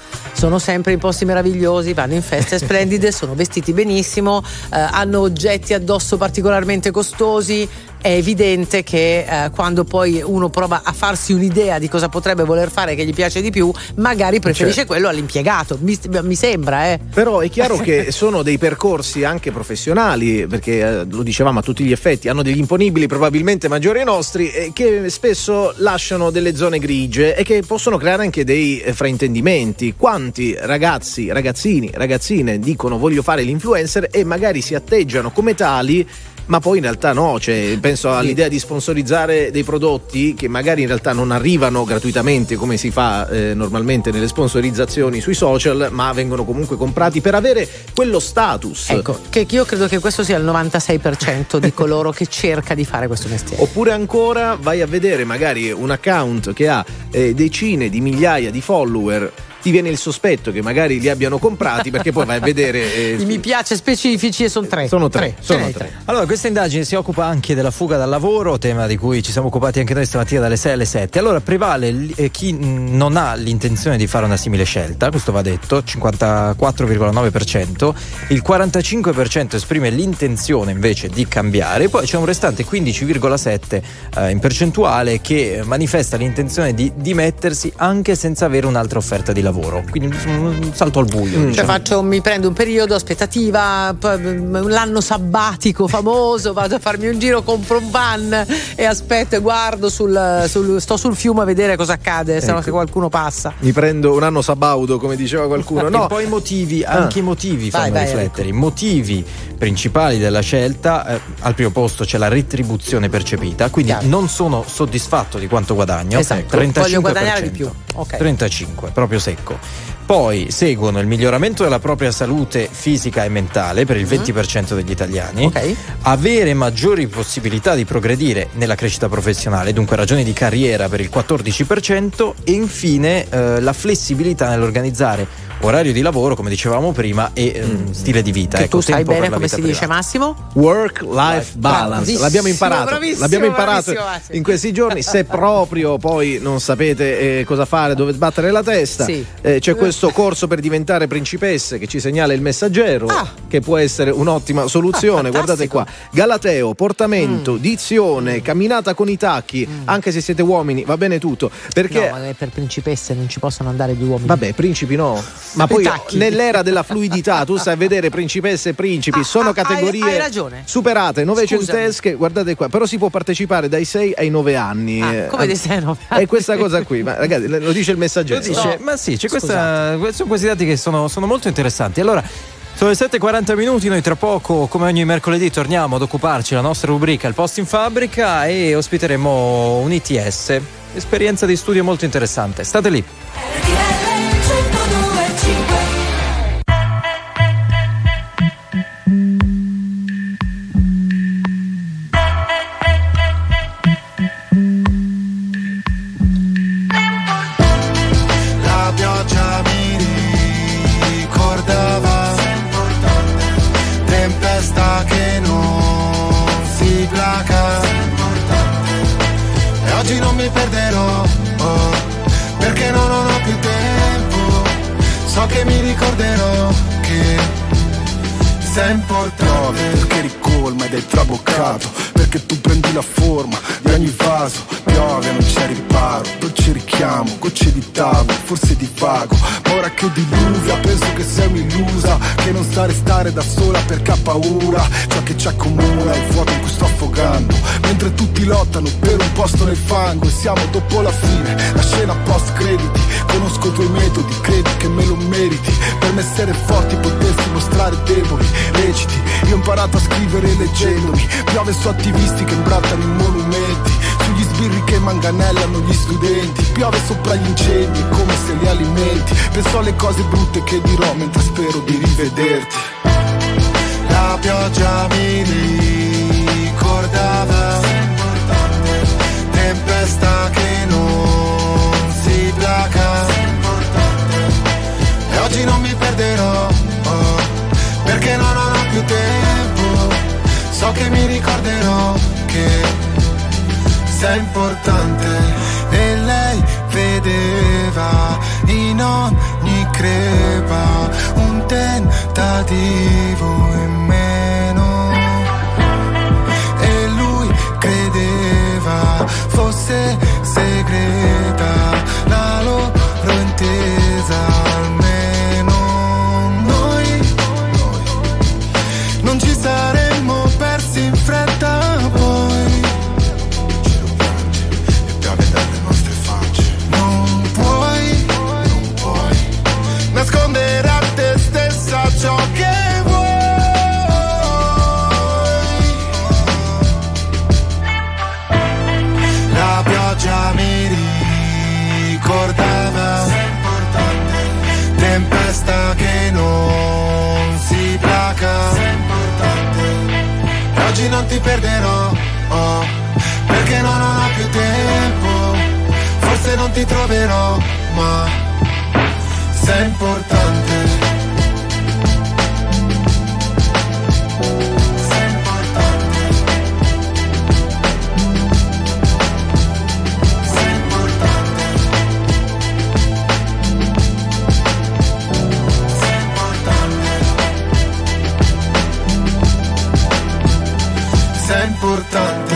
Speaker 2: sono sempre in posti meravigliosi, vanno in feste splendide, sono vestiti benissimo, eh, hanno oggetti addosso particolarmente costosi. È evidente che eh, quando poi uno prova a farsi un'idea di cosa potrebbe voler fare che gli piace di più, magari preferisce
Speaker 8: certo.
Speaker 2: quello all'impiegato. Mi, mi sembra, eh.
Speaker 8: Però è chiaro che sono dei percorsi anche professionali, perché eh, lo dicevamo a tutti gli effetti, hanno degli imponibili probabilmente maggiori ai nostri, eh, che spesso lasciano delle zone grigie e che possono creare anche dei eh, fraintendimenti. Quanti ragazzi, ragazzini, ragazzine dicono voglio fare l'influencer e magari si atteggiano come tali, ma poi in realtà no, cioè, penso all'idea di sponsorizzare dei prodotti che magari in realtà non arrivano gratuitamente come si fa eh, normalmente nelle sponsorizzazioni sui social, ma vengono comunque comprati per avere quello status.
Speaker 2: Ecco, che io credo che questo sia il novantasei per cento di coloro che cerca di fare questo mestiere.
Speaker 8: Oppure ancora vai a vedere magari un account che ha eh, decine di migliaia di follower, ti viene il sospetto che magari li abbiano comprati, perché poi vai a vedere eh,
Speaker 2: i mi piace specifici e sono tre.
Speaker 8: Sono tre,
Speaker 2: tre.
Speaker 8: sono
Speaker 2: tre.
Speaker 8: tre.
Speaker 1: Allora, questa indagine si occupa anche della fuga dal lavoro, tema di cui ci siamo occupati anche noi stamattina dalle sei alle sette. Allora, prevale eh, chi non ha l'intenzione di fare una simile scelta, questo va detto, cinquantaquattro virgola nove per cento, il quarantacinque per cento esprime l'intenzione invece di cambiare, poi c'è un restante quindici virgola sette per cento eh, in percentuale che manifesta l'intenzione di dimettersi anche senza avere un'altra offerta di lavoro, quindi un salto al buio.
Speaker 2: Mm.
Speaker 1: Diciamo.
Speaker 2: Cioè faccio, mi prendo un periodo, aspettativa, l'anno sabbatico famoso, vado a farmi un giro, compro un van e aspetto e guardo sul, sul sto sul fiume a vedere cosa accade, ecco. Se no se qualcuno passa.
Speaker 8: Mi prendo un anno sabaudo, come diceva qualcuno. No,
Speaker 1: e poi i motivi, anche ah. i motivi fanno vai, riflettere. Vai, I motivi principali della scelta, eh, al primo posto c'è la retribuzione percepita, quindi Chiaro. non sono soddisfatto di quanto guadagno.
Speaker 2: Esatto, voglio guadagnare di più. Okay.
Speaker 1: trentacinque, proprio secco. Poi seguono il miglioramento della propria salute fisica e mentale per il venti per cento degli italiani,
Speaker 2: okay.
Speaker 1: avere maggiori possibilità di progredire nella crescita professionale, dunque ragioni di carriera per il quattordici per cento, e infine eh, la flessibilità nell'organizzare orario di lavoro, come dicevamo prima, e mm. stile di vita.
Speaker 2: Che
Speaker 1: ecco,
Speaker 2: tu sai
Speaker 1: tempo
Speaker 2: bene come si
Speaker 1: privata.
Speaker 2: dice, Massimo?
Speaker 8: Work-life balance. L'abbiamo imparato. L'abbiamo imparato in questi giorni. Se proprio poi non sapete eh, cosa fare, dove sbattere la testa,
Speaker 2: sì.
Speaker 8: eh, c'è questo corso per diventare principesse che ci segnala il Messaggero, ah. che può essere un'ottima soluzione.
Speaker 2: Ah,
Speaker 8: guardate qua: Galateo, portamento, mm. dizione, camminata con i tacchi. Mm. Anche se siete uomini va bene tutto, perché
Speaker 2: no, per principesse non ci possono andare due uomini.
Speaker 8: Vabbè, principi no. Ma poi tacchi. Nell'era della fluidità tu sai vedere principesse e principi, ah, sono ah, categorie
Speaker 2: hai, hai
Speaker 8: superate, novecentesche. Guardate qua, però si può partecipare dai sei ai nove anni.
Speaker 2: Ah, come dai sei ai nove anni?
Speaker 8: È questa cosa qui, ma ragazzi, lo dice il Messaggero.
Speaker 1: Lo dice, no. Ma sì, c'è questa, sono questi dati che sono, sono molto interessanti. Allora, sono le sette e quaranta minuti, noi tra poco, come ogni mercoledì, torniamo ad occuparci della nostra rubrica Il Posto in Fabbrica e ospiteremo un I T S, esperienza di studio molto interessante. State lì.
Speaker 12: Che mi ricorderò che sei importante, perché ricolma ed è traboccato, perché tu prendi la forma di ogni vaso, piove non c'è riparo, dolce richiamo, gocce di tavolo, forse di vago, ma ora che diluvia penso che sei un'illusa, che non sa restare da sola perché ha paura, ciò che ci accomuna è il vuoto in cui sto affogando, mentre tutti lottano per un posto nel fango e siamo dopo la fine, la scena post crediti, conosco i tuoi metodi, credi che me lo meriti, per me essere forti potersi mostrare deboli, reciti, io ho imparato a scrivere leggendomi, piove su attivisti che imbrattano i monumenti, sugli sbirri che manganellano gli studenti, piove sopra gli incendi, è come se li alimenti, penso alle cose brutte che dirò mentre spero di rivederti. La pioggia mi ricordava, tempesta che non si placa, e oggi non mi perderò, oh, perché non ho più tempo, so che mi ricorderò che sei importante. E lei vedeva in ogni
Speaker 11: crepa un tentativo in meno, e lui credeva fosse segreta la loro intesa. Almeno noi, noi non ci saremmo persi in fretta, poi e piove dalle nostre facce. Non puoi, non puoi nascondere a te stessa ciò che vuoi. La pioggia mi ricordava tempesta che non si placa. E oggi non ti perderò, oh, perché non ho più tempo. Forse non ti troverò, ma sei importante. Sei importante. Sei importante. Sei importante. Sei importante.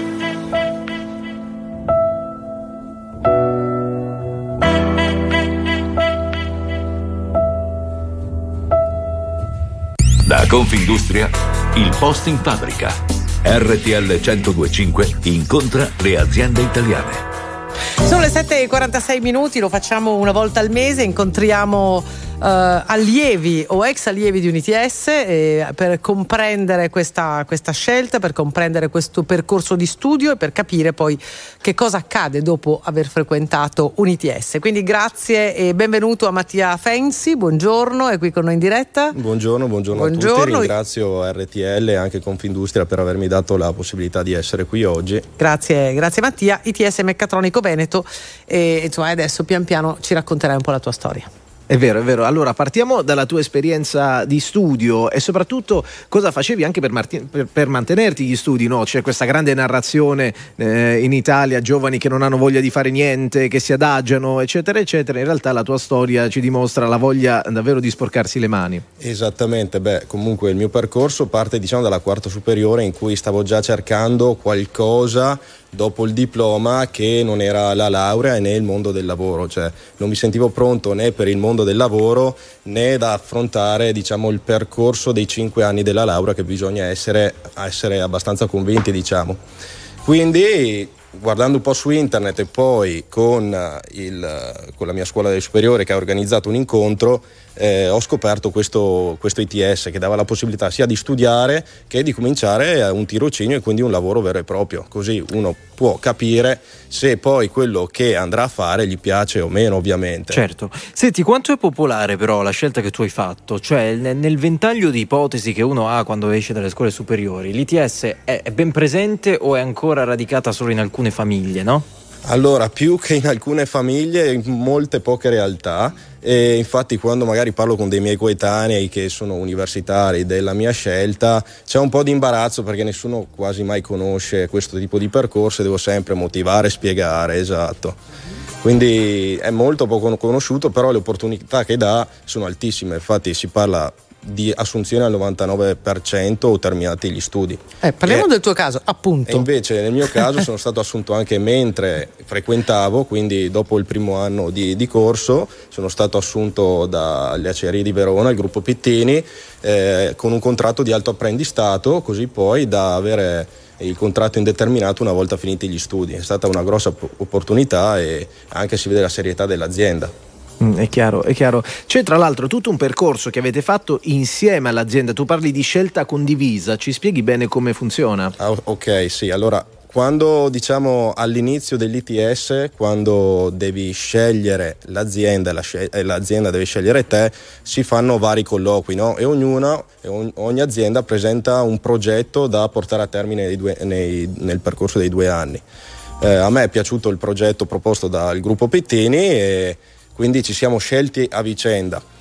Speaker 21: Da Confindustria, il post in fabbrica. R T L centodue e cinque incontra le aziende italiane.
Speaker 2: Sono le sette e quarantasei minuti, lo facciamo una volta al mese, incontriamo uh, allievi o ex allievi di un I T S eh, per comprendere questa, questa scelta, per comprendere questo percorso di studio e per capire poi che cosa accade dopo aver frequentato un I T S. Quindi grazie e benvenuto a Mattia Fensi, buongiorno, è qui con noi in diretta.
Speaker 13: Buongiorno, buongiorno, buongiorno. a tutti, ringrazio R T L e anche Confindustria per avermi dato la possibilità di essere qui oggi.
Speaker 2: Grazie, grazie Mattia. I T S Meccatronico Veneto, e insomma adesso pian piano ci racconterai un po' la tua storia.
Speaker 8: È vero, è vero. Allora partiamo dalla tua esperienza di studio e soprattutto cosa facevi anche per, marti- per, per mantenerti gli studi, no? C'è questa grande narrazione eh, in Italia, giovani che non hanno voglia di fare niente, che si adagiano, eccetera, eccetera. In realtà la tua storia ci dimostra la voglia davvero di sporcarsi le mani.
Speaker 13: Esattamente, beh, comunque il mio percorso parte diciamo dalla quarta superiore, in cui stavo già cercando qualcosa dopo il diploma che non era la laurea né il mondo del lavoro, cioè non mi sentivo pronto né per il mondo del lavoro né da affrontare diciamo il percorso dei cinque anni della laurea, che bisogna essere, essere abbastanza convinti, diciamo. Quindi guardando un po' su internet e poi con, il, con la mia scuola delle superiori che ha organizzato un incontro, eh, ho scoperto questo, questo I T S che dava la possibilità sia di studiare che di cominciare un tirocinio e quindi un lavoro vero e proprio, così uno può capire se poi quello che andrà a fare gli piace o meno, ovviamente.
Speaker 1: Certo. Senti, quanto è popolare però la scelta che tu hai fatto? Cioè nel ventaglio di ipotesi che uno ha quando esce dalle scuole superiori, l'I T S è, è ben presente o è ancora radicata solo in alcune famiglie, no?
Speaker 13: Allora, più che in alcune famiglie, in molte poche realtà, e infatti quando magari parlo con dei miei coetanei che sono universitari della mia scelta c'è un po' di imbarazzo perché nessuno quasi mai conosce questo tipo di percorso e devo sempre motivare, spiegare, esatto. Quindi è molto poco conosciuto, però le opportunità che dà sono altissime, infatti si parla di assunzione al novantanove per cento o terminati gli studi.
Speaker 2: Eh, parliamo
Speaker 13: e,
Speaker 2: del tuo caso, appunto.
Speaker 13: E invece nel mio caso sono stato assunto anche mentre frequentavo, quindi dopo il primo anno di, di corso sono stato assunto dalle Acciaierie di Verona, il gruppo Pittini, eh, con un contratto di alto apprendistato, così poi da avere il contratto indeterminato una volta finiti gli studi. È stata una grossa opportunità e anche si vede la serietà dell'azienda.
Speaker 8: Mm, è chiaro, è chiaro. C'è tra l'altro tutto un percorso che avete fatto insieme all'azienda. Tu parli di scelta condivisa, ci spieghi bene come funziona?
Speaker 13: Ah, ok, sì, allora quando diciamo all'inizio dell'I T S, quando devi scegliere l'azienda la scel- e l'azienda deve scegliere te, si fanno vari colloqui, no? E ognuna, ogni, ogni azienda presenta un progetto da portare a termine nei due, nei, nel percorso dei due anni. Eh, a me è piaciuto il progetto proposto dal gruppo Pittini e quindi ci siamo scelti a vicenda.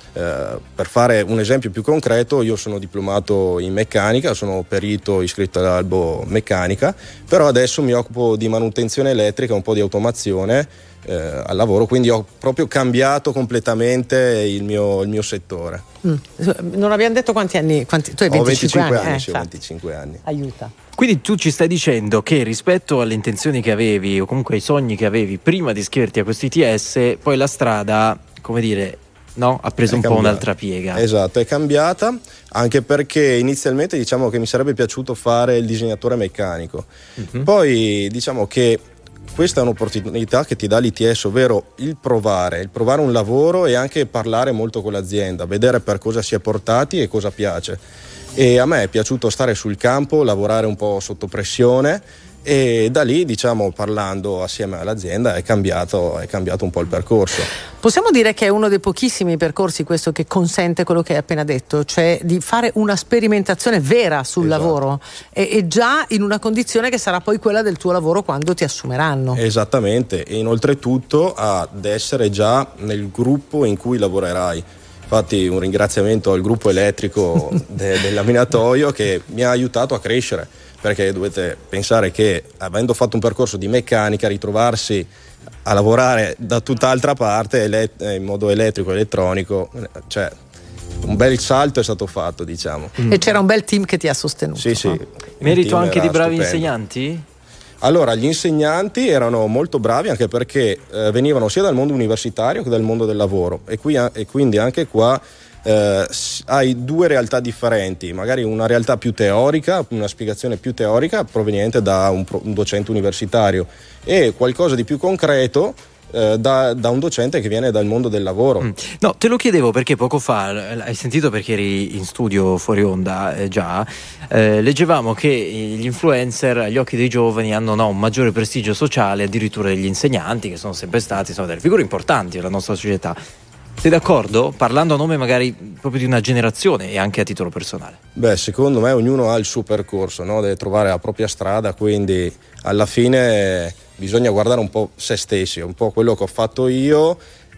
Speaker 13: Eh, per fare un esempio più concreto, io sono diplomato in meccanica, sono perito iscritto all'albo meccanica, però adesso mi occupo di manutenzione elettrica, un po' di automazione eh, al lavoro, quindi ho proprio cambiato completamente il mio, il mio settore.
Speaker 2: Mm. Non abbiamo detto quanti anni, quanti, tu hai venticinque,
Speaker 13: ho venticinque anni,
Speaker 2: eh,
Speaker 13: sì, ho venticinque anni.
Speaker 2: Aiuta.
Speaker 1: Quindi tu ci stai dicendo che rispetto alle intenzioni che avevi o comunque ai sogni che avevi prima di iscriverti a questo I T S, poi la strada, come dire, no, ha preso
Speaker 13: È
Speaker 1: un
Speaker 13: cambiata.
Speaker 1: po' un'altra piega.
Speaker 13: Esatto, è cambiata, anche perché inizialmente diciamo che mi sarebbe piaciuto fare il disegnatore meccanico.
Speaker 1: Mhm.
Speaker 13: Poi diciamo che questa è un'opportunità che ti dà l'I T S, ovvero il provare, il provare un lavoro e anche parlare molto con l'azienda, vedere per cosa si è portati e cosa piace. E a me è piaciuto stare sul campo, lavorare un po' sotto pressione, e da lì, diciamo, parlando assieme all'azienda è cambiato, è cambiato un po' il percorso.
Speaker 2: Possiamo dire che è uno dei pochissimi percorsi questo che consente quello che hai appena detto, cioè di fare una sperimentazione vera sul
Speaker 13: Esatto.
Speaker 2: lavoro e, e già in una condizione che sarà poi quella del tuo lavoro quando ti assumeranno.
Speaker 13: Esattamente, e inoltretutto ad essere già nel gruppo in cui lavorerai. Infatti un ringraziamento al gruppo elettrico de- del laminatoio che mi ha aiutato a crescere, perché dovete pensare che avendo fatto un percorso di meccanica, ritrovarsi a lavorare da tutt'altra parte ele- in modo elettrico, elettronico, cioè un bel salto è stato fatto, diciamo.
Speaker 2: E c'era un bel team che ti ha sostenuto.
Speaker 13: Sì, sì.
Speaker 1: Merito
Speaker 13: Il team
Speaker 1: anche di
Speaker 13: era
Speaker 1: bravi
Speaker 13: stupendo.
Speaker 1: insegnanti?
Speaker 13: Allora, gli insegnanti erano molto bravi, anche perché eh, venivano sia dal mondo universitario che dal mondo del lavoro, e, qui, e quindi anche qua eh, hai due realtà differenti, magari una realtà più teorica, una spiegazione più teorica proveniente da un, un docente universitario, e qualcosa di più concreto eh, da, da un docente che viene dal mondo del lavoro.
Speaker 1: Mm. No, te lo chiedevo perché poco fa, hai sentito perché eri in studio fuori onda eh, già, eh, leggevamo che gli influencer agli occhi dei giovani hanno no, un maggiore prestigio sociale addirittura degli insegnanti, che sono sempre stati sono delle figure importanti della nostra società. Sei d'accordo? Parlando a nome magari proprio di una generazione e anche a titolo personale.
Speaker 13: Beh, secondo me ognuno ha il suo percorso, no? Deve trovare la propria strada, quindi alla fine bisogna guardare un po' se stessi, un po' quello che ho fatto io,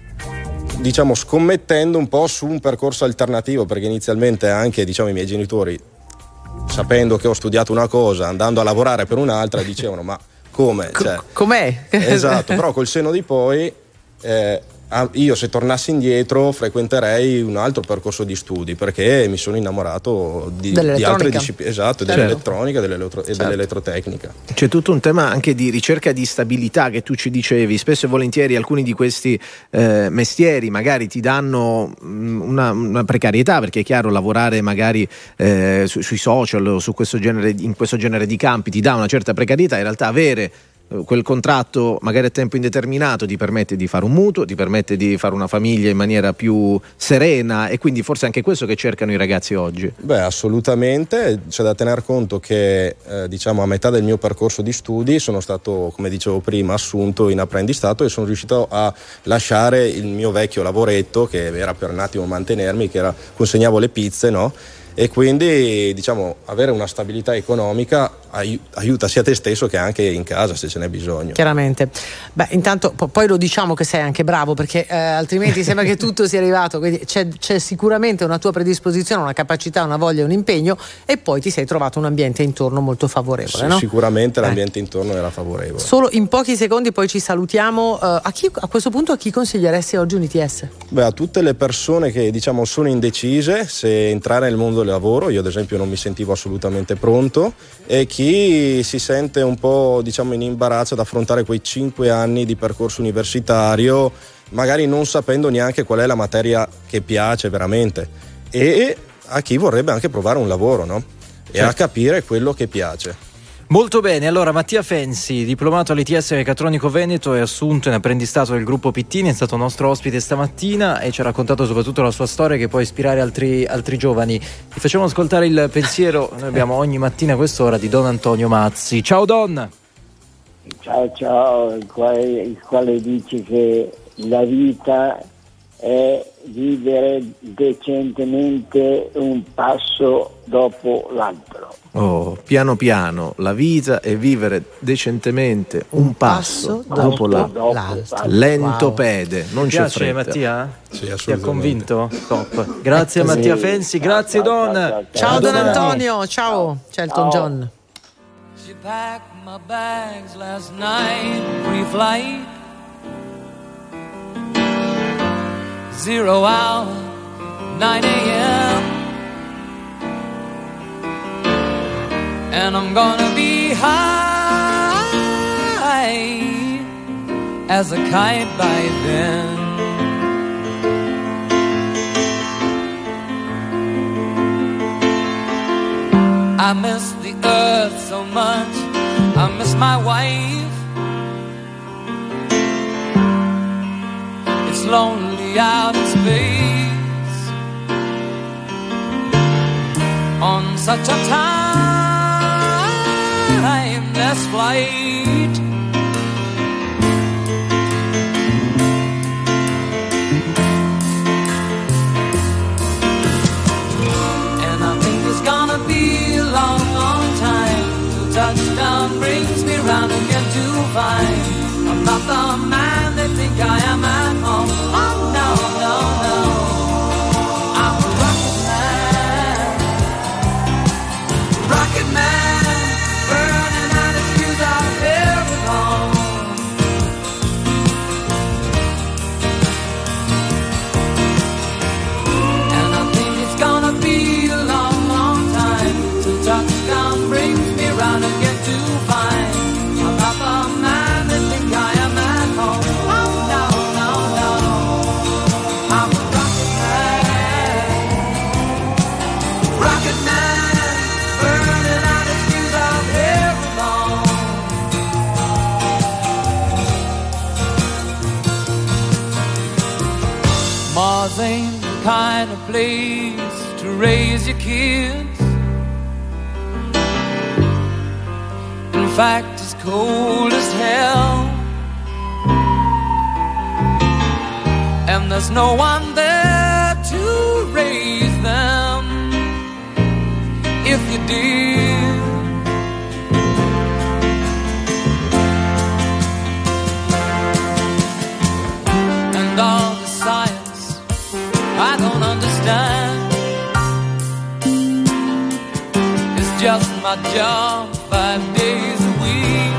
Speaker 13: diciamo scommettendo un po' su un percorso alternativo, perché inizialmente anche diciamo i miei genitori, sapendo che ho studiato una cosa, andando a lavorare per un'altra, dicevano ma come? Cioè,
Speaker 2: com'è?
Speaker 13: Esatto, però col senno di poi eh, io se tornassi indietro frequenterei un altro percorso di studi, perché mi sono innamorato di, di altre discipline, esatto,
Speaker 8: Certo.
Speaker 13: dell'elettronica dell'elettro- e
Speaker 8: Certo.
Speaker 13: dell'elettrotecnica.
Speaker 8: C'è tutto un tema anche di ricerca di stabilità che tu ci dicevi. Spesso e volentieri alcuni di questi eh, mestieri magari ti danno mh, una, una precarietà, perché è chiaro, lavorare magari eh, su, sui social o su questo genere, in questo genere di campi ti dà una certa precarietà. In realtà avere quel contratto magari a tempo indeterminato ti permette di fare un mutuo, ti permette di fare una famiglia in maniera più serena, e quindi forse anche questo che cercano i ragazzi oggi.
Speaker 13: Beh, assolutamente, c'è da tener conto che eh, diciamo a metà del mio percorso di studi sono stato, come dicevo prima, assunto in apprendistato e sono riuscito a lasciare il mio vecchio lavoretto, che era per un attimo mantenermi, che era consegnavo le pizze, no? E quindi diciamo avere una stabilità economica ai- aiuta sia te stesso che anche in casa se ce n'è bisogno.
Speaker 2: Chiaramente. Beh, intanto po- poi lo diciamo che sei anche bravo, perché eh, altrimenti sembra che tutto sia arrivato, quindi c'è, c'è sicuramente una tua predisposizione, una capacità, una voglia, un impegno, e poi ti sei trovato un ambiente intorno molto favorevole,
Speaker 13: Sì,
Speaker 2: no?
Speaker 13: sicuramente
Speaker 2: Eh.
Speaker 13: l'ambiente intorno era favorevole.
Speaker 2: Solo in pochi secondi poi ci salutiamo. Eh, a, chi, a questo punto a chi consiglieresti oggi un I T S?
Speaker 13: Beh, a tutte le persone che diciamo sono indecise se entrare nel mondo del lavoro, io ad esempio non mi sentivo assolutamente pronto, e chi si sente un po' diciamo in imbarazzo ad affrontare quei cinque anni di percorso universitario, magari non sapendo neanche qual è la materia che piace veramente, e a chi vorrebbe anche provare un lavoro, no? E
Speaker 1: Certo.
Speaker 13: a capire quello che piace.
Speaker 1: Molto bene, allora Mattia Fensi, diplomato all'I T S Meccatronico Veneto e assunto in apprendistato del gruppo Pittini, è stato nostro ospite stamattina e ci ha raccontato soprattutto la sua storia che può ispirare altri, altri giovani. Vi facciamo ascoltare il pensiero, noi abbiamo ogni mattina a quest'ora, di Don Antonio Mazzi. Ciao Don!
Speaker 14: Ciao ciao, il quale, il quale dice che la vita è vivere decentemente un passo dopo l'altro.
Speaker 8: Oh, piano piano, la vita è vivere decentemente un, un passo, passo dopo, dopo l'altro. Lento wow. Pede, non c'è
Speaker 1: piace
Speaker 8: fretta.
Speaker 1: Mattia?
Speaker 8: Sì,
Speaker 1: ti ha convinto? Top. Grazie Mattia Fensi, grazie Don.
Speaker 2: Ciao, ciao Don Antonio, ciao Celton John.
Speaker 25: She packed my bags last night, pre-flight, zero hour, nine a.m. And I'm gonna be high as a kite by then. I miss the earth so much, I miss my wife. It's lonely out in space on such a timeless flight. And I think it's gonna be a long, long time till touchdown brings me round again to find I'm not the man they think I am at home. Oh no, no, no, I'm a rocket man, rocket man, burning out his fuse out there alone. And I think it's gonna be a long, long time till touchdown brings me round again to find I'm not the man they think I am at home. Oh no, no, no, I'm a rocket man, rocket man, burning out his fuse out there alone. Mars ain't the kind of place to raise your kids. In fact, it's cold as hell, and there's no one there to raise them if you did. And all the science I don't understand, it's just my job five days a week.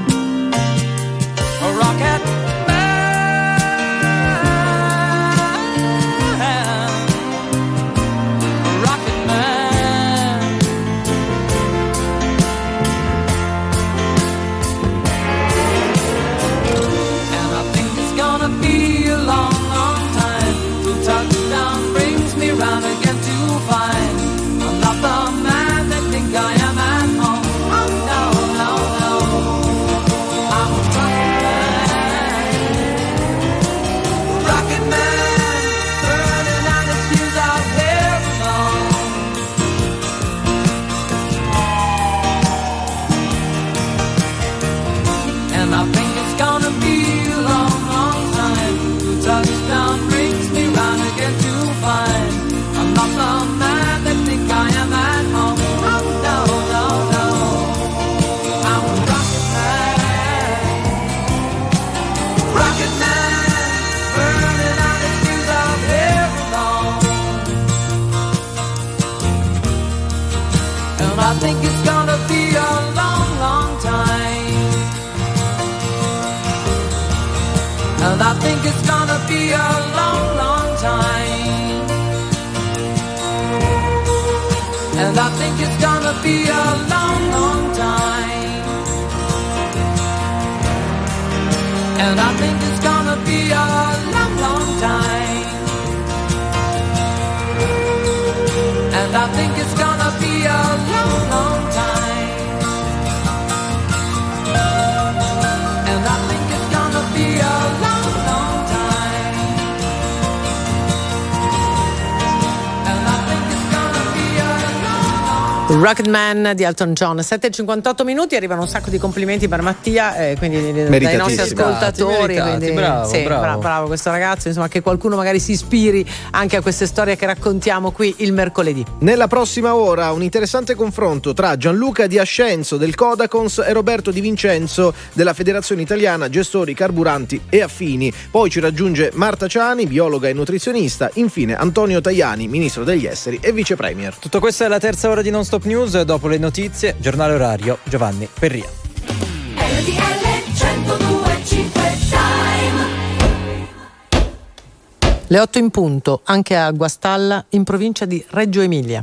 Speaker 25: A rocket man, a rocket man. And I think it's gonna be a long, long time till touchdown brings me round again to find I'm not the man they think I am at home. Oh no, no, no, I'm a rocket man, rocket man, burning out his fuse out there alone. And I think it's gonna be a long, long time till touchdown brings me round again to find I'm not the man they think I am at home. Oh no, no, no, I'm a rocket man, rocket man, burning out his fuse out there alone. And I think it's gonna be a long, long time. And I think it's gonna be a long, long time. And I think it's gonna be a long, long time. And I think it's gonna be a long, long time. And I think it's gonna be a long, long time. And I think it's gonna be a long, long time. And I think it's gonna be a long, long
Speaker 2: Rocketman di Elton John. Sette e cinquantotto minuti, arrivano un sacco di complimenti per Mattia, eh, quindi dai nostri ascoltatori. Quindi,
Speaker 1: bravo,
Speaker 2: sì,
Speaker 1: bravo.
Speaker 2: bravo, bravo questo ragazzo, insomma, che qualcuno magari si ispiri anche a queste storie che raccontiamo qui il mercoledì.
Speaker 8: Nella prossima ora un interessante confronto tra Gianluca Di Ascenzo del Codacons e Roberto Di Vincenzo della Federazione Italiana Gestori Carburanti e Affini. Poi ci raggiunge Marta Ciani, biologa e nutrizionista, infine Antonio Tajani, ministro degli esteri e vice premier.
Speaker 1: Tutto questo è la terza ora di Non Stop News. Dopo le notizie, giornale orario, Giovanni Perria.
Speaker 2: Le otto in punto, anche a Guastalla, in provincia di Reggio Emilia.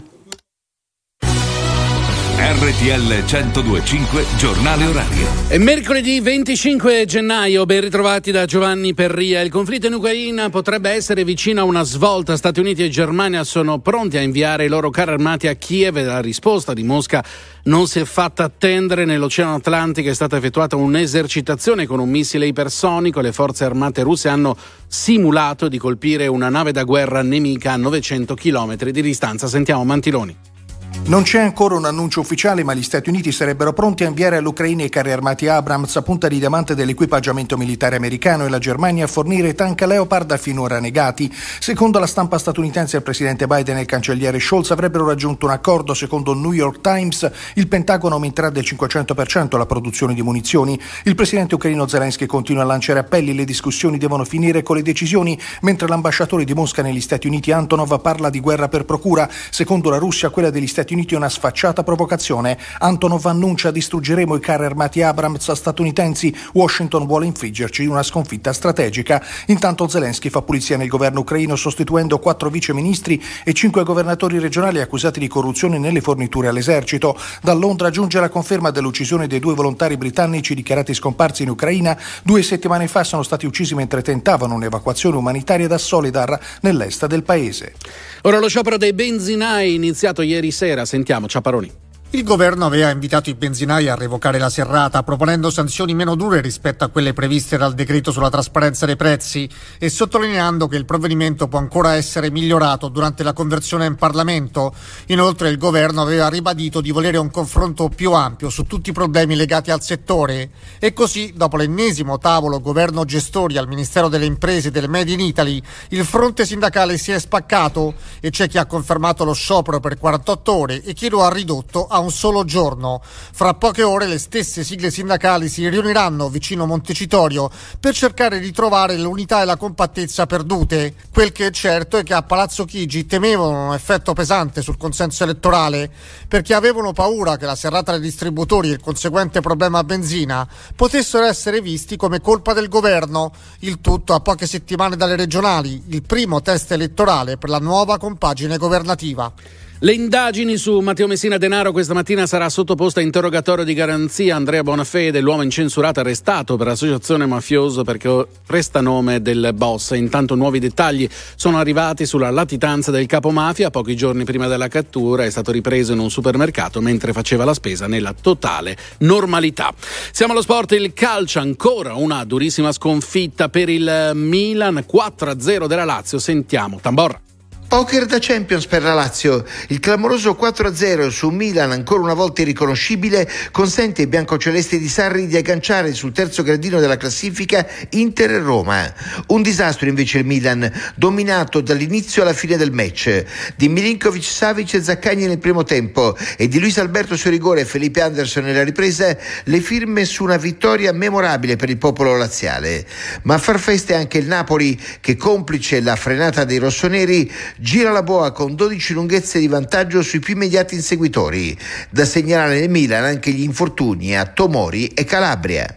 Speaker 21: R T L centodue e cinque, giornale orario.
Speaker 22: È mercoledì venticinque gennaio, ben ritrovati da Giovanni Perria. Il conflitto in Ucraina potrebbe essere vicino a una svolta. Stati Uniti e Germania sono pronti a inviare i loro carri armati a Kiev e la risposta di Mosca non si è fatta attendere. Nell'Oceano Atlantico è stata effettuata un'esercitazione con un missile ipersonico. Le forze armate russe hanno simulato di colpire una nave da guerra nemica a novecento chilometri di distanza. Sentiamo Mantiloni.
Speaker 15: Non c'è ancora un annuncio ufficiale, ma gli Stati Uniti sarebbero pronti a inviare all'Ucraina i carri armati Abrams a punta di diamante dell'equipaggiamento militare americano e la Germania a fornire tank Leopard finora negati. Secondo la stampa statunitense, il presidente Biden e il cancelliere Scholz avrebbero raggiunto un accordo. Secondo il New York Times, il Pentagono aumenterà del cinquecento per cento la produzione di munizioni. Il presidente ucraino Zelensky continua a lanciare appelli. Le discussioni devono finire con le decisioni, mentre l'ambasciatore di Mosca negli Stati Uniti Antonov parla di guerra per procura. Secondo la Russia, quella degli Stati Uniti è una sfacciata provocazione. Antonov annuncia: distruggeremo i carri armati Abrams statunitensi. Washington vuole infliggerci una sconfitta strategica. Intanto Zelensky fa pulizia nel governo ucraino, sostituendo quattro viceministri e cinque governatori regionali accusati di corruzione nelle forniture all'esercito. Da Londra giunge la conferma dell'uccisione dei due volontari britannici dichiarati scomparsi in Ucraina. Due settimane fa sono stati uccisi mentre tentavano un'evacuazione umanitaria da Solidar nell'est del paese.
Speaker 22: Ora lo sciopero dei benzinai iniziato ieri sera. Sentiamo Ciaparoni.
Speaker 23: Il governo aveva invitato i benzinai a revocare la serrata, proponendo sanzioni meno dure rispetto a quelle previste dal decreto sulla trasparenza dei prezzi e sottolineando che il provvedimento può ancora essere migliorato durante la conversione in Parlamento. Inoltre il governo aveva ribadito di volere un confronto più ampio su tutti i problemi legati al settore. E così, dopo l'ennesimo tavolo governo gestori al Ministero delle Imprese e del Made in Italy, il fronte sindacale si è spaccato e c'è chi ha confermato lo sciopero per quarantotto ore e chi lo ha ridotto a un solo giorno. Fra poche ore le stesse sigle sindacali si riuniranno vicino Montecitorio per cercare di trovare l'unità e la compattezza perdute. Quel che è certo è che a Palazzo Chigi temevano un effetto pesante sul consenso elettorale, perché avevano paura che la serrata dei distributori e il conseguente problema benzina potessero essere visti come colpa del governo. Il tutto a poche settimane dalle regionali, il primo test elettorale per la nuova compagine governativa.
Speaker 22: Le indagini su Matteo Messina Denaro questa mattina sarà sottoposta a interrogatorio di garanzia. Andrea Bonafede, l'uomo incensurato arrestato per associazione mafioso perché presta nome del boss. Intanto nuovi dettagli sono arrivati sulla latitanza del capomafia. Pochi giorni prima della cattura è stato ripreso in un supermercato mentre faceva la spesa nella totale normalità. Siamo allo sport, il calcio, ancora una durissima sconfitta per il Milan, quattro a zero della Lazio. Sentiamo Tamborra.
Speaker 16: Poker da Champions per la Lazio. Il clamoroso quattro a zero su Milan, ancora una volta irriconoscibile, consente ai biancocelesti di Sarri di agganciare sul terzo gradino della classifica Inter e Roma. Un disastro invece il Milan, dominato dall'inizio alla fine del match. Di Milinkovic, Savic e Zaccagni nel primo tempo e di Luis Alberto su rigore e Felipe Anderson nella ripresa, le firme su una vittoria memorabile per il popolo laziale. Ma a far festa è anche il Napoli che, complice la frenata dei rossoneri, gira la boa con dodici lunghezze di vantaggio sui più immediati inseguitori. Da segnalare nel Milan anche gli infortuni a Tomori e Calabria.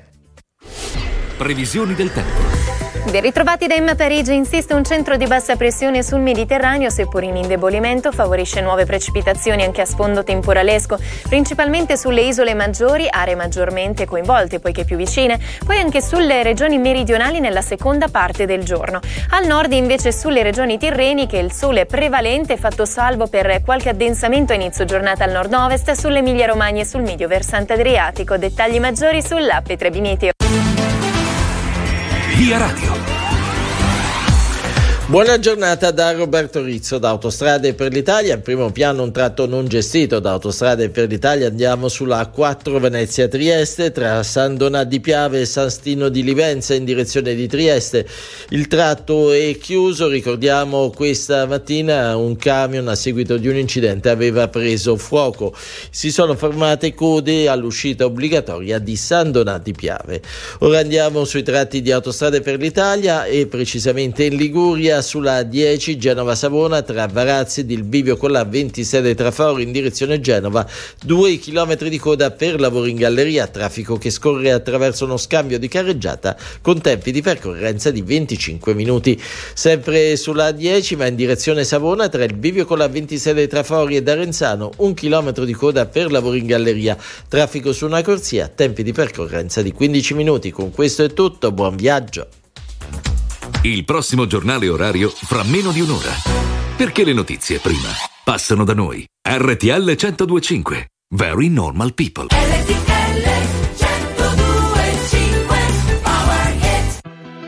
Speaker 21: Previsioni del tempo.
Speaker 5: Ben ritrovati da Emma Parigi. Insiste un centro di bassa pressione sul Mediterraneo, seppur in indebolimento, favorisce nuove precipitazioni anche a sfondo temporalesco, principalmente sulle isole maggiori, aree maggiormente coinvolte poiché più vicine, poi anche sulle regioni meridionali nella seconda parte del giorno. Al nord invece sulle regioni tirreniche il sole è prevalente, fatto salvo per qualche addensamento a inizio giornata al nord-ovest, sull'Emilia Romagna e sul medio versante adriatico. Dettagli maggiori sull'app Trebi Meteo.
Speaker 21: Via Radio.
Speaker 1: Buona giornata da Roberto Rizzo da Autostrade per l'Italia. In primo piano un tratto non gestito da Autostrade per l'Italia. Andiamo sulla A quattro Venezia-Trieste tra San Donà di Piave e San Stino di Livenza in direzione di Trieste. Il tratto è chiuso. Ricordiamo questa mattina un camion a seguito di un incidente aveva preso fuoco. Si sono formate code all'uscita obbligatoria di San Donà di Piave. Ora andiamo sui tratti di Autostrade per l'Italia e precisamente in Liguria sulla A dieci Genova-Savona tra Varazzi ed il bivio con la ventisei dei Trafori in direzione Genova, due chilometri di coda per lavori in galleria, traffico che scorre attraverso uno scambio di carreggiata con tempi di percorrenza di venticinque minuti. Sempre sulla A dieci ma in direzione Savona tra il bivio con la ventisei dei Trafori e Arenzano, un chilometro di coda per lavori in galleria, traffico su una corsia, tempi di percorrenza di quindici minuti. Con questo è tutto, buon viaggio.
Speaker 21: Il prossimo giornale orario fra meno di un'ora. Perché le notizie prima passano da noi. R T L centodue e cinque. Very normal people.
Speaker 25: R T L centodue e cinque. Power Hit.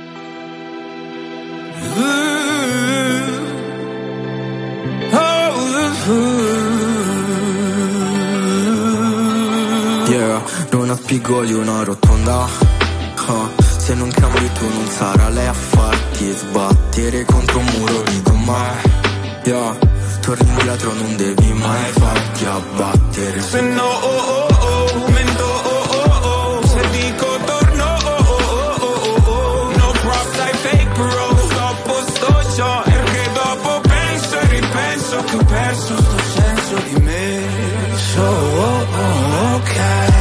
Speaker 3: Yeah, non ha spigoli una rotonda. Huh. Se non cambi tu non sarà lei a farti sbattere contro un muro di gomma. Yeah, torni indietro non devi mai farti abbattere.
Speaker 10: Se no oh oh oh, mento oh oh oh. Se dico torno oh oh oh oh oh. No props I fake bro. Stoppo sto ciò perché dopo penso e ripenso che ho perso sto senso di me. So oh oh ok,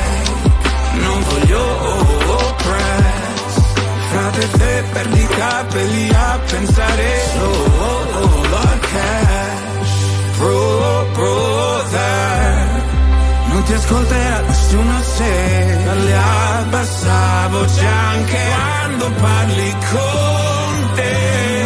Speaker 10: non voglio oh oh press. Frate te perdi i capelli a pensare solo al cash. Bro, brother, non ti ascolterà nessuno se parli a bassa voce anche quando parli con te.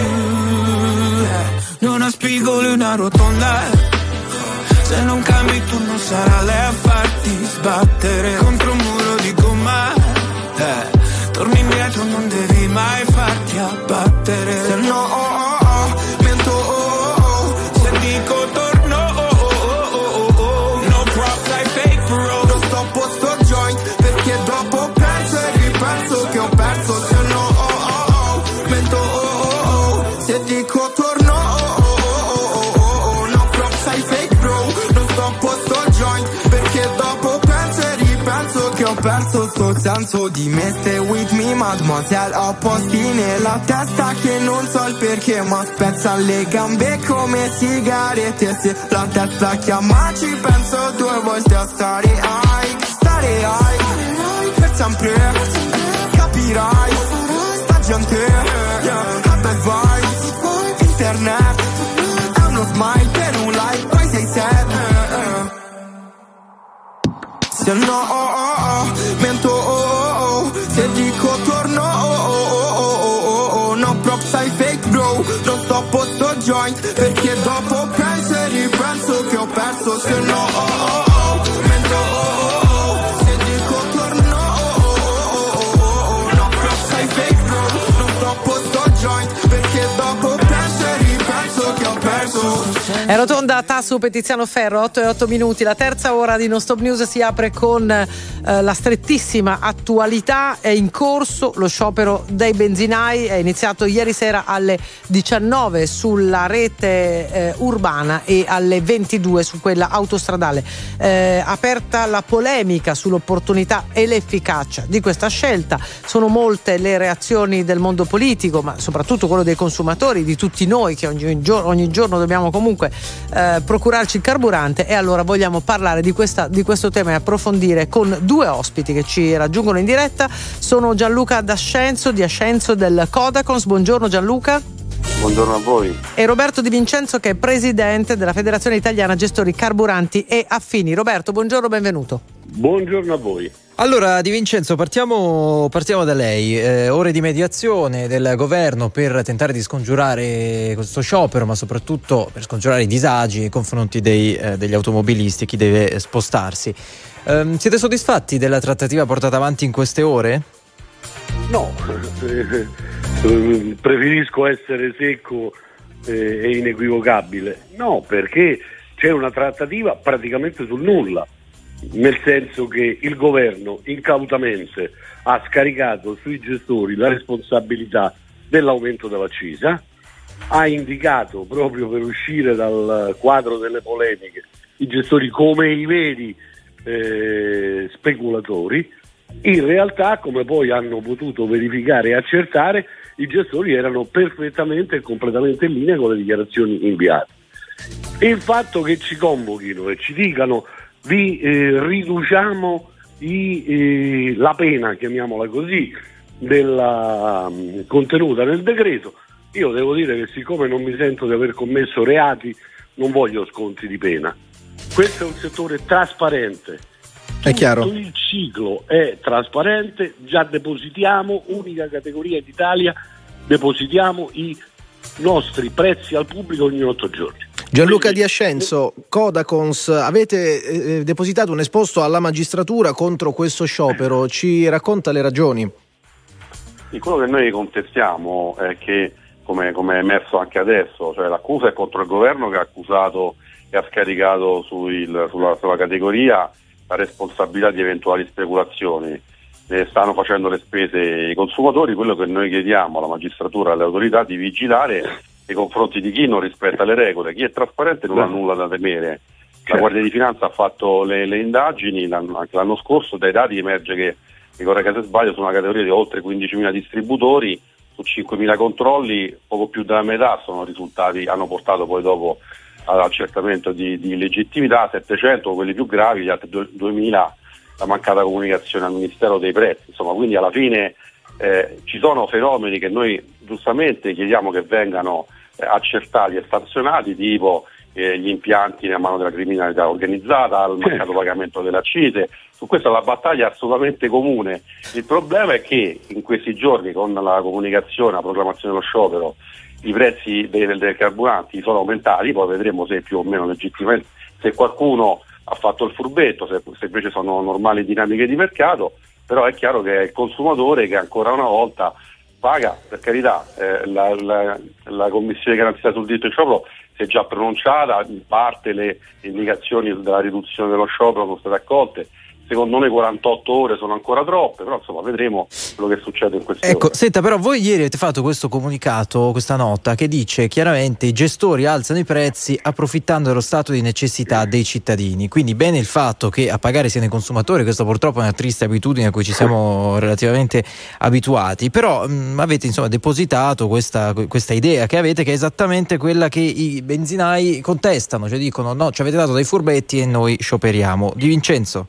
Speaker 10: Non ha spigoli una rotonda. Se non cambi tu non sarà lei a farti sbattere contro un muro di gomma. Eh. Torni indietro, non devi mai farti abbattere. Se no, oh, oh, oh, mento, oh, oh, oh. Se dico torno, oh, oh, oh, oh, oh. No props, I fake bro. Non stoppo sto joint, perché dopo penso e ripenso che ho perso. Se no, oh, oh, oh, mento, oh, oh, oh. Se dico torno, oh, oh, oh, oh, oh. No props, I fake bro. Non stoppo sto joint, perché dopo penso e ripenso che ho perso sto senso di me. Stay with me, mademoiselle, ho posti nella testa che non so il perché, ma spezza le gambe come sigarette. Se la testa chiama ci penso due volte a stare high, stare high, per sempre, capirai, sta gente, yeah, bad vibes, internet, è uno smile per un like, poi sei sad. Se no, oh, oh, oh, mento, oh, oh, oh. Se dico torno, oh, oh, oh, oh, oh, oh. No props, I fake bro. Non stoppo sto joint, perché dopo penso e ripenso che ho perso. Se no, oh, oh, oh, mento, oh, oh, oh. Se dico torno, oh, oh, oh, oh, oh. No props, I fake bro. Non stoppo sto joint, perché dopo penso e ripenso che ho perso.
Speaker 2: È rotonda Tasso Petiziano Ferro, otto e otto minuti. La terza ora di Non Stop News si apre con eh, la strettissima attualità. È in corso lo sciopero dei benzinai, è iniziato ieri sera alle diciannove sulla rete eh, urbana e alle ventidue su quella autostradale. Eh, aperta la polemica sull'opportunità e l'efficacia di questa scelta. Sono molte le reazioni del mondo politico, ma soprattutto quello dei consumatori, di tutti noi che ogni giorno, ogni giorno dobbiamo comunque eh, procurarci il carburante, e allora vogliamo parlare di, questa, di questo tema e approfondire con due ospiti che ci raggiungono in diretta. Sono Gianluca D'Ascenzo di Ascenzo del Codacons. Buongiorno Gianluca.
Speaker 18: Buongiorno a voi.
Speaker 2: E Roberto Di Vincenzo, che è presidente della Federazione Italiana Gestori Carburanti e Affini. Roberto, buongiorno, benvenuto.
Speaker 18: Buongiorno a voi.
Speaker 1: Allora, Di Vincenzo, partiamo, partiamo da lei. Eh, ore di mediazione del governo per tentare di scongiurare questo sciopero, ma soprattutto per scongiurare i disagi nei confronti dei, eh, degli automobilisti, chi deve spostarsi. Eh, siete soddisfatti della trattativa portata avanti in queste ore?
Speaker 18: No, eh, preferisco essere secco eh, è inequivocabile. No, perché c'è una trattativa praticamente sul nulla, nel senso che il governo incautamente ha scaricato sui gestori la responsabilità dell'aumento dell'accisa, ha indicato, proprio per uscire dal quadro delle polemiche, i gestori come i veri eh, speculatori. In realtà, come poi hanno potuto verificare e accertare, i gestori erano perfettamente e completamente in linea con le dichiarazioni inviate. E il fatto che ci convochino e ci dicano vi eh, riduciamo i, eh, la pena, chiamiamola così, della, um, contenuta nel decreto, io devo dire che siccome non mi sento di aver commesso reati, non voglio sconti di pena. Questo è un settore trasparente,
Speaker 8: è chiaro.
Speaker 18: Tutto il ciclo è trasparente, già depositiamo, unica categoria d'Italia, depositiamo i nostri prezzi al pubblico ogni otto giorni.
Speaker 8: Gianluca Di Ascenzo, Codacons, avete eh, depositato un esposto alla magistratura contro questo sciopero, ci racconta le ragioni?
Speaker 4: Sì, quello che noi contestiamo è che, come, come è emerso anche adesso, cioè l'accusa è contro il governo che ha accusato e ha scaricato sul, sulla, sulla categoria la responsabilità di eventuali speculazioni. Eh, stanno facendo le spese i consumatori. Quello che noi chiediamo alla magistratura e alle autorità di vigilare nei confronti di chi non rispetta le regole, chi è trasparente non ha nulla da temere. La Guardia di Finanza ha fatto le, le indagini l'anno, anche l'anno scorso, dai dati emerge che, mi corregga se sbaglio, su una categoria di oltre quindicimila distributori, su cinquemila controlli poco più della metà sono risultati, hanno portato poi dopo all'accertamento di, di legittimità, settecento quelli più gravi, gli altri duemila la mancata comunicazione al Ministero dei Prezzi. Insomma, quindi alla fine eh, ci sono fenomeni che noi giustamente chiediamo che vengano eh, accertati e sanzionati, tipo eh, gli impianti nella mano della criminalità organizzata, il mancato pagamento delle accise. Su questo la battaglia è assolutamente comune. Il problema è che in questi giorni, con la comunicazione, la proclamazione dello sciopero, i prezzi dei, dei carburanti sono aumentati, poi vedremo se più o meno legittimamente, se qualcuno ha fatto il furbetto, se, se invece sono normali dinamiche di mercato, però è chiaro che è il consumatore che ancora una volta paga. Per carità, eh, la, la, la Commissione di garanzia sul diritto di sciopero si è già pronunciata, in parte le indicazioni della riduzione dello sciopero sono state accolte. Secondo noi quarantotto ore sono ancora troppe, però insomma vedremo quello che succede in queste
Speaker 1: ecco,
Speaker 4: ore.
Speaker 1: Senta, però voi ieri avete fatto questo comunicato, questa nota che dice chiaramente i gestori alzano i prezzi approfittando dello stato di necessità dei cittadini, quindi bene il fatto che a pagare siano i consumatori, questa purtroppo è una triste abitudine a cui ci siamo relativamente abituati, però mh, avete insomma depositato questa, questa idea che avete, che è esattamente quella che i benzinai contestano, cioè dicono no, ci avete dato dei furbetti e noi scioperiamo. Di Vincenzo?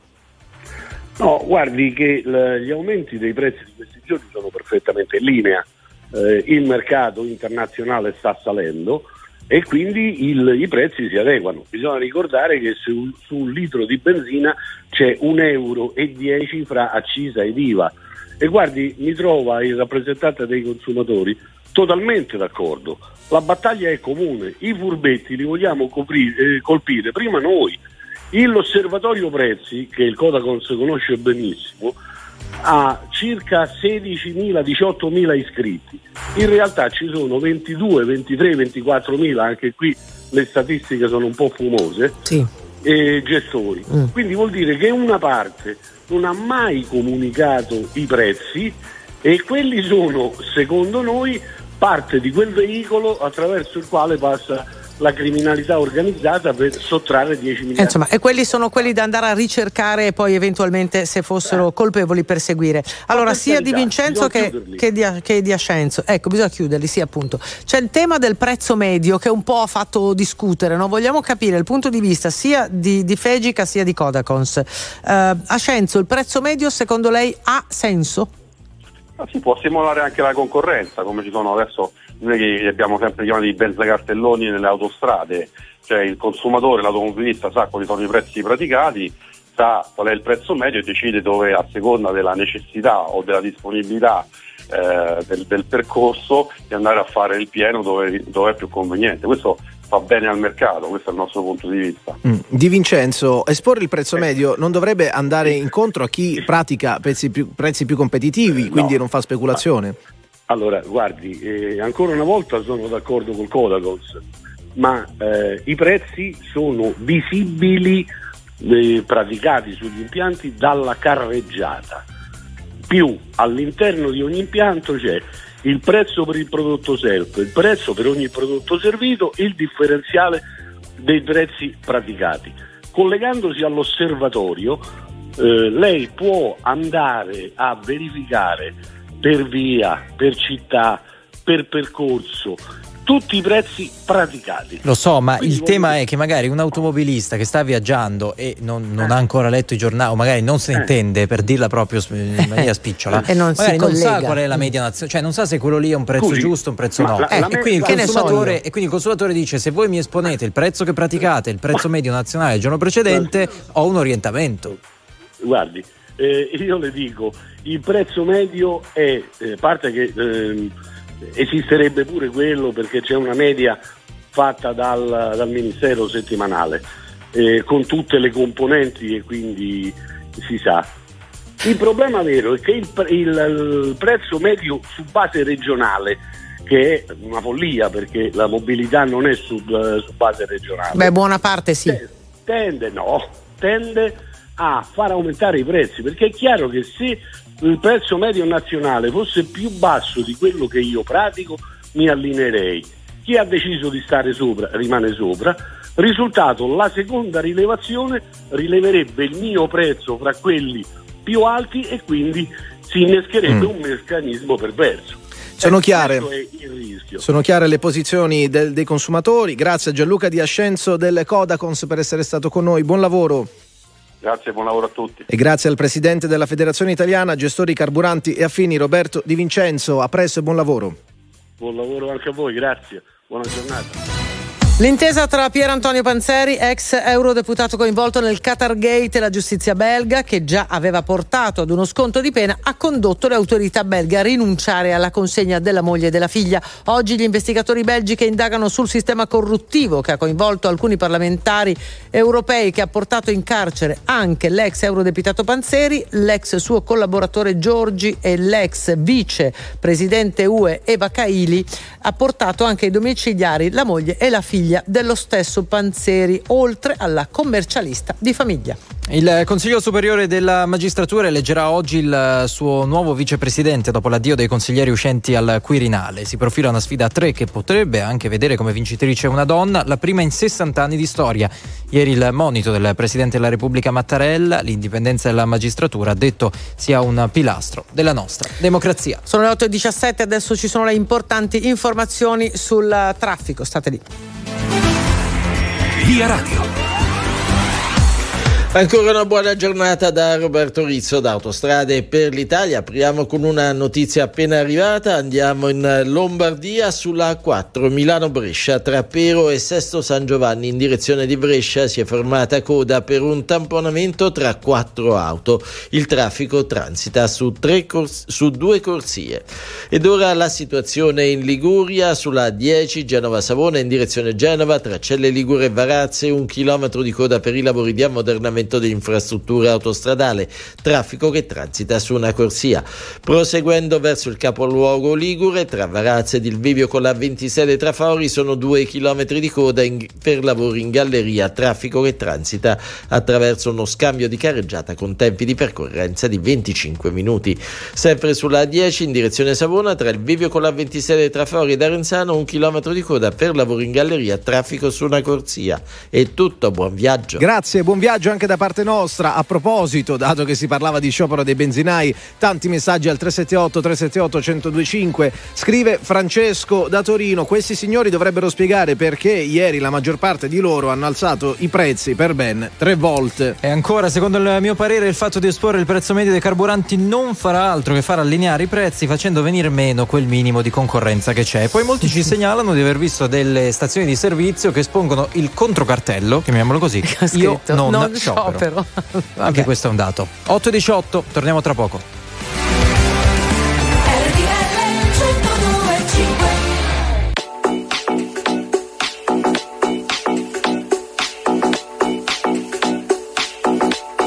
Speaker 18: No, guardi che l- gli aumenti dei prezzi di questi giorni sono perfettamente in linea, eh, il mercato internazionale sta salendo e quindi il, i prezzi si adeguano. Bisogna ricordare che su, su un litro di benzina c'è un euro e dieci fra accisa ed I V A e guardi, mi trova il rappresentante dei consumatori totalmente d'accordo, la battaglia è comune, i furbetti li vogliamo coprire, eh, colpire prima noi. L'osservatorio prezzi, che il Codacons conosce benissimo, ha circa sedicimila diciottomila iscritti, in realtà ci sono ventidue, ventitré, ventiquattromila, anche qui le statistiche sono un po' fumose,
Speaker 2: sì.
Speaker 18: eh, gestori, mm. quindi vuol dire che una parte non ha mai comunicato i prezzi e quelli sono, secondo noi, parte di quel veicolo attraverso il quale passa la criminalità organizzata per sottrarre dieci miliardi.
Speaker 2: Insomma, e quelli sono quelli da andare a ricercare e poi eventualmente, se fossero colpevoli, perseguire. Allora, sia di Vincenzo che, che, di, che di Ascenzo. Ecco, bisogna chiuderli, sì, appunto. C'è il tema del prezzo medio che un po' ha fatto discutere, no? Vogliamo capire il punto di vista sia di, di Fegica sia di Codacons. Uh, Ascenzo, il prezzo medio secondo lei ha senso?
Speaker 4: Ma si può stimolare anche la concorrenza, come ci sono adesso. Noi che abbiamo sempre chiamati i benzacartelloni nelle autostrade, cioè il consumatore, l'automobilista sa quali sono i prezzi praticati, sa qual è il prezzo medio e decide dove, a seconda della necessità o della disponibilità eh, del, del percorso, di andare a fare il pieno dove, dove è più conveniente. Questo fa bene al mercato, questo è il nostro punto di vista.
Speaker 8: Mm. Di Vincenzo, esporre il prezzo medio non dovrebbe andare incontro a chi pratica prezzi più, prezzi più competitivi, quindi no. non fa speculazione?
Speaker 18: Allora, guardi, eh, ancora una volta sono d'accordo col Codacons, ma eh, i prezzi sono visibili, eh, praticati sugli impianti dalla carreggiata. Più all'interno di ogni impianto c'è il prezzo per il prodotto self, il prezzo per ogni prodotto servito e il differenziale dei prezzi praticati. Collegandosi all'osservatorio, eh, lei può andare a verificare per via, per città, per percorso, tutti i prezzi praticati.
Speaker 1: Lo so, ma
Speaker 18: Quindi
Speaker 1: il tema è che magari un automobilista che sta viaggiando e non, non
Speaker 18: Eh.
Speaker 1: ha ancora letto i giornali, o magari non se ne
Speaker 18: Eh.
Speaker 1: intende, per dirla proprio in maniera spicciola,
Speaker 2: E non si
Speaker 1: magari non sa
Speaker 2: collega.
Speaker 1: qual è la media nazionale, cioè non sa se quello lì è un prezzo
Speaker 18: Scusi,
Speaker 1: giusto o un prezzo
Speaker 18: ma
Speaker 1: no.
Speaker 18: la-
Speaker 1: Eh,
Speaker 18: la
Speaker 1: e,
Speaker 18: me-
Speaker 1: quindi il
Speaker 2: che ne so
Speaker 1: consumatore,
Speaker 2: io?
Speaker 1: e quindi il consumatore dice: se voi mi esponete il prezzo che praticate, il prezzo medio nazionale del giorno precedente, ho un orientamento.
Speaker 18: Guardi, eh, io le dico, il prezzo medio è, eh, a parte che ehm, esisterebbe pure quello perché c'è una media fatta dal, dal Ministero settimanale, eh, con tutte le componenti e quindi si sa. Il problema vero è che il, pre- il, il prezzo medio su base regionale, che è una follia perché la mobilità non è su, eh, su base regionale,
Speaker 2: Beh, buona parte sì.
Speaker 18: tende, no, tende a far aumentare i prezzi, perché è chiaro che se il prezzo medio nazionale fosse più basso di quello che io pratico, mi allineerei. Chi ha deciso di stare sopra rimane sopra. Risultato, la seconda rilevazione rileverebbe il mio prezzo fra quelli più alti e quindi si innescherebbe
Speaker 8: Mm.
Speaker 18: un meccanismo perverso.
Speaker 8: Sono
Speaker 18: Eh,
Speaker 8: chiare.
Speaker 18: questo è il rischio.
Speaker 8: Sono chiare le posizioni del- dei consumatori. Grazie a Gianluca Di Ascenzo del Codacons per essere stato con noi. Buon lavoro.
Speaker 4: Grazie, buon lavoro a tutti.
Speaker 8: E grazie al presidente della Federazione Italiana Gestori Carburanti e Affini Roberto Di Vincenzo. A presto e buon lavoro.
Speaker 18: Buon lavoro anche a voi, grazie. Buona giornata.
Speaker 2: L'intesa tra Pier Antonio Panzeri, ex eurodeputato coinvolto nel Qatargate, e la giustizia belga, che già aveva portato ad uno sconto di pena, ha condotto le autorità belga a rinunciare alla consegna della moglie e della figlia. Oggi gli investigatori belgi che indagano sul sistema corruttivo che ha coinvolto alcuni parlamentari europei, che ha portato in carcere anche l'ex eurodeputato Panzeri, l'ex suo collaboratore Giorgi e l'ex vice presidente U E Eva Kaili, ha portato anche ai domiciliari la moglie e la figlia dello stesso Panzeri, oltre alla commercialista di famiglia.
Speaker 1: Il Consiglio Superiore della Magistratura eleggerà oggi il suo nuovo vicepresidente dopo l'addio dei consiglieri uscenti al Quirinale. Si profila una sfida a tre che potrebbe anche vedere come vincitrice una donna, la prima in sessanta anni di storia. Ieri il monito del Presidente della Repubblica Mattarella: l'indipendenza della magistratura, ha detto, sia un pilastro della nostra democrazia.
Speaker 2: Sono le otto e diciassette, adesso ci sono le importanti informazioni sul traffico. State lì.
Speaker 21: Via Radio.
Speaker 6: Ancora una buona giornata da Roberto Rizzo da Autostrade per l'Italia. Apriamo con una notizia appena arrivata. Andiamo in Lombardia sulla A quattro Milano-Brescia tra Pero e Sesto San Giovanni in direzione di Brescia. Si è formata coda per un tamponamento tra quattro auto. Il traffico transita su, tre cors- su due corsie. Ed ora la situazione in Liguria sulla A dieci Genova-Savona in direzione Genova tra Celle Ligure e Varazze. Un chilometro di coda per i lavori di ammodernamento di infrastruttura autostradale, traffico che transita su una corsia. Proseguendo verso il capoluogo ligure tra Varazze ed il Vivio con la ventisei dei Trafori sono due chilometri di coda in, per lavori in galleria, traffico che transita attraverso uno scambio di carreggiata con tempi di percorrenza di venticinque minuti. Sempre sulla A dieci in direzione Savona tra il Vivio con la ventisei dei Trafori ed Arenzano un chilometro di coda per lavori in galleria, traffico su una corsia. È tutto, buon viaggio.
Speaker 8: Grazie, buon viaggio anche da parte nostra. A proposito, dato che si parlava di sciopero dei benzinai, tanti messaggi al tre sette otto tre sette otto uno zero due cinque. Scrive Francesco da Torino: questi signori dovrebbero spiegare perché ieri la maggior parte di loro hanno alzato i prezzi per ben tre volte.
Speaker 1: E ancora, secondo il mio parere, il fatto di esporre il prezzo medio dei carburanti non farà altro che far allineare i prezzi, facendo venire meno quel minimo di concorrenza che c'è. Poi molti ci segnalano di aver visto delle stazioni di servizio che espongono il controcartello, chiamiamolo così, io non,
Speaker 2: non
Speaker 1: sciopero.
Speaker 2: sciopero.
Speaker 1: Anche questo è un dato. otto e diciotto, torniamo tra poco.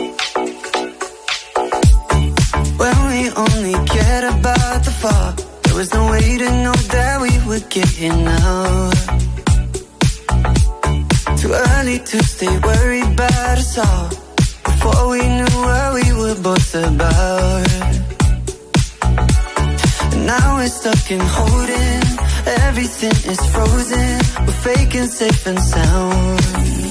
Speaker 7: When we only cared about the fall, there was no way to know that we would get here now. Too early to stay worried about us all, before we knew what we were both about. And now we're stuck in holding, everything is frozen, we're faking safe and sound.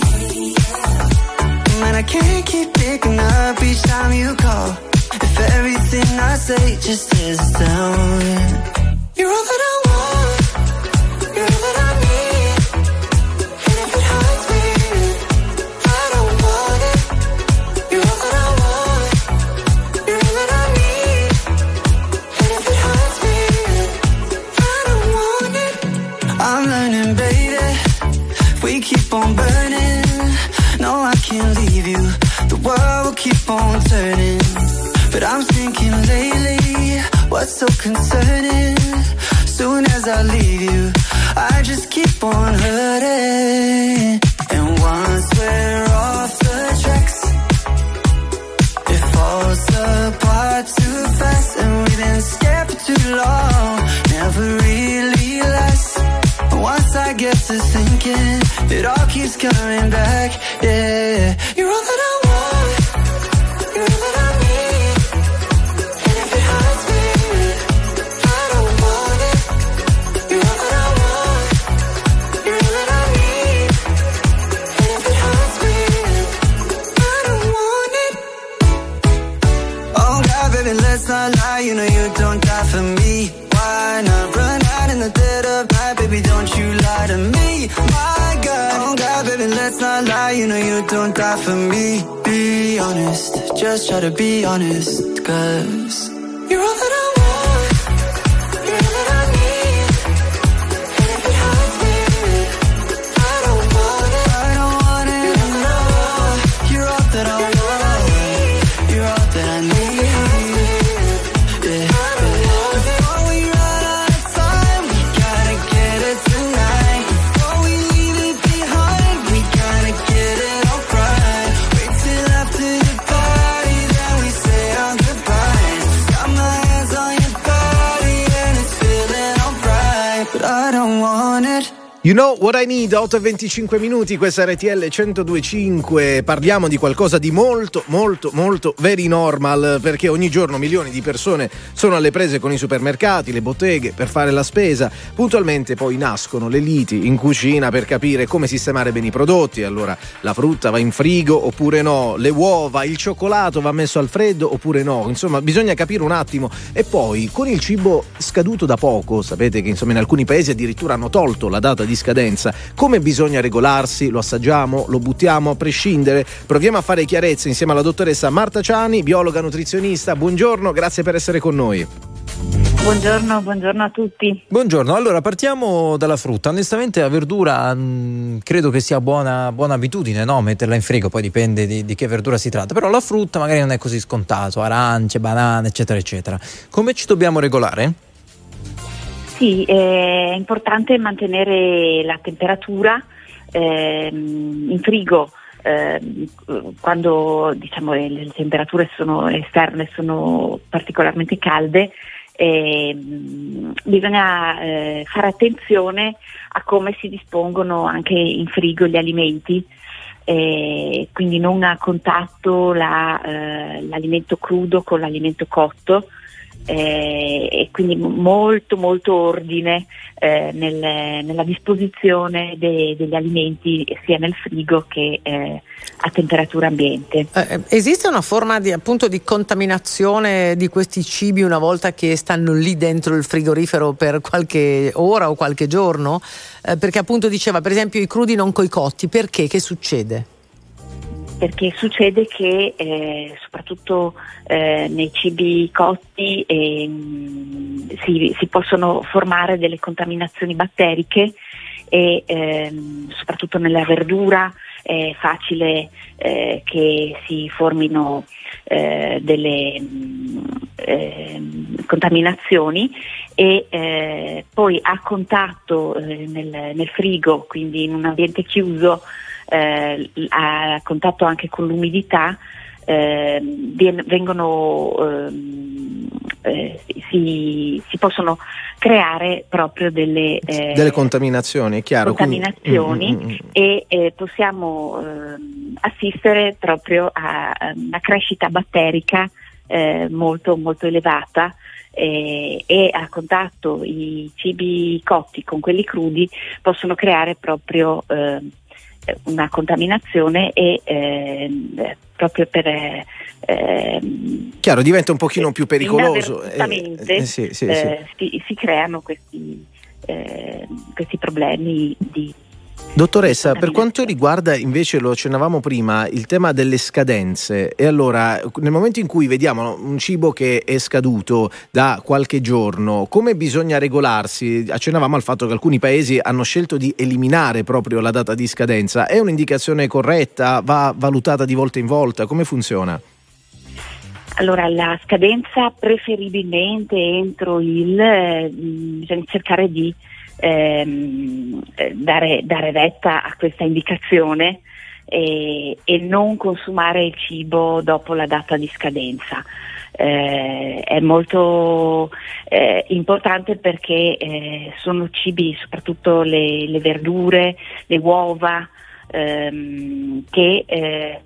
Speaker 7: Man, I can't keep picking up each time you call, if everything I say just is down. You're all that I want, you're all that I need, and if it hurts me, I don't want it. You're all that I want, you're all that I need, and if it hurts me, I don't want it. I'm learning, baby, if we keep on burning, no, I can't leave you, the world will keep on turning. But I'm thinking lately, what's so concerning? Soon as I leave you, I just keep on hurting. And once we're off the tracks, it falls apart too fast. And we've been scared for too long, never really lasts. And once I get to thinking, it all keeps coming back, yeah. You're all that I want, you're all that I need. Let's not lie, you know you don't die for me. Why not run out in the dead of night, baby, don't you lie to me. My God, oh God, baby, let's not lie, you know you don't die for me. Be honest, just try to be honest, cause you're all that I want, you're all that I need, and if it hurts me, I don't want it, I don't want it, no. You're all that I want, you're all that I need.
Speaker 8: You know what I need, otto e venticinque minuti, questa R T L centodue e cinque. Parliamo di qualcosa di molto, molto, molto very normal, perché ogni giorno milioni di persone sono alle prese con i supermercati, le botteghe per fare la spesa. Puntualmente poi nascono le liti in cucina per capire come sistemare bene i prodotti. Allora la frutta va in frigo oppure no, le uova, il cioccolato va messo al freddo oppure no. Insomma, bisogna capire un attimo. E poi con il cibo scaduto da poco, sapete che insomma in alcuni paesi addirittura hanno tolto la data di scadenza, come bisogna regolarsi? Lo assaggiamo? Lo buttiamo a prescindere? Proviamo a fare chiarezza insieme alla dottoressa Marta Ciani, biologa nutrizionista. Buongiorno, grazie per essere con noi.
Speaker 17: Buongiorno, buongiorno a tutti.
Speaker 1: Buongiorno, allora partiamo dalla frutta. Onestamente la verdura mh, credo che sia buona, buona abitudine, no? Metterla in frigo, poi dipende di, di che verdura si tratta, però la frutta magari non è così scontato, arance, banane, eccetera, eccetera. Come ci dobbiamo regolare?
Speaker 17: Sì, è importante mantenere la temperatura ehm, in frigo ehm, quando diciamo le, le temperature sono esterne sono particolarmente calde. Ehm, bisogna eh, fare attenzione a come si dispongono anche in frigo gli alimenti, eh, quindi non a contatto la, eh, l'alimento crudo con l'alimento cotto. Eh, e quindi molto molto ordine eh, nel, nella disposizione de, degli alimenti sia nel frigo che eh, a temperatura ambiente.
Speaker 2: Eh, esiste una forma di, appunto, di contaminazione di questi cibi una volta che stanno lì dentro il frigorifero per qualche ora o qualche giorno? Eh, perché appunto diceva per esempio i crudi non coi cotti, perché? Che succede?
Speaker 17: Perché succede che eh, soprattutto eh, nei cibi cotti eh, si, si possono formare delle contaminazioni batteriche e ehm, soprattutto nella verdura è facile eh, che si formino eh, delle eh, contaminazioni e eh, poi a contatto eh, nel, nel frigo, quindi in un ambiente chiuso, Eh, a contatto anche con l'umidità eh, vengono eh, eh, si, si possono creare proprio delle, eh,
Speaker 8: delle contaminazioni, è chiaro.
Speaker 17: contaminazioni
Speaker 8: Quindi, mm, mm, mm.
Speaker 17: e eh, possiamo eh, assistere proprio a, a una crescita batterica eh, molto molto elevata. Eh, e a contatto i cibi cotti con quelli crudi possono creare proprio eh, una contaminazione e eh, proprio per eh,
Speaker 8: chiaro, diventa un pochino più pericoloso.
Speaker 17: Inavvertitamente
Speaker 8: eh, eh, sì, sì,
Speaker 17: eh,
Speaker 8: sì.
Speaker 17: si, si creano questi, eh, questi problemi di
Speaker 8: Dottoressa, per quanto riguarda invece, lo accennavamo prima, il tema delle scadenze, e allora nel momento in cui vediamo un cibo che è scaduto da qualche giorno, come bisogna regolarsi? Accennavamo al fatto che alcuni paesi hanno scelto di eliminare proprio la data di scadenza. È un'indicazione corretta? Va valutata di volta in volta? Come funziona?
Speaker 17: Allora, la scadenza preferibilmente entro il eh, bisogna cercare di Ehm, dare, dare retta a questa indicazione e, e non consumare il cibo dopo la data di scadenza. Eh, è molto eh, importante perché eh, sono cibi, soprattutto le, le verdure, le uova, ehm, che eh,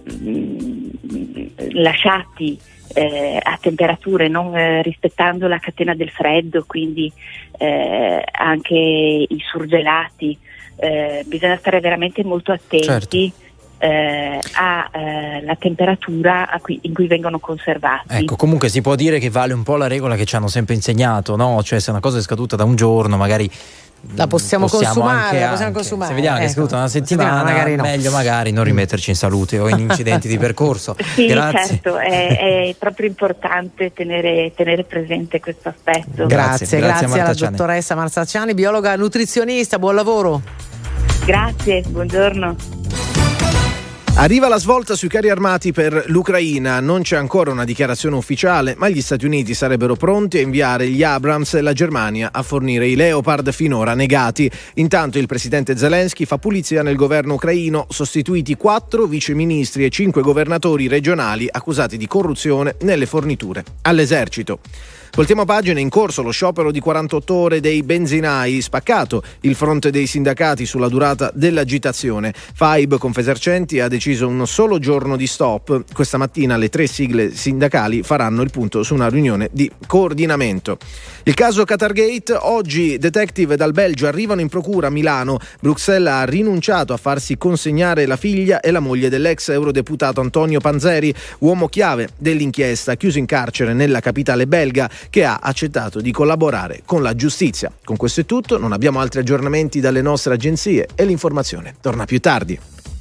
Speaker 17: lasciati Eh, a temperature non eh, rispettando la catena del freddo, quindi eh, anche i surgelati, eh, bisogna stare veramente molto attenti. Certo. Eh, a eh, la temperatura a cui, in cui vengono conservati.
Speaker 1: Ecco, comunque si può dire che vale un po' la regola che ci hanno sempre insegnato, no? Cioè, se una cosa è scaduta da un giorno, magari
Speaker 2: la possiamo,
Speaker 1: possiamo
Speaker 2: consumare,
Speaker 1: anche,
Speaker 2: la possiamo
Speaker 1: anche.
Speaker 2: consumare.
Speaker 1: Se vediamo
Speaker 2: ecco.
Speaker 1: che è scaduta una settimana,
Speaker 2: magari no.
Speaker 1: meglio magari non rimetterci in salute o in incidenti di percorso.
Speaker 17: Sì,
Speaker 1: Grazie.
Speaker 17: certo, è, è proprio importante tenere, tenere presente questo aspetto.
Speaker 2: Grazie, grazie, grazie alla
Speaker 1: Martacciani.
Speaker 2: dottoressa Martacciani, biologa nutrizionista, buon lavoro.
Speaker 17: Grazie, buongiorno.
Speaker 8: Arriva la svolta sui carri armati per l'Ucraina. Non c'è ancora una dichiarazione ufficiale, ma gli Stati Uniti sarebbero pronti a inviare gli Abrams e la Germania a fornire i Leopard finora negati. Intanto il presidente Zelensky fa pulizia nel governo ucraino, sostituiti quattro viceministri e cinque governatori regionali accusati di corruzione nelle forniture all'esercito. Voltiamo pagina, in corso lo sciopero di quarantotto ore dei benzinai, spaccato il fronte dei sindacati sulla durata dell'agitazione. Faib Confesercenti ha deciso un solo giorno di stop. Questa mattina le tre sigle sindacali faranno il punto su una riunione di coordinamento. Il caso Qatargate, oggi detective dal Belgio arrivano in procura a Milano. Bruxelles ha rinunciato a farsi consegnare la figlia e la moglie dell'ex eurodeputato Antonio Panzeri, uomo chiave dell'inchiesta, chiuso in carcere nella capitale belga, che ha accettato di collaborare con la giustizia. Con questo è tutto, non abbiamo altri aggiornamenti dalle nostre agenzie e l'informazione torna più tardi.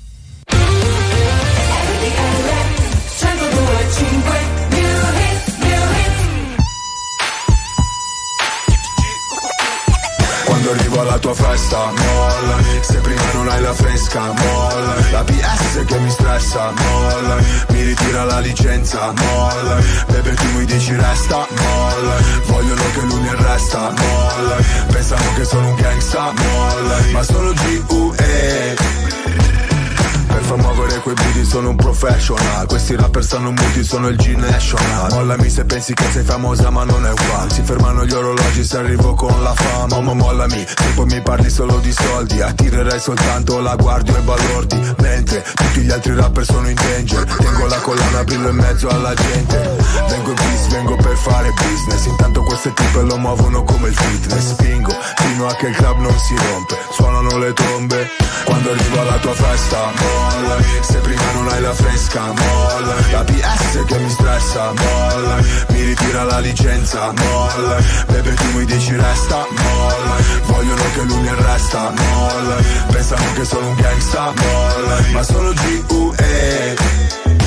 Speaker 11: Quando arrivo alla tua festa, molla. Se prima non hai la fresca, molla. La P S che mi stressa, molla. Mi ritira la licenza, molla. Bebe tu mi dici resta, molla. Vogliono che lui mi arresta, molla. Pensano che sono un gangsta, molla. Ma sono G U E. Per far muovere quei beat sono un professional. Questi rapper stanno muti, sono il G-National. Mollami se pensi che sei famosa ma non è uguale. Si fermano gli orologi se arrivo con la fama. Mamma mollami, se poi mi parli solo di soldi. Attirerai soltanto la guardia e balordi. Mentre tutti gli altri rapper sono in danger. Tengo la collana, brillo in mezzo alla gente. Vengo in peace, vengo per fare business. Intanto queste tipe lo muovono come il fitness. Spingo fino a che il club non si rompe. Suonano le trombe quando arrivo alla tua festa, molla. Se prima non hai la fresca, molla. La P S che mi stressa, molla. Mi ritira la licenza, molla. Bebe tu mi dici resta, molla. Vogliono che lui mi arresta, molla. Pensano che sono un gangsta, molla. Ma sono G U E.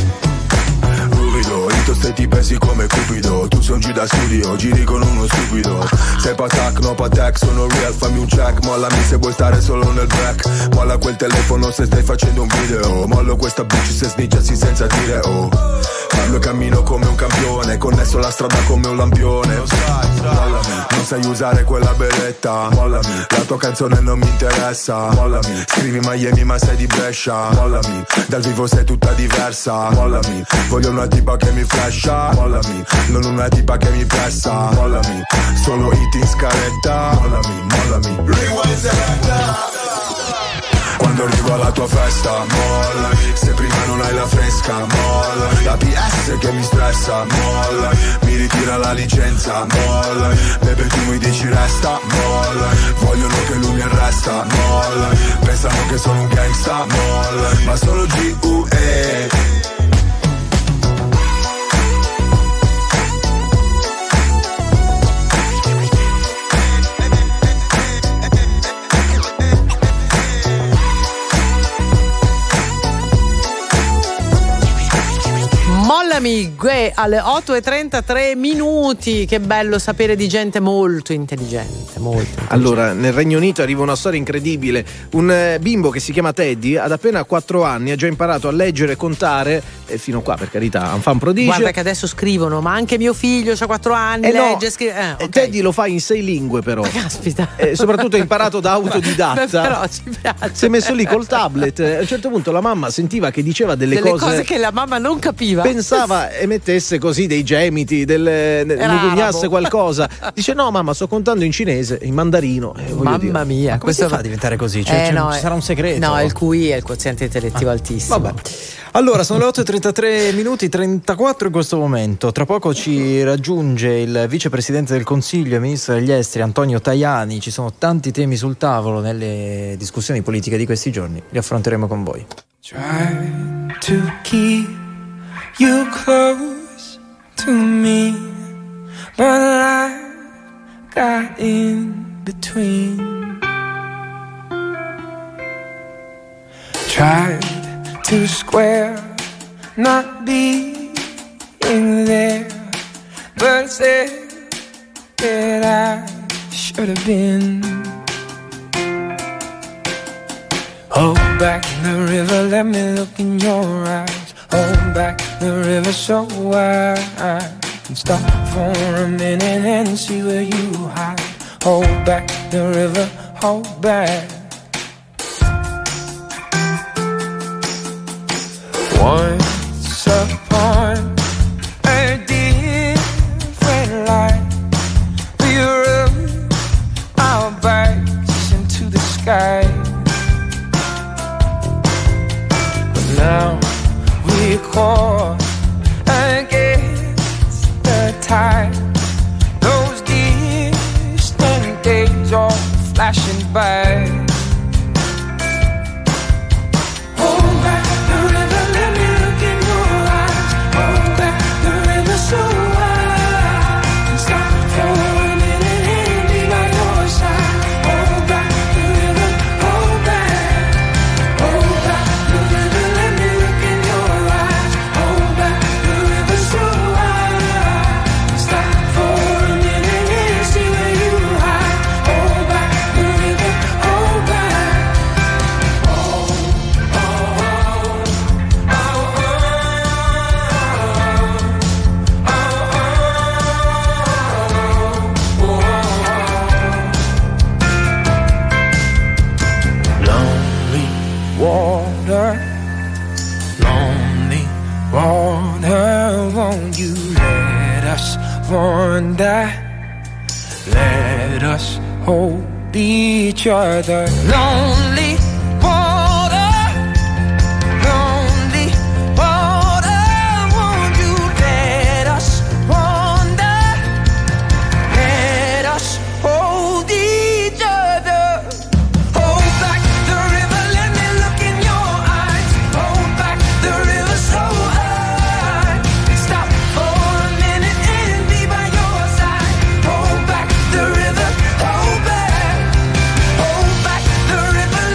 Speaker 11: Ito stai ti pesi come Cupido. Tu sei un G da studio, giri con uno stupido. Sei patac, no patac, sono real, fammi un check. Mollami se vuoi stare solo nel back. Molla quel telefono se stai facendo un video. Mollo questa bitch se snitchassi senza dire oh. Parlo e cammino come un campione, connesso la strada come un lampione. Mollami, non sai usare quella beretta. Mollami, la tua canzone non mi interessa. Mollami, scrivi Miami ma sei di Brescia. Mollami, dal vivo sei tutta diversa. Mollami, voglio una tipa che mi flasha. Mollami, non una tipa che mi pressa. Mollami, solo hit in scaletta. Mollami, mollami, rewind selecta. Quando arrivo alla tua festa, molla. Se prima non hai la fresca, molla. La P S che mi stressa, molla. Mi ritira la licenza, molla. Bebe tu mi dici resta, molla. Vogliono che lui mi arresta, molla. Pensano che sono un gangsta, molla. Ma solo G U E.
Speaker 2: Mollami Gue alle otto e trentatré minuti. Che bello sapere di gente molto intelligente, molto intelligente.
Speaker 8: Allora, nel Regno Unito arriva una storia incredibile. Un eh, bimbo che si chiama Teddy ad appena quattro anni ha già imparato a leggere e contare, e fino qua per carità, un fan prodigio.
Speaker 2: Guarda che adesso scrivono, ma anche mio figlio ha quattro anni,
Speaker 8: eh
Speaker 2: legge,
Speaker 8: no,
Speaker 2: scrive. Eh, okay.
Speaker 8: Teddy lo fa in sei lingue però.
Speaker 2: Ma caspita.
Speaker 8: E soprattutto ha imparato da autodidatta.
Speaker 2: Però ci piace.
Speaker 8: Si è messo lì col tablet. A un certo punto la mamma sentiva che diceva delle,
Speaker 2: delle
Speaker 8: cose,
Speaker 2: cose che la mamma non capiva.
Speaker 8: Pensava emettesse così dei gemiti, del, ne, mugugnasse qualcosa. Dice no mamma, sto contando in cinese, in mandarino. Eh,
Speaker 2: Mamma
Speaker 8: dire.
Speaker 2: mia,
Speaker 1: ma come si fa a diventare così? Cioè,
Speaker 2: eh,
Speaker 1: cioè,
Speaker 2: no,
Speaker 1: ci sarà un segreto?
Speaker 2: No, il Q I è il quoziente intellettivo ah, altissimo.
Speaker 1: Vabbè. Allora, sono le otto e trentatré minuti, trentaquattro in questo momento. Tra poco ci raggiunge il vicepresidente del Consiglio e ministro degli esteri Antonio Tajani. Ci sono tanti temi sul tavolo nelle discussioni politiche di questi giorni. Li affronteremo con voi.
Speaker 10: Try to keep you close to me, but I got in between. Tried to square not being there, but said that I should have been. Hold back the river, let me look in your eyes. Hold back the river so I can stop for a minute and see where you hide. Hold back the river, hold back. Once upon a different life, we rode our bikes into the sky. But now we caught against the tide. Those distant days all flashing by. Hold back the river, let me look in your eyes. Hold back the river so I can stop for a minute and be by your side. Hold back the river, hold back. Hold back the river, let me look in your eyes. Hold back the river so I can stop for a minute and see where you hide. Hold back the river, hold back. Lonely water, lonely water, won't you let us wander? Let us hold each other. Lonely water, lonely water, won't you let us wander? Let us hold each other. Hold back the river, let me look in your eyes. Hold back the river so I can stop for a minute and be by your side. Hold back the river, hold back. Hold back the river,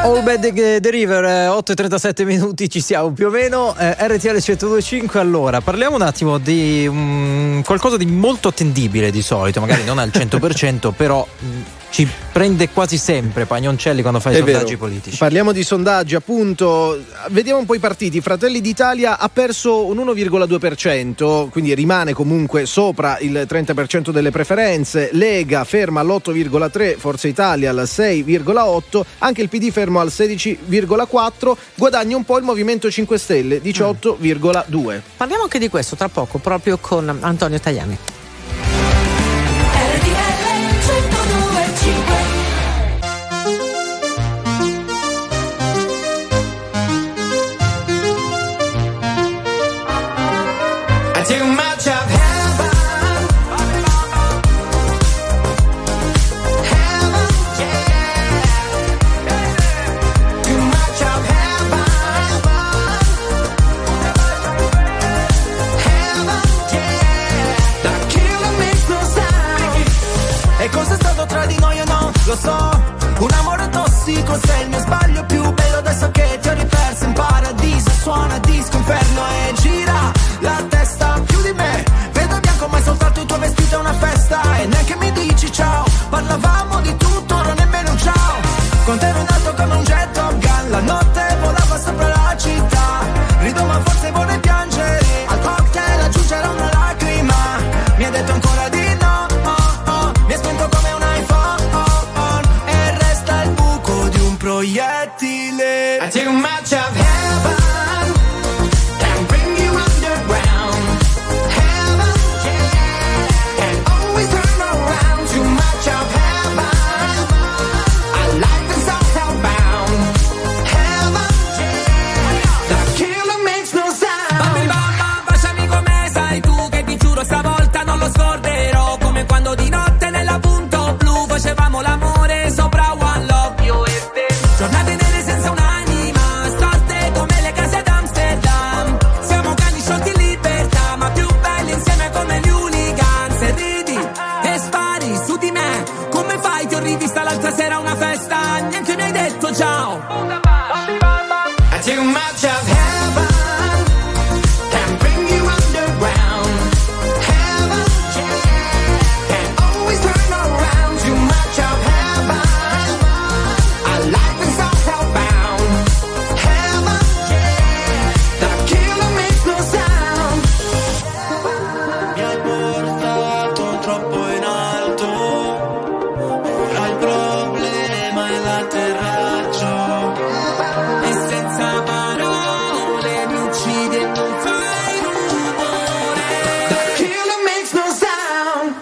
Speaker 1: All Bad The River, otto e trentasette minuti ci siamo più o meno, eh, R T L centodue e cinque. Allora parliamo un attimo di um, qualcosa di molto attendibile di solito, magari non al cento per cento, però mh, ci prende quasi sempre Pagnoncelli quando fa i
Speaker 8: È
Speaker 1: sondaggi
Speaker 8: vero.
Speaker 1: politici.
Speaker 8: Parliamo di sondaggi, appunto. Vediamo un po' i partiti. Fratelli d'Italia ha perso un uno virgola due per cento, quindi rimane comunque sopra il trenta per cento delle preferenze. Lega ferma all'otto virgola tre, Forza Italia al sei virgola otto, anche il P D fermo al sedici virgola quattro, guadagna un po' il Movimento cinque Stelle, diciotto virgola due.
Speaker 2: Parliamo anche di questo tra poco, proprio con Antonio Tajani.
Speaker 10: Too much of heaven, heaven, yeah. Too much of heaven, heaven, yeah. The killer makes no sound.
Speaker 9: E cos'è stato tra di noi o no? Lo so, un amore tossico, sei il mio sbaglio più bello. Adesso che ti ho riperso in paradiso, suona disco inferno e gira la testa più di me. Vedo bianco ma è soltanto il tuo vestito è una festa. E neanche mi dici ciao, parlavamo di tutto, ora nemmeno un ciao. Con te ero in alto come un jet Top Gun, la notte volava sopra la città. Rido ma forse vorrei piangere, al cocktail aggiungerò una lacrima. Mi hai detto ancora di no, oh, oh. Mi hai spento come un iPhone, oh, oh. E resta il buco di un proiettile.
Speaker 10: I too much of heaven can bring you underground. Heaven, yeah, can always turn around. Too much of heaven, our life is all hellbound. Heaven, yeah, the killer makes no sound.
Speaker 25: Bambi bamba, baciami come sai tu, che ti giuro stavolta non lo scorderò. Come quando di notte nella punto blu facevamo l'amore sopra One Love, io e te. Giornate nere senza un'anima, storte come le case d'Amsterdam. Siamo cani sciolti in libertà, ma più belli insieme come gli hooligans. E ridi e spari su di me, come fai? Ti ho rivista l'altra sera a una festa, niente mi hai detto ciao.
Speaker 10: I too much of heaven can bring you underground. Heaven, yeah, can always turn around. Too much of heaven, our life is all hellbound. Heaven, yeah, the killer makes no sound.
Speaker 9: Mi hai portato troppo in alto, ora il problema è l'atterraggio.
Speaker 25: E senza parole mi uccidi e non fai rumore.
Speaker 10: The killer makes no sound.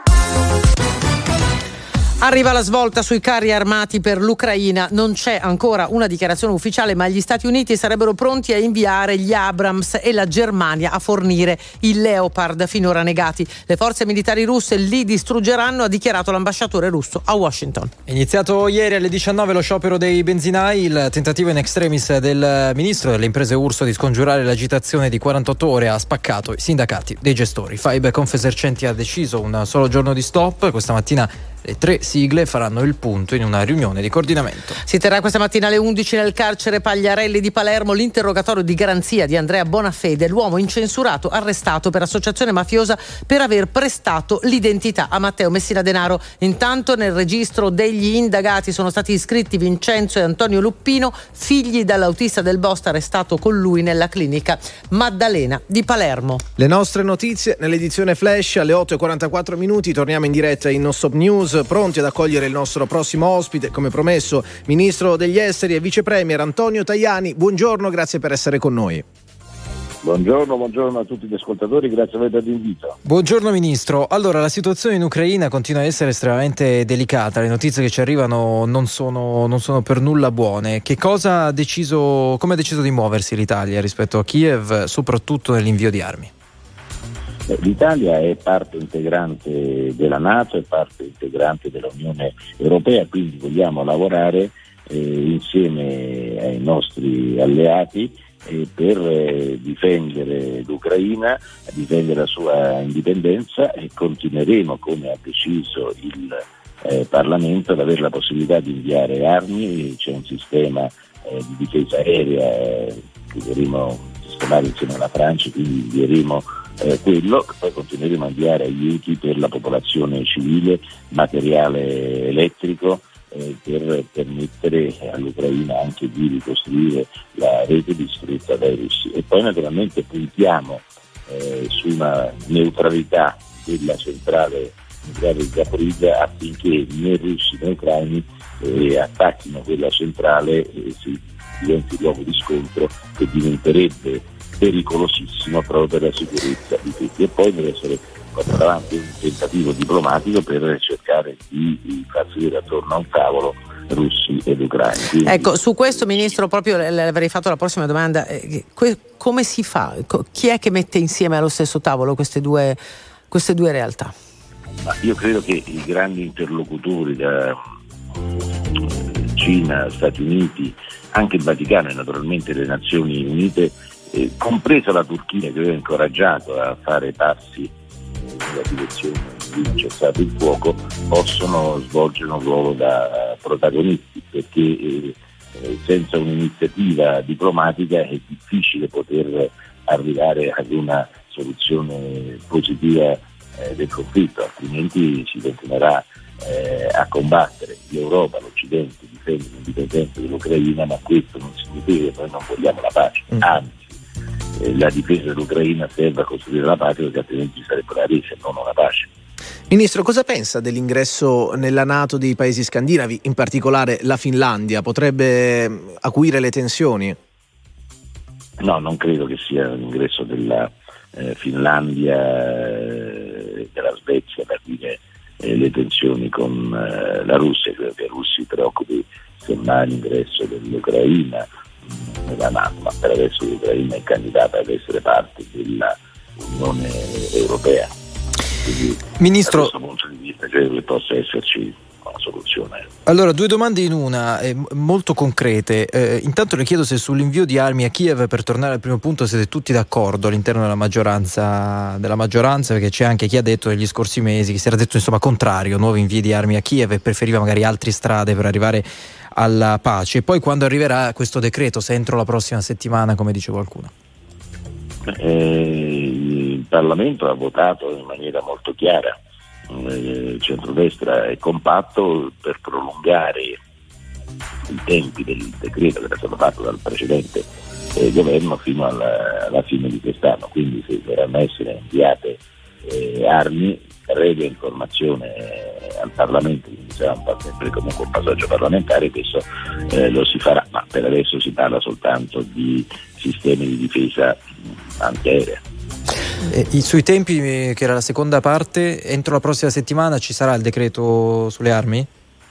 Speaker 2: Arriva la svolta sui carri armati per l'Ucraina. Non c'è ancora una dichiarazione ufficiale, ma gli Stati Uniti sarebbero pronti a inviare gli Abrams e la Germania a fornire i Leopard finora negati. Le forze militari russe li distruggeranno, ha dichiarato l'ambasciatore russo a Washington.
Speaker 1: È iniziato ieri alle diciannove lo sciopero dei benzinai, il tentativo in extremis del ministro delle imprese Urso di scongiurare l'agitazione di quarantotto ore ha spaccato i sindacati dei gestori. Fibe Confesercenti ha deciso un solo giorno di stop. Questa mattina le tre sigle faranno il punto in una riunione di coordinamento.
Speaker 2: Si terrà questa mattina alle undici nel carcere Pagliarelli di Palermo l'interrogatorio di garanzia di Andrea Bonafede, l'uomo incensurato arrestato per associazione mafiosa per aver prestato l'identità a Matteo Messina Denaro. Intanto nel registro degli indagati sono stati iscritti Vincenzo e Antonio Luppino, figli dall'autista del Bosta arrestato con lui nella clinica Maddalena di Palermo.
Speaker 8: Le nostre notizie nell'edizione Flash alle otto e quarantaquattro minuti. Torniamo in diretta in Non Stop News, pronti ad accogliere il nostro prossimo ospite, come promesso, ministro degli esteri e vice premier Antonio Tajani. Buongiorno, grazie per essere con noi.
Speaker 12: Buongiorno, buongiorno a tutti gli ascoltatori, grazie a voi per l'invito.
Speaker 1: Buongiorno Ministro. Allora, la situazione in Ucraina continua a essere estremamente delicata, le notizie che ci arrivano non sono, non sono per nulla buone. Che cosa ha deciso, come ha deciso di muoversi l'Italia rispetto a Kiev, soprattutto nell'invio di armi?
Speaker 12: L'Italia è parte integrante della NATO, è parte integrante dell'Unione Europea, quindi vogliamo lavorare eh, insieme ai nostri alleati eh, per eh, difendere l'Ucraina, difendere la sua indipendenza, e continueremo, come ha deciso il eh, Parlamento, ad avere la possibilità di inviare armi. C'è un sistema eh, di difesa aerea eh, che dovremo sistemare insieme alla Francia, quindi invieremo eh, quello, poi continueremo a inviare aiuti per la popolazione civile, materiale elettrico, eh, per permettere all'Ucraina anche di ricostruire la rete distrutta dai russi. E poi naturalmente puntiamo eh, su una neutralità della centrale nucleare di Zaporizhzhia, affinché né russi né ucraini eh, attacchino quella centrale e si diventi luogo di scontro, che diventerebbe pericolosissimo proprio per la sicurezza di tutti. E poi deve essere portato avanti un tentativo diplomatico per cercare di far sedere attorno a un tavolo russi ed ucraini. Quindi,
Speaker 2: ecco, su questo, Ministro, proprio le, le avrei fatto la prossima domanda. Eh, que, come si fa? Chi è che mette insieme allo stesso tavolo queste due, queste due realtà?
Speaker 12: Ma io credo che i grandi interlocutori da Cina, Stati Uniti, anche il Vaticano e naturalmente le Nazioni Unite, eh, compresa la Turchia, che aveva incoraggiato a fare passi nella direzione di un cessato il fuoco, possono svolgere un ruolo da protagonisti, perché eh, senza un'iniziativa diplomatica è difficile poter arrivare ad una soluzione positiva eh, del conflitto, altrimenti si continuerà eh, a combattere. L'Europa, l'Occidente difende l'indipendenza dell'Ucraina, ma questo non significa che noi non vogliamo la pace, anzi eh, la difesa dell'Ucraina serve a costruire la pace, perché altrimenti sarebbe una resa, non una pace.
Speaker 8: Ministro, cosa pensa dell'ingresso nella NATO dei paesi scandinavi, in particolare la Finlandia? Potrebbe acuire le tensioni?
Speaker 12: No, non credo che sia l'ingresso della eh, Finlandia e eh, della Svezia per dire eh, le tensioni con eh, la Russia. Credo che i russi si preoccupi semmai l'ingresso dell'Ucraina mh, nella NATO, ma per adesso l'Ucraina è candidata ad essere parte dell'Unione Europea. Quindi,
Speaker 1: Ministro,
Speaker 12: da questo punto di vista credo che possa esserci una soluzione.
Speaker 1: Allora, due domande in una, eh, molto concrete. Eh, intanto le chiedo se sull'invio di armi a Kiev, per tornare al primo punto, siete tutti d'accordo all'interno della maggioranza, della maggioranza, perché c'è anche chi ha detto negli scorsi mesi, che si era detto insomma contrario, nuovi invii di armi a Kiev, e preferiva magari altre strade per arrivare alla pace. E poi quando arriverà questo decreto, se entro la prossima settimana, come dice qualcuno?
Speaker 12: Eh, il Parlamento ha votato in maniera molto chiara, il centrodestra è compatto per prolungare i tempi del decreto che era stato fatto dal precedente eh, governo fino alla, alla fine di quest'anno, quindi se dovranno essere inviate eh, armi, previa informazione eh, al Parlamento, quindi sarà un, sempre comunque un passaggio parlamentare, questo eh, lo si farà, ma per adesso si parla soltanto di sistemi di difesa antiaerea.
Speaker 1: Eh, sui tempi, che era la seconda parte, entro la prossima settimana ci sarà il decreto sulle armi?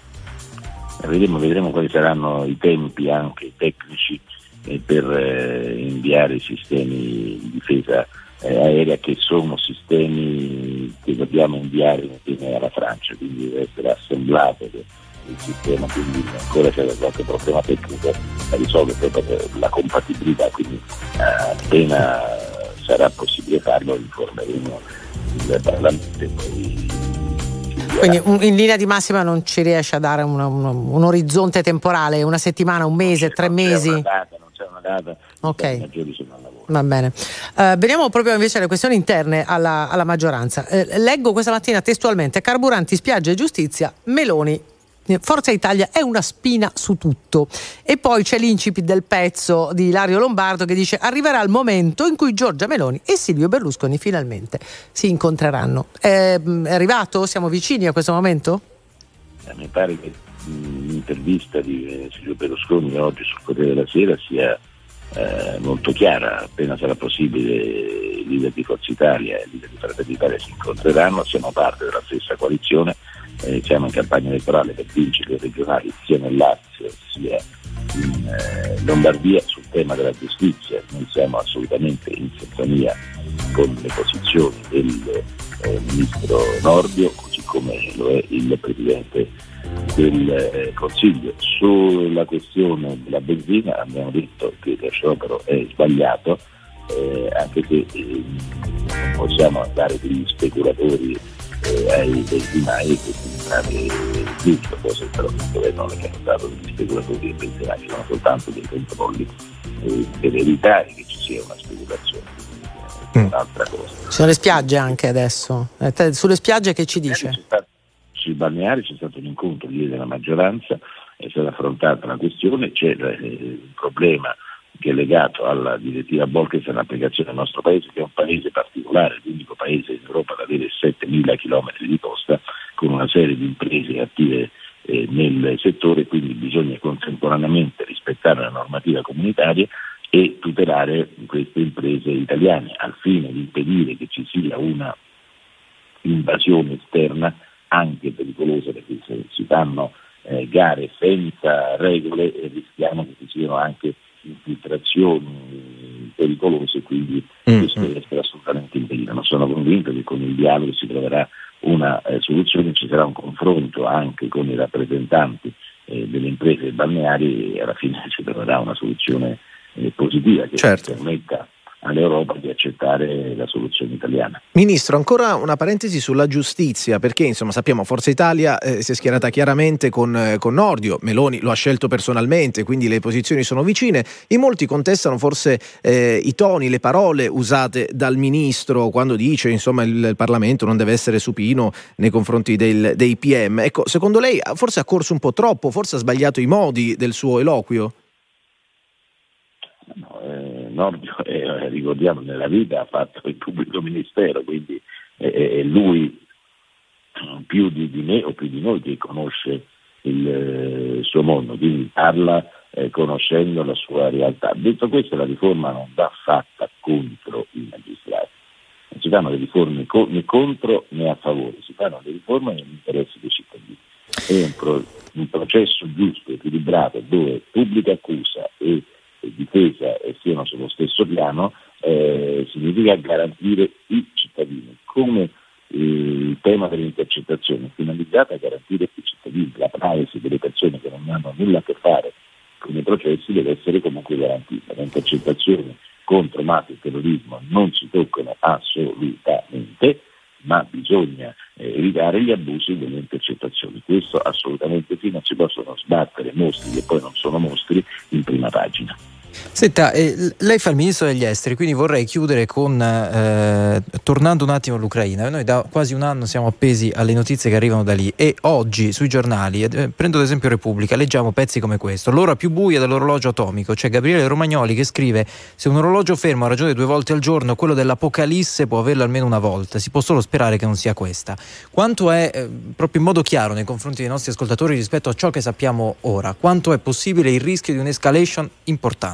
Speaker 12: Vedremo, vedremo quali saranno i tempi anche tecnici eh, per eh, inviare i sistemi di difesa eh, aerea, che sono sistemi che dobbiamo inviare insieme alla Francia, quindi deve essere assemblato il sistema, quindi ancora c'è qualche problema tecnico da risolvere per la compatibilità, quindi eh, appena sarà possibile farlo informeremo il Parlamento e poi.
Speaker 2: Quindi in linea di massima non ci riesce a dare una, una, un orizzonte temporale, una settimana, un mese, tre
Speaker 12: non
Speaker 2: mesi?
Speaker 12: C'è una data, non c'è una data,
Speaker 2: ok,
Speaker 12: i maggiori sono al lavoro.
Speaker 2: Va bene. Uh, veniamo proprio invece alle questioni interne alla, alla maggioranza. Uh, leggo questa mattina testualmente: carburanti, spiagge e giustizia, Meloni. Forza Italia è una spina su tutto. E poi c'è l'incipit del pezzo di Ilario Lombardo che dice: arriverà il momento in cui Giorgia Meloni e Silvio Berlusconi finalmente si incontreranno. È, è arrivato? Siamo vicini a questo momento?
Speaker 12: Eh, mi pare che l'intervista di Silvio Berlusconi oggi sul Corriere della Sera sia eh, molto chiara. Appena sarà possibile i leader di Forza Italia e i leader di Fratelli d'Italia si incontreranno, siamo parte della stessa coalizione. Eh, siamo in campagna elettorale per vincere le regionali sia nel Lazio sia in eh, Lombardia. Sul tema della giustizia noi siamo assolutamente in sintonia con le posizioni del eh, ministro Nordio, così come lo è il Presidente del eh, Consiglio. Sulla questione della benzina abbiamo detto che lo sciopero è sbagliato, eh, anche se eh, non possiamo andare degli speculatori eh, ai benzinai, e questo è giusto, cosa però che il governo non è stato degli speculatori e benzinai, sono soltanto dei controlli eh, per evitare che ci sia una speculazione, è un'altra cosa.
Speaker 2: Ci sono le spiagge anche adesso, eh, te, sulle spiagge che ci dice?
Speaker 12: Sui balneari c'è stato un incontro ieri della maggioranza, è stata affrontata la questione, c'è eh, un problema che è legato alla direttiva Bolkestein, all'applicazione del nostro paese, che è un paese particolare, l'unico paese in Europa ad avere settemila chilometri di costa, con una serie di imprese attive eh, nel settore, quindi bisogna contemporaneamente rispettare la normativa comunitaria e tutelare queste imprese italiane al fine di impedire che ci sia una invasione esterna anche pericolosa, perché se si fanno eh, gare senza regole eh, rischiamo che ci siano anche infiltrazioni pericolose, quindi mm-hmm. questo deve essere assolutamente impedito. Ma sono convinto che con il dialogo si troverà una eh, soluzione, ci sarà un confronto anche con i rappresentanti eh, delle imprese balneari e alla fine si troverà una soluzione eh, positiva che certo. permetta all'Europa di accettare la soluzione italiana.
Speaker 8: Ministro, ancora una parentesi sulla giustizia, perché insomma sappiamo Forza Italia eh, si è schierata chiaramente con, eh, con Nordio, Meloni lo ha scelto personalmente, quindi le posizioni sono vicine. In molti contestano forse eh, i toni, le parole usate dal Ministro quando dice insomma il, il Parlamento non deve essere supino nei confronti del, dei P M. Ecco, secondo lei forse ha corso un po' troppo, forse ha sbagliato i modi del suo eloquio?
Speaker 12: No, eh, Nordio, eh, ricordiamo, nella vita ha fatto il pubblico ministero, quindi eh, lui più di, di me o più di noi che conosce il eh, suo mondo, quindi parla eh, conoscendo la sua realtà. Detto questo, la riforma non va fatta contro i magistrati, non si fanno le riforme co- né contro né a favore, si fanno le riforme nell'interesse dei cittadini. È un, pro- un processo giusto, equilibrato, dove pubblica accusa e difesa e siano sullo stesso piano, eh, significa garantire i cittadini, come eh, il tema delle intercettazioni è finalizzato a garantire i cittadini, la privacy delle persone che non hanno nulla a che fare con i processi deve essere comunque garantita. Le intercettazioni contro mafia e terrorismo non si toccano assolutamente, ma bisogna eh, evitare gli abusi delle intercettazioni. Questo assolutamente sì, non si possono sbattere mostri che poi non sono mostri in prima pagina.
Speaker 1: Senta, eh, lei fa il ministro degli esteri, quindi vorrei chiudere con eh, tornando un attimo all'Ucraina. Noi da quasi un anno siamo appesi alle notizie che arrivano da lì e oggi sui giornali, eh, prendo ad esempio Repubblica, leggiamo pezzi come questo: l'ora più buia dell'orologio atomico. C'è Gabriele Romagnoli che scrive: se un orologio fermo ha ragione due volte al giorno, quello dell'Apocalisse può averlo almeno una volta, si può solo sperare che non sia questa. Quanto è, eh, proprio in modo chiaro nei confronti dei nostri ascoltatori rispetto a ciò che sappiamo ora, quanto è possibile il rischio di un'escalation importante?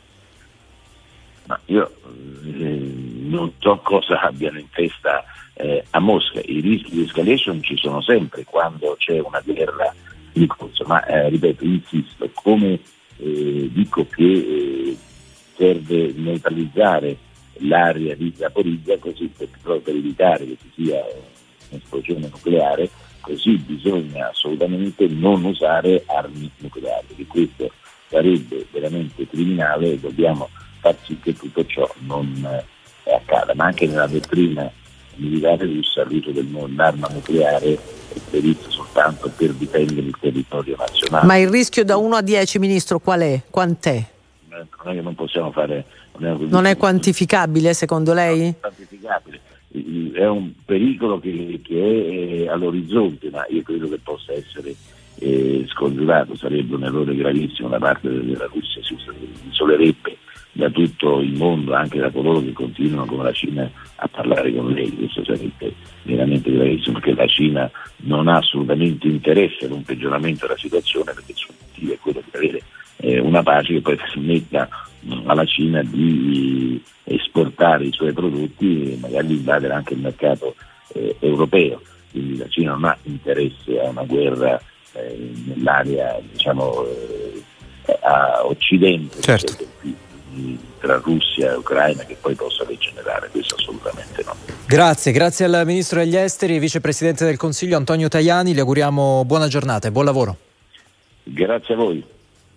Speaker 12: Ma io eh, non so cosa abbiano in testa eh, a Mosca. I rischi di escalation ci sono sempre quando c'è una guerra in corso, ma eh, ripeto, insisto, come eh, dico che eh, serve neutralizzare l'area di Zaporizia, così per, per evitare che ci sia un'esplosione nucleare, così bisogna assolutamente non usare armi nucleari, perché questo sarebbe veramente criminale e dobbiamo far sì che tutto ciò non eh, accada. Ma anche nella dottrina militare russa l'uso dell'arma nucleare è previsto soltanto per difendere il territorio nazionale.
Speaker 2: Ma il rischio da uno a dieci, Ministro, qual è? Quant'è?
Speaker 12: Non è che non possiamo fare... Non è,
Speaker 2: non è quantificabile secondo lei?
Speaker 12: Non è quantificabile. È un pericolo che, che è all'orizzonte, ma io credo che possa essere eh, scongiurato. Sarebbe un errore gravissimo da parte della Russia, si isolerebbe da tutto il mondo, anche da coloro che continuano come la Cina a parlare con lei. Questo sarebbe veramente gravissimo, perché la Cina non ha assolutamente interesse ad un peggioramento della situazione, perché il suo obiettivo è quello di avere eh, una pace che poi permetta alla Cina di esportare i suoi prodotti e magari invadere anche il mercato eh, europeo. Quindi la Cina non ha interesse a una guerra eh, nell'area, diciamo, eh, a occidente,
Speaker 1: certo,
Speaker 12: tra Russia e Ucraina, che poi possa degenerare. Questo assolutamente no.
Speaker 1: Grazie, grazie al Ministro degli Esteri e Vicepresidente del Consiglio Antonio Tajani, le auguriamo buona giornata e buon lavoro.
Speaker 12: Grazie a voi.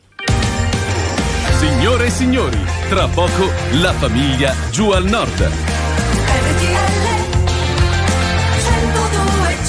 Speaker 13: Signore e signori, tra poco la famiglia giù al nord.
Speaker 7: R T L centodue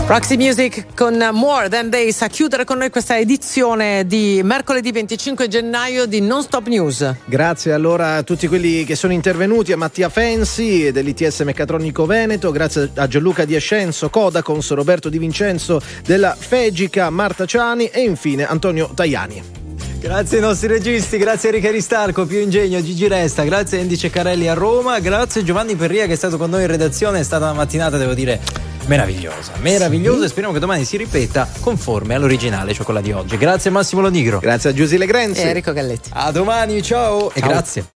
Speaker 2: Roxy Music con More Than Days a chiudere con noi questa edizione di mercoledì venticinque gennaio di Non Stop News.
Speaker 8: Grazie allora a tutti quelli che sono intervenuti, a Mattia Fensi dell'I T S Meccatronico Veneto, grazie a Gianluca Di Ascenso, Codacons, Roberto Di Vincenzo della Fegica, Marta Ciani e infine Antonio Tajani.
Speaker 1: Grazie ai nostri registi, grazie a Enrico Aristarco, Pio Ingegno, Gigi Resta, grazie a Andy Ceccarelli a Roma, grazie a Giovanni Perria che è stato con noi in redazione, è stata una mattinata, devo dire, meravigliosa, meravigliosa, sì. E speriamo che domani si ripeta conforme all'originale, cioè quella di oggi. Grazie a Massimo Lonigro.
Speaker 8: Grazie a Giusy Legrenzi.
Speaker 2: E Enrico Galletti.
Speaker 1: A domani, ciao, ciao. E grazie.